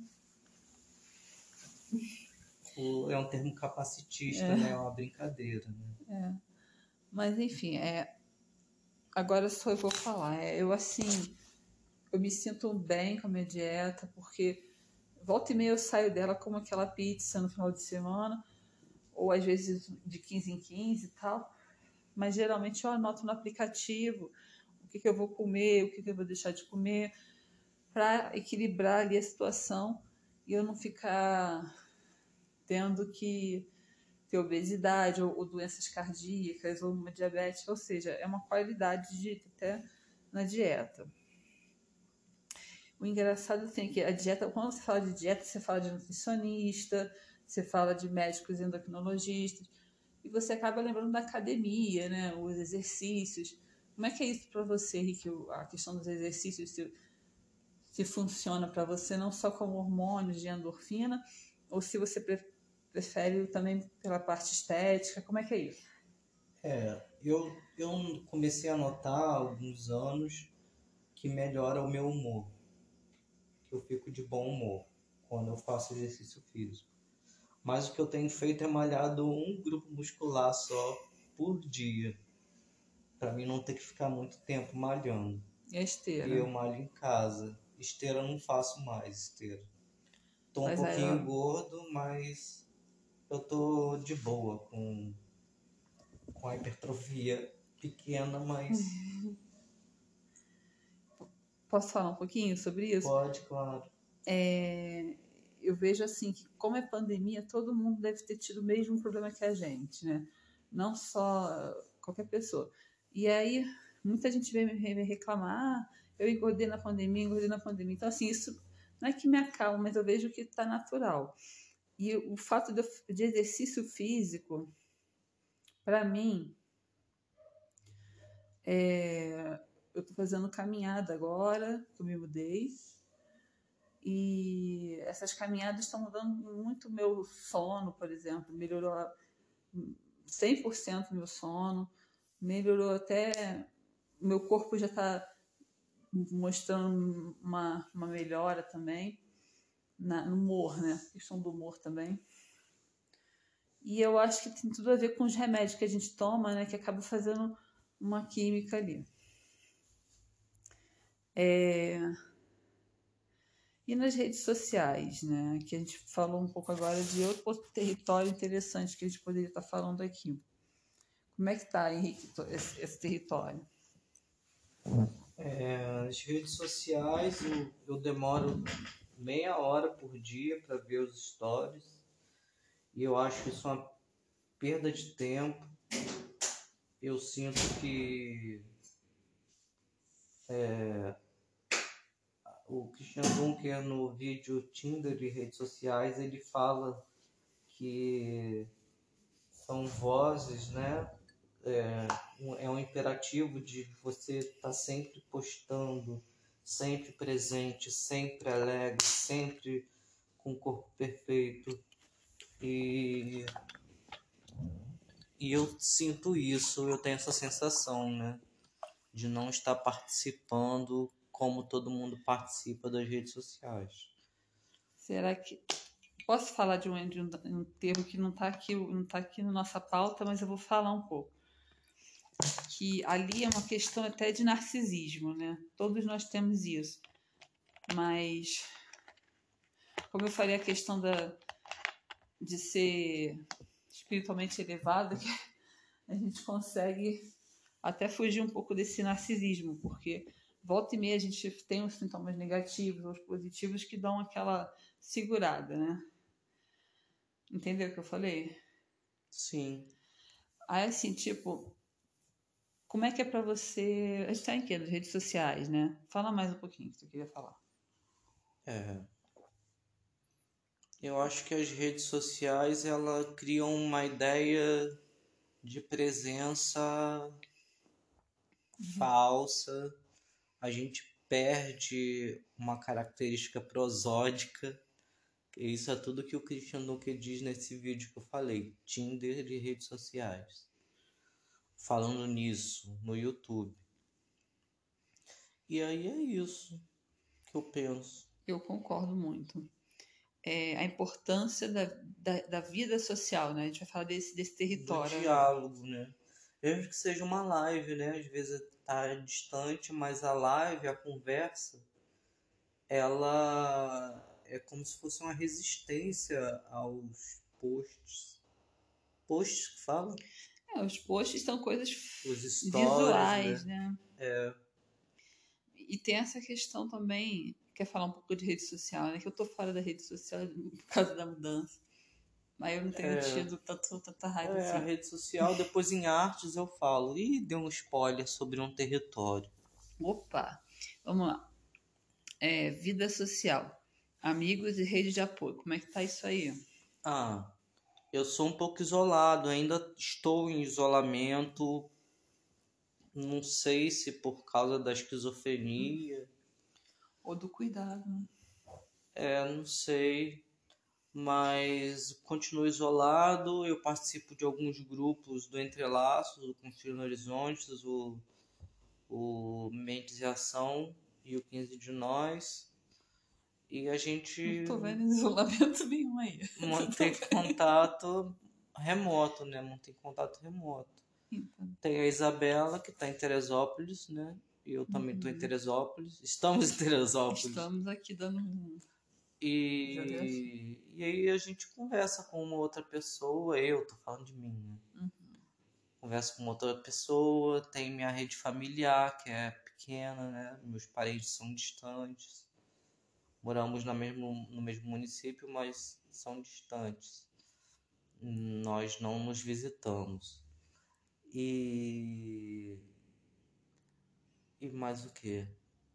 Speaker 3: É um termo capacitista, né? É uma brincadeira, né?
Speaker 2: Mas enfim, agora só eu vou falar. Eu assim, eu me sinto bem com a minha dieta, porque volta e meia eu saio dela como aquela pizza no final de semana, ou às vezes de 15 em 15 e tal. Mas geralmente eu anoto no aplicativo o que eu vou comer, o que eu vou deixar de comer, para equilibrar ali a situação e eu não ficar tendo que ter obesidade ou doenças cardíacas ou uma diabetes, ou seja, é uma qualidade de até na dieta. O engraçado assim, é que a dieta, quando você fala de dieta, você fala de nutricionista, você fala de médicos endocrinologistas, e você acaba lembrando da academia, né, os exercícios. Como é que é isso para você, Rick, a questão dos exercícios, se funciona para você não só como hormônios de endorfina, ou se você prefere também pela parte estética, como é que é isso?
Speaker 3: Eu comecei a notar há alguns anos que melhora o meu humor, que eu fico de bom humor quando eu faço exercício físico. Mas o que eu tenho feito é malhado um grupo muscular só por dia, para mim não ter que ficar muito tempo malhando.
Speaker 2: E a
Speaker 3: E
Speaker 2: esteira?
Speaker 3: eu malho em casa. Esteira eu não faço mais, esteira. Tô um
Speaker 2: Faz
Speaker 3: pouquinho
Speaker 2: aeróbico?
Speaker 3: gordo, mas eu tô de boa com a hipertrofia pequena, mas
Speaker 2: Posso falar um pouquinho sobre isso?
Speaker 3: pode, claro.
Speaker 2: Eu vejo assim que como é pandemia, todo mundo deve ter tido o mesmo problema que a gente, né? Não só qualquer pessoa. E aí muita gente vem me reclamar, eu engordei na pandemia, engordei na pandemia. Então assim, isso não é que me acalma, mas eu vejo que está natural. E o fato de exercício físico, para mim, eu estou fazendo caminhada agora, que eu me mudei, e essas caminhadas estão mudando muito o meu sono, por exemplo, melhorou 100% o meu sono, melhorou até. Meu corpo já está mostrando uma melhora também, no humor, né? A questão do humor também. E eu acho que tem tudo a ver com os remédios que a gente toma, né? Que acaba fazendo uma química ali. E nas redes sociais, né? Que a gente falou um pouco agora de outro território interessante que a gente poderia estar falando aqui. Como é que está, Henrique, esse território?
Speaker 3: As redes sociais eu demoro meia hora por dia para ver os stories e eu acho isso uma perda de tempo. Eu sinto que o Christian Dunker no vídeo Tinder e redes sociais ele fala que são vozes, né? É um imperativo de você estar sempre postando, sempre presente, sempre alegre, sempre com o corpo perfeito. E eu sinto isso, eu tenho essa sensação, né? De não estar participando como todo mundo participa das redes sociais.
Speaker 2: Será que Posso falar de um termo que não está aqui na nossa pauta, mas eu vou falar um pouco. Que ali é uma questão até de narcisismo, né? Todos nós temos isso. Mas, como eu falei, a questão de ser espiritualmente elevado, a gente consegue até fugir um pouco desse narcisismo, porque volta e meia a gente tem os sintomas negativos ou positivos que dão aquela segurada, né? Entendeu o que eu falei?
Speaker 3: Sim.
Speaker 2: Aí, assim, tipo, como é que é pra você... A gente tá em quê? Nas redes sociais, né? Fala mais um pouquinho que você queria falar.
Speaker 3: Eu acho que as redes sociais, ela criam uma ideia de presença falsa. A gente perde uma característica prosódica. Isso é tudo que o Christian Dunker diz nesse vídeo que eu falei. Tinder e redes sociais. Falando nisso no YouTube. E aí é isso que eu penso.
Speaker 2: Eu concordo muito. A importância da vida social, né? A gente vai falar desse
Speaker 3: Do
Speaker 2: território agora.
Speaker 3: diálogo, né? Mesmo que seja uma live, né? Às vezes tá distante, mas a live, a conversa, ela é como se fosse uma resistência aos posts. Posts que fala?
Speaker 2: Os posts são coisas
Speaker 3: Os stories,
Speaker 2: visuais,
Speaker 3: né?
Speaker 2: né? E tem essa questão também, quer falar um pouco de rede social, né? Que eu tô fora da rede social por causa da mudança. Mas eu não tenho tido tanta raiva assim.
Speaker 3: A rede social, depois em artes eu falo. Ih, deu um spoiler sobre um território.
Speaker 2: Opa, vamos lá. Vida social. Amigos e rede de apoio. Como é que tá isso aí?
Speaker 3: Eu sou um pouco isolado, ainda estou em isolamento. Não sei se por causa da esquizofrenia.
Speaker 2: Ou do cuidado, né?
Speaker 3: Não sei. Mas continuo isolado. Eu participo de alguns grupos do Entrelaços, o Construindo Horizontes, o Mentes e Ação e o 15 de Nós. E a gente
Speaker 2: Não tô vendo isolamento nenhum aí.
Speaker 3: mantém contato remoto, né? Mantém contato remoto.
Speaker 2: Então,
Speaker 3: Tem a Isabela, que está em Teresópolis, né? E eu também estou em Teresópolis. Estamos em Teresópolis.
Speaker 2: estamos aqui dando um...
Speaker 3: E aí a gente conversa com uma outra pessoa. Eu tô falando de mim, né? Converso com outra pessoa. Tem minha rede familiar, que é pequena, né? Meus parentes são distantes. Moramos no mesmo município, mas são distantes. Nós não nos visitamos. E mais o quê?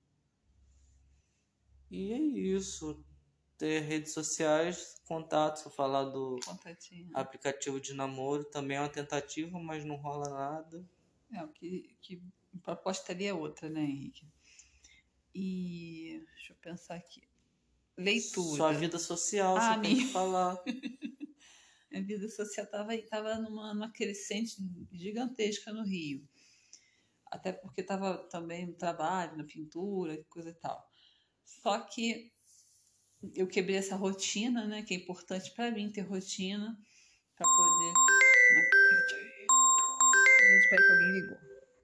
Speaker 3: E é isso. Ter redes sociais, contato, se eu falar do
Speaker 2: Contatinho.
Speaker 3: aplicativo de namoro, também é uma tentativa, mas não rola nada.
Speaker 2: O que a proposta ali é outra, né, Henrique? E deixa eu pensar aqui. Leitura.
Speaker 3: Sua vida social, você tem que falar.
Speaker 2: Minha vida social tava numa crescente gigantesca no Rio. Até porque estava também no trabalho, na pintura, coisa e tal. Só que eu quebrei essa rotina, né? Que é importante para mim ter rotina para poder. Gente, espera que alguém ligou.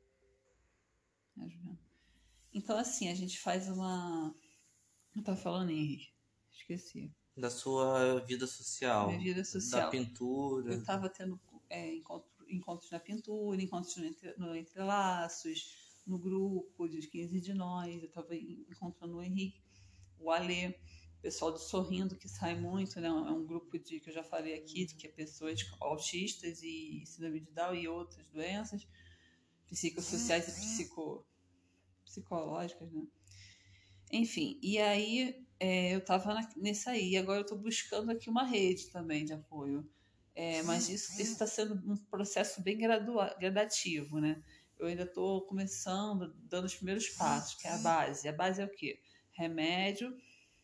Speaker 2: Então, assim, a gente faz uma. Eu tava falando, Henrique? Esqueci.
Speaker 3: Da sua vida social.
Speaker 2: Minha vida social.
Speaker 3: Da pintura.
Speaker 2: Eu tava tendo encontros na pintura, encontros no Entrelaços, no grupo de 15 de Nós. Eu tava encontrando o Henrique, o Alê, o pessoal do Sorrindo, que sai muito, né? É um grupo que eu já falei aqui, que é pessoas autistas e síndrome de Down e outras doenças psicossociais e psicológicas, né? Enfim, e aí eu estava nessa aí, e agora eu estou buscando aqui uma rede também de apoio. Mas isso está sendo um processo bem gradativo, né? Eu ainda estou começando, dando os primeiros passos, que é a base. A base é o quê? Remédio,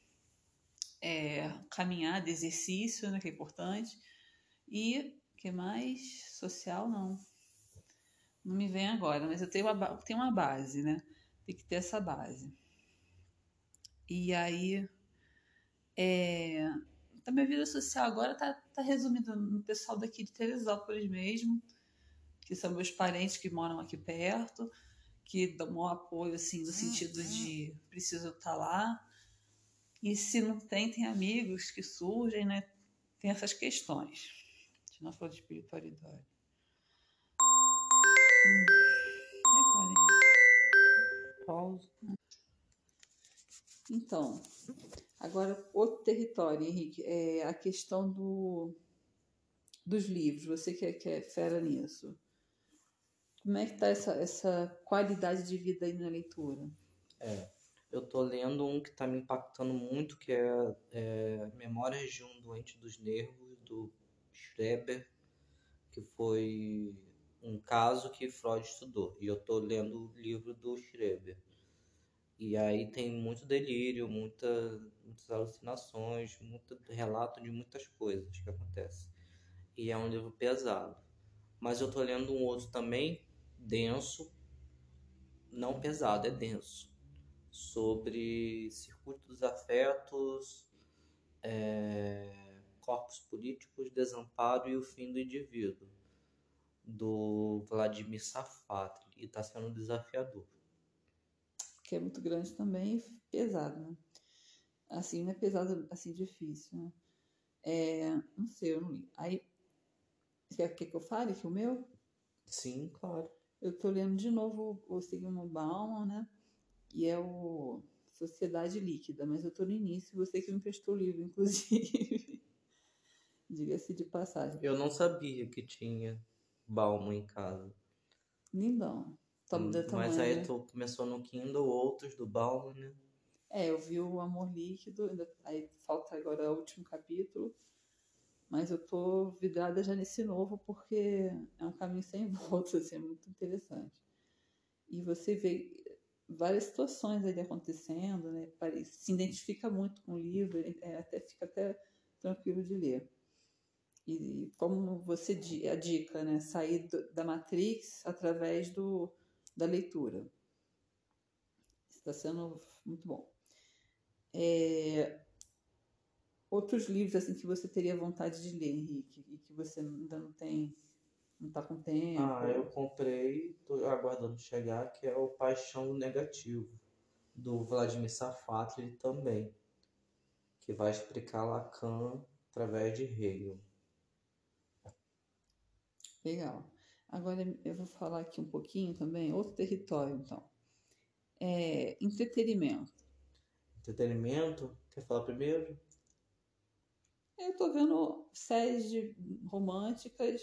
Speaker 2: caminhada, exercício, né, que é importante. E o que mais? Social, não. Não me vem agora, mas eu tenho uma base, né? Tem que ter essa base. E aí, a minha vida social agora tá resumida no pessoal daqui de Teresópolis mesmo, que são meus parentes que moram aqui perto, que dão um apoio, assim, no sentido de preciso estar lá. E se não tem amigos que surgem, né? Tem essas questões. A gente não falou de espiritualidade.
Speaker 3: Pausa.
Speaker 2: Então, agora outro território, Henrique, é a questão dos livros. Você que é fera nisso. Como é que está essa qualidade de vida aí na leitura?
Speaker 3: Eu tô lendo um que tá me impactando muito, que é Memórias de um Doente dos Nervos, do Schreber, que foi um caso que Freud estudou. E eu tô lendo o livro do Schreber. E aí tem muito delírio, muitas alucinações, muito relato de muitas coisas que acontecem. E é um livro pesado. Mas eu tô lendo um outro também, denso, não pesado, é denso, sobre circuito dos afetos, corpos políticos, desamparo e o fim do indivíduo, do Vladimir Safatli, e está sendo desafiador.
Speaker 2: Que é muito grande também e pesado, né? Assim, não é pesado, assim, difícil, né? Não sei, eu não li. Aí, você quer que eu fale que o meu?
Speaker 3: Sim, claro.
Speaker 2: Eu tô lendo de novo o Sigmund Bauman, né? E é o Sociedade Líquida, mas eu tô no início, você que me emprestou o livro, inclusive. Diga-se de passagem.
Speaker 3: Eu não sabia que tinha Balmo em casa.
Speaker 2: Lindão. Toma da
Speaker 3: Mas
Speaker 2: tamanho,
Speaker 3: aí
Speaker 2: né?
Speaker 3: tu começou no Kindle, outros do Balmo, né?
Speaker 2: Eu vi o Amor Líquido, aí falta agora o último capítulo, mas eu tô vidrada já nesse novo porque é um caminho sem volta, assim, é muito interessante. E você vê várias situações ali acontecendo, né? Se identifica muito com o livro, fica até tranquilo de ler. E como você a dica, né? Sair da Matrix através da leitura. Está sendo muito bom. Outros livros assim que você teria vontade de ler, Henrique, e que você ainda não está com tempo?
Speaker 3: Eu comprei, tô aguardando chegar, que é o Paixão do Negativo, do Vladimir Safatli também, que vai explicar Lacan através de Hegel.
Speaker 2: Legal. Agora eu vou falar aqui um pouquinho também, outro território, então. Entretenimento.
Speaker 3: Entretenimento, quer falar primeiro?
Speaker 2: Eu tô vendo séries românticas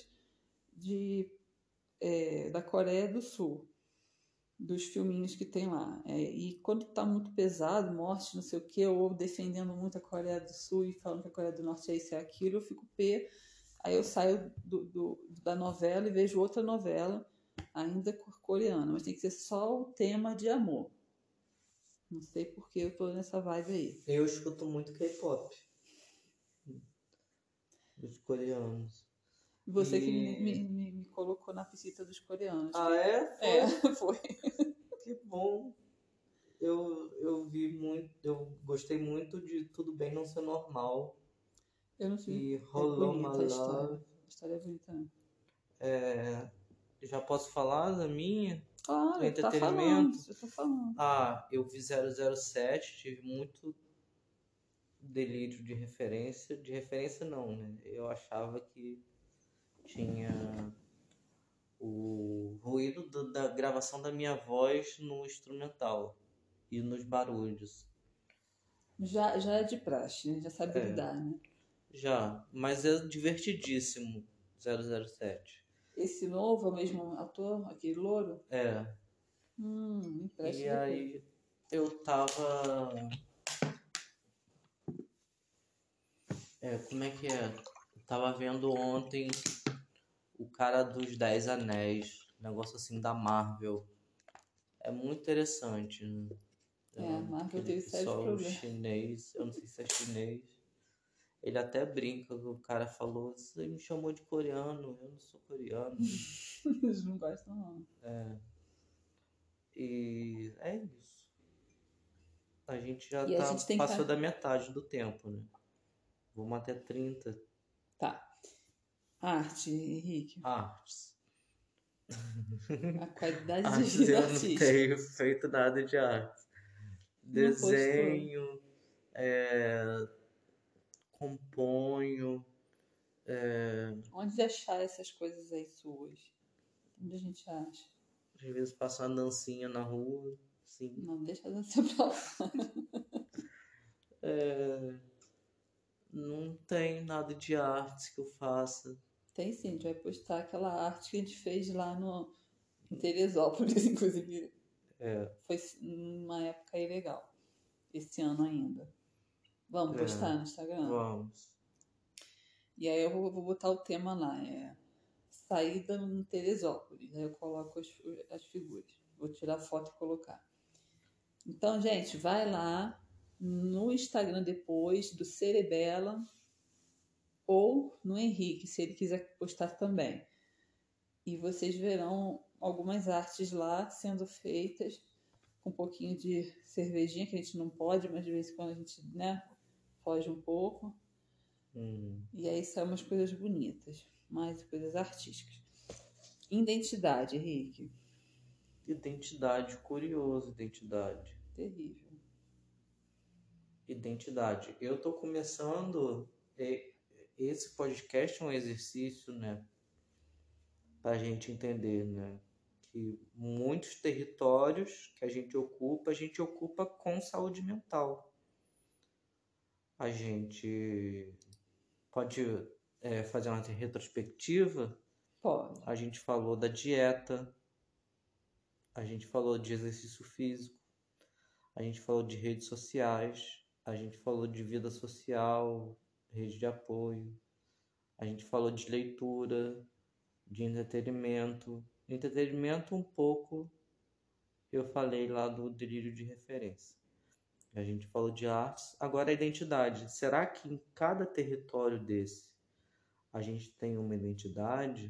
Speaker 2: da Coreia do Sul, dos filminhos que tem lá. E quando tá muito pesado, morte, não sei o quê, ou defendendo muito a Coreia do Sul e falando que a Coreia do Norte é isso e aquilo, eu fico pé. Aí eu saio da novela e vejo outra novela, ainda coreana, mas tem que ser só o tema de amor. Não sei porque eu tô nessa vibe aí.
Speaker 3: Eu escuto muito K-pop dos coreanos.
Speaker 2: Você que me colocou na piscina dos coreanos. Foi.
Speaker 3: Que bom. Eu vi muito, eu gostei muito de Tudo Bem Não Ser Normal.
Speaker 2: Eu não sei.
Speaker 3: E
Speaker 2: É
Speaker 3: Hollow My
Speaker 2: bonita a história.
Speaker 3: Love.
Speaker 2: A história é bonita, né?
Speaker 3: Já posso falar da minha? Do
Speaker 2: Claro, tá falando.
Speaker 3: entretenimento?
Speaker 2: Você tá falando.
Speaker 3: Eu vi 007, tive muito delírio de referência. De referência não, né? Eu achava que tinha o ruído da gravação da minha voz no instrumental e nos barulhos.
Speaker 2: Já é de praxe, né? Já sabe lidar, né?
Speaker 3: Já, mas é divertidíssimo 007.
Speaker 2: Esse novo é o mesmo ator, aquele louro?
Speaker 3: É.
Speaker 2: Me empresta
Speaker 3: E
Speaker 2: depois.
Speaker 3: aí eu tava. Como é que é? Eu tava vendo ontem o cara dos 10 Anéis, negócio assim da Marvel. É muito interessante, né?
Speaker 2: A Marvel
Speaker 3: Aquele
Speaker 2: teve sérios
Speaker 3: pessoal
Speaker 2: problemas.
Speaker 3: chinês, eu não sei se é chinês. Ele até brinca, o cara falou, você me chamou de coreano, eu não sou coreano.
Speaker 2: Eles não gostam, não.
Speaker 3: E é isso. A gente já
Speaker 2: E a gente tem que
Speaker 3: passou da metade do tempo, né? Vamos até 30.
Speaker 2: Tá. Arte, Henrique.
Speaker 3: Artes.
Speaker 2: A qualidade de
Speaker 3: Artes
Speaker 2: vida
Speaker 3: eu não
Speaker 2: artística.
Speaker 3: tenho feito nada de arte.
Speaker 2: Não postou.
Speaker 3: Desenho, componho,
Speaker 2: Onde achar essas coisas aí suas? Onde a gente acha?
Speaker 3: às vezes passo uma dancinha na rua, sim.
Speaker 2: Não, deixa de ser pra lá.
Speaker 3: Não tem nada de artes que eu faça.
Speaker 2: Tem sim, a gente vai postar aquela arte que a gente fez lá em Teresópolis, inclusive. Foi uma época aí legal. Esse ano ainda. Vamos postar no Instagram?
Speaker 3: Vamos.
Speaker 2: E aí eu vou botar o tema lá, saída em Teresópolis. Aí eu coloco as figuras. Vou tirar foto e colocar. Então, gente, vai lá no Instagram depois do Cerebela ou no Henrique, se ele quiser postar também. E vocês verão algumas artes lá sendo feitas com um pouquinho de cervejinha, que a gente não pode, mas de vez em quando a gente, né, foge um pouco. E aí saem umas coisas bonitas, mais coisas artísticas. Identidade, Henrique.
Speaker 3: Identidade, curioso, identidade.
Speaker 2: Terrível.
Speaker 3: Identidade. Eu tô começando. Esse podcast é um exercício, né? Pra gente entender, né? Que muitos territórios que a gente ocupa com saúde mental. A gente pode fazer uma retrospectiva.
Speaker 2: Pode.
Speaker 3: A gente falou da dieta, a gente falou de exercício físico, a gente falou de redes sociais, a gente falou de vida social, rede de apoio, a gente falou de leitura, de entretenimento. Entretenimento um pouco eu falei lá do delírio de referência. A gente falou de artes. Agora a identidade. Será que em cada território desse a gente tem uma identidade?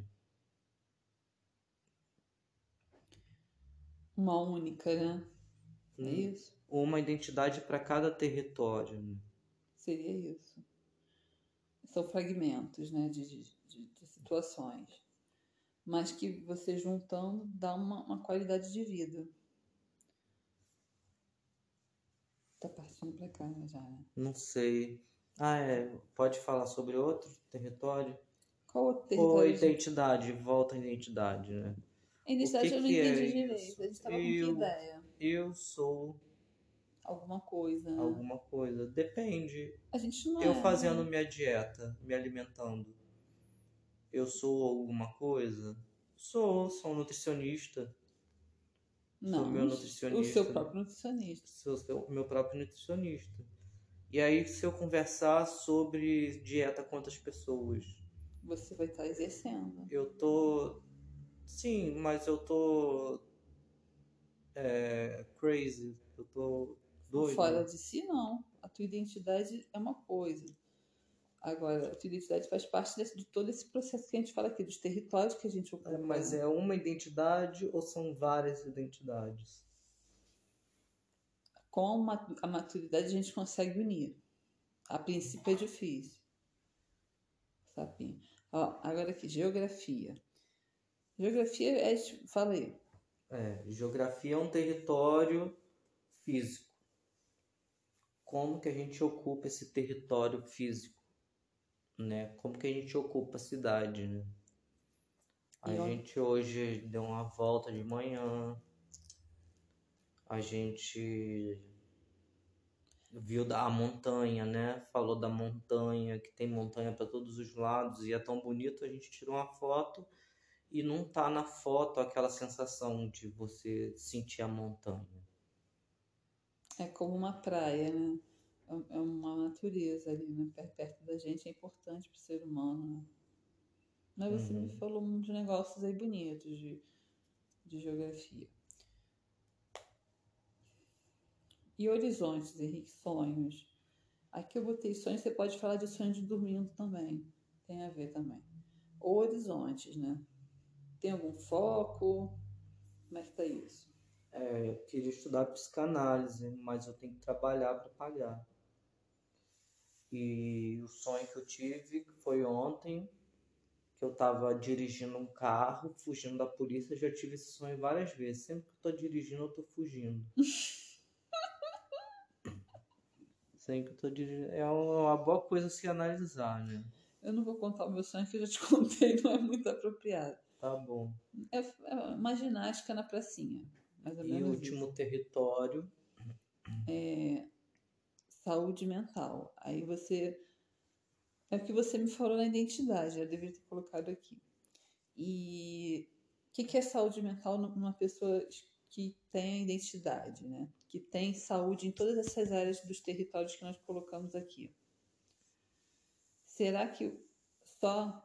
Speaker 2: Uma única, né? É isso?
Speaker 3: Uma identidade para cada território. Né?
Speaker 2: Seria isso. São fragmentos, né, de situações. Mas que você juntando dá uma qualidade de vida. Tá partindo pra cá, né, já, né?
Speaker 3: Não sei. Pode falar sobre outro território?
Speaker 2: Qual outro
Speaker 3: Ou
Speaker 2: território?
Speaker 3: identidade, volta à identidade, né?
Speaker 2: A identidade eu não entendi direito.
Speaker 3: Isso?
Speaker 2: A gente tava com que ideia?
Speaker 3: Eu sou
Speaker 2: Alguma coisa, né?
Speaker 3: alguma coisa. Depende.
Speaker 2: A gente não
Speaker 3: Eu
Speaker 2: é.
Speaker 3: fazendo minha dieta, me alimentando. Eu sou alguma coisa? Sou um nutricionista.
Speaker 2: Não,
Speaker 3: Sou meu nutricionista.
Speaker 2: o seu próprio nutricionista.
Speaker 3: Sou meu próprio nutricionista. E aí, se eu conversar sobre dieta com outras pessoas,
Speaker 2: você vai estar exercendo.
Speaker 3: eu tô. Sim, mas eu tô. Crazy. Eu tô doido.
Speaker 2: Fora de si, não. A tua identidade é uma coisa. Agora, a tua identidade faz parte de todo esse processo que a gente fala aqui, dos territórios que a gente ocupa.
Speaker 3: Mas é uma identidade ou são várias identidades?
Speaker 2: Com a maturidade a gente consegue unir. A princípio é difícil. Sapinho. Ó, agora aqui, geografia. Geografia falei.
Speaker 3: Geografia é um território físico. Como que a gente ocupa esse território físico? Né? Como que a gente ocupa a cidade, né? Gente hoje deu uma volta de manhã, a gente viu a montanha, né? Falou da montanha, que tem montanha para todos os lados e é tão bonito, a gente tirou uma foto e não tá na foto aquela sensação de você sentir a montanha.
Speaker 2: É como uma praia, né? É uma natureza ali, né? Perto da gente, é importante para o ser humano, né? Mas você me falou uns negócios aí bonitos de geografia. E horizontes, Henrique, sonhos. Aqui eu botei sonhos, você pode falar de sonhos de dormindo também. Tem a ver também. Horizontes, né? Tem algum foco? Como é que tá isso?
Speaker 3: Eu queria estudar psicanálise, mas eu tenho que trabalhar para pagar. E o sonho que eu tive foi ontem, que eu estava dirigindo um carro, fugindo da polícia. Eu já tive esse sonho várias vezes. Sempre que eu tô dirigindo, eu tô fugindo. Sempre que eu tô dirigindo. É uma boa coisa a se analisar, né?
Speaker 2: Eu não vou contar o meu sonho, que eu já te contei, não é muito apropriado.
Speaker 3: Tá bom.
Speaker 2: É uma ginástica na pracinha, mais ou
Speaker 3: E o
Speaker 2: menos
Speaker 3: último
Speaker 2: isso.
Speaker 3: território.
Speaker 2: Saúde mental. Aí você... É o que você me falou na identidade, eu deveria ter colocado aqui. E o que é saúde mental numa pessoa que tem a identidade, né? Que tem saúde em todas essas áreas dos territórios que nós colocamos aqui. Será que só...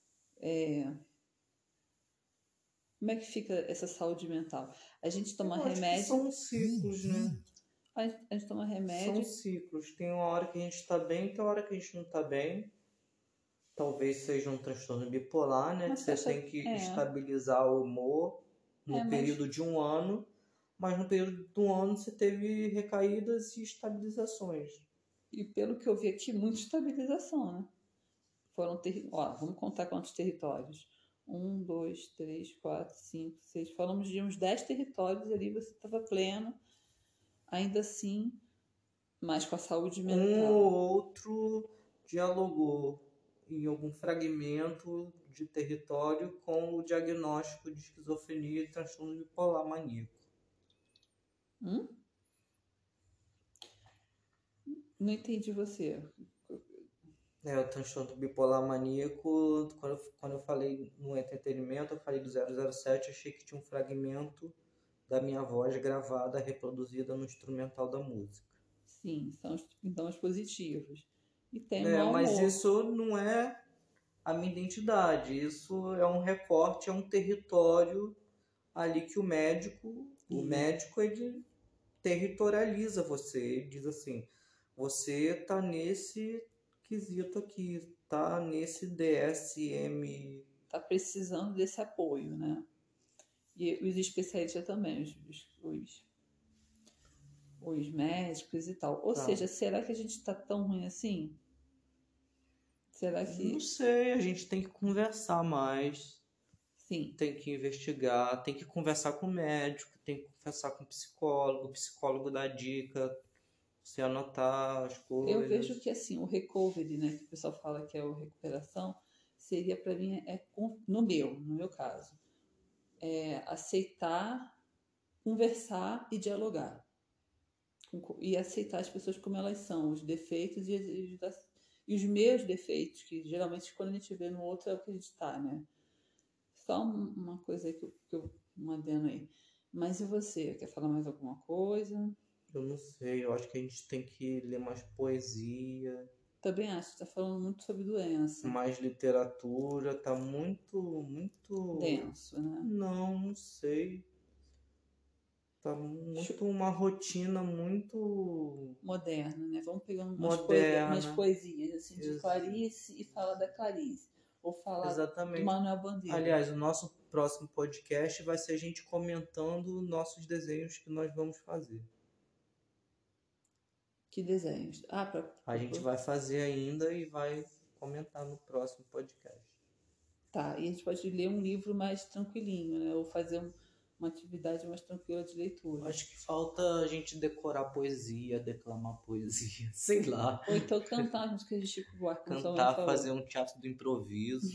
Speaker 2: Como é que fica essa saúde mental? A gente toma
Speaker 3: Eu acho que
Speaker 2: remédio,
Speaker 3: são ciclos, né?
Speaker 2: a gente toma
Speaker 3: São
Speaker 2: remédio,
Speaker 3: ciclos. Tem uma hora que a gente está bem, tem uma hora que a gente não está bem. Talvez seja um transtorno bipolar, né? Que
Speaker 2: mas
Speaker 3: você
Speaker 2: fecha...
Speaker 3: tem que estabilizar o humor no
Speaker 2: mas
Speaker 3: período de um ano, mas no período de um ano você teve recaídas e estabilizações.
Speaker 2: e pelo que eu vi aqui, muita estabilização, né? Vamos contar quantos territórios. 1, 2, 3, 4, 5, 6. Falamos de uns 10 territórios ali, você estava pleno, ainda assim, mas com a saúde
Speaker 3: Um
Speaker 2: mental.
Speaker 3: ou outro dialogou em algum fragmento de território com o diagnóstico de esquizofrenia e transtorno bipolar maníaco.
Speaker 2: Não entendi você.
Speaker 3: O transtorno bipolar maníaco, quando eu falei no entretenimento, eu falei do 007, achei que tinha um fragmento da minha voz gravada, reproduzida no instrumental da música.
Speaker 2: Sim, são os sintomas positivos. E tem o mau
Speaker 3: Mas
Speaker 2: humor.
Speaker 3: isso não é a minha identidade, isso é um recorte, é um território ali que o médico ele territorializa você, ele diz assim, você tá nesse quesito aqui, tá nesse DSM.
Speaker 2: Tá precisando desse apoio, né? E os especialistas também, os médicos e tal. Ou seja, será que a gente tá tão ruim assim? Será que...
Speaker 3: Não sei, a gente tem que conversar mais.
Speaker 2: Sim.
Speaker 3: Tem que investigar, tem que conversar com o médico, tem que conversar com o psicólogo dá dica, você anotar as coisas.
Speaker 2: Eu vejo que assim, o recovery, né, que o pessoal fala que é a recuperação, seria para mim, no meu caso, aceitar, conversar e dialogar. E aceitar as pessoas como elas são, os defeitos e os meus defeitos, que geralmente quando a gente vê no outro é o que a gente tá, né? Só uma coisa que eu mandando aí. Mas e você? Quer falar mais alguma coisa?
Speaker 3: Eu não sei, eu acho que a gente tem que ler mais poesia.
Speaker 2: Também acho que tá falando muito sobre doença.
Speaker 3: Mais literatura, tá muito
Speaker 2: Denso, né?
Speaker 3: Não sei. Tá muito uma rotina muito
Speaker 2: moderna, né? Vamos pegando
Speaker 3: moderna.
Speaker 2: umas poesias assim, de Clarice e fala da Clarice. Ou falar
Speaker 3: Exatamente.
Speaker 2: do Manuel Bandeira.
Speaker 3: Aliás, o nosso próximo podcast vai ser a gente comentando nossos desenhos que nós vamos fazer.
Speaker 2: Que desenhos?
Speaker 3: A gente vai fazer ainda e vai comentar no próximo podcast.
Speaker 2: Tá, e a gente pode ler um livro mais tranquilinho, né? Ou fazer uma atividade mais tranquila de leitura.
Speaker 3: Acho que falta a gente decorar poesia, declamar poesia, sei lá.
Speaker 2: Ou então cantar as músicas de Chico Buarque.
Speaker 3: Cantar, fazer um teatro do improviso.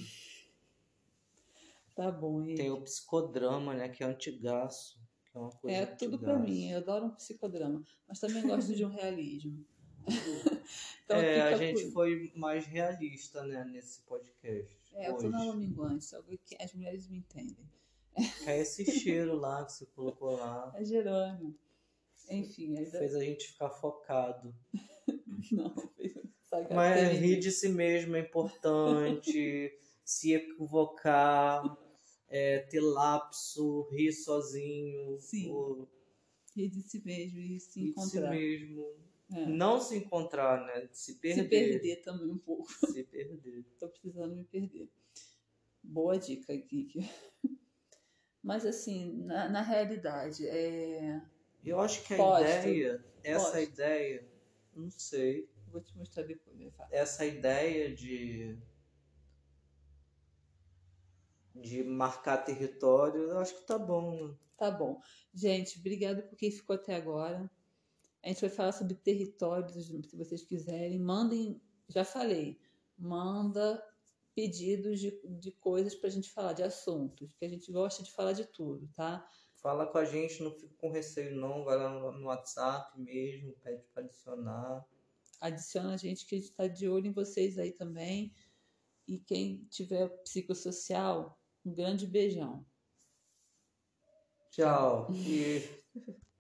Speaker 2: Tá bom.
Speaker 3: Tem o psicodrama, né, que é antigaço. Que é uma coisa
Speaker 2: tudo pra mim, eu adoro um psicodrama. Mas também gosto de um realismo.
Speaker 3: Então, a gente foi mais realista, né, nesse podcast.
Speaker 2: Eu tô na Lominguante, as mulheres me entendem.
Speaker 3: É esse cheiro lá que você colocou lá.
Speaker 2: É Jerônimo. Enfim.
Speaker 3: Fez a gente ficar focado.
Speaker 2: Não,
Speaker 3: mas rir de si mesmo é importante. Se equivocar, ter lapso, rir sozinho.
Speaker 2: Sim. Rir de si mesmo e se encontrar.
Speaker 3: Rir de si mesmo. Não se encontrar, né? Se perder.
Speaker 2: Se perder também um pouco.
Speaker 3: Se perder.
Speaker 2: Tô precisando me perder. Boa dica, Kiki. Mas assim, na realidade,
Speaker 3: eu acho que a ideia, Não sei.
Speaker 2: Vou te mostrar depois, né?
Speaker 3: Essa ideia de marcar território, eu acho que tá bom.
Speaker 2: Tá bom. Gente, obrigado por quem ficou até agora. A gente vai falar sobre territórios, se vocês quiserem. Mandem, já falei, manda pedidos de coisas pra gente falar, de assuntos, que a gente gosta de falar de tudo, tá?
Speaker 3: Fala com a gente, não fica com receio não, vai lá no WhatsApp mesmo, pede para adicionar.
Speaker 2: Adiciona a gente que a gente tá de olho em vocês aí também. E quem tiver psicossocial, um grande beijão.
Speaker 3: Tchau. E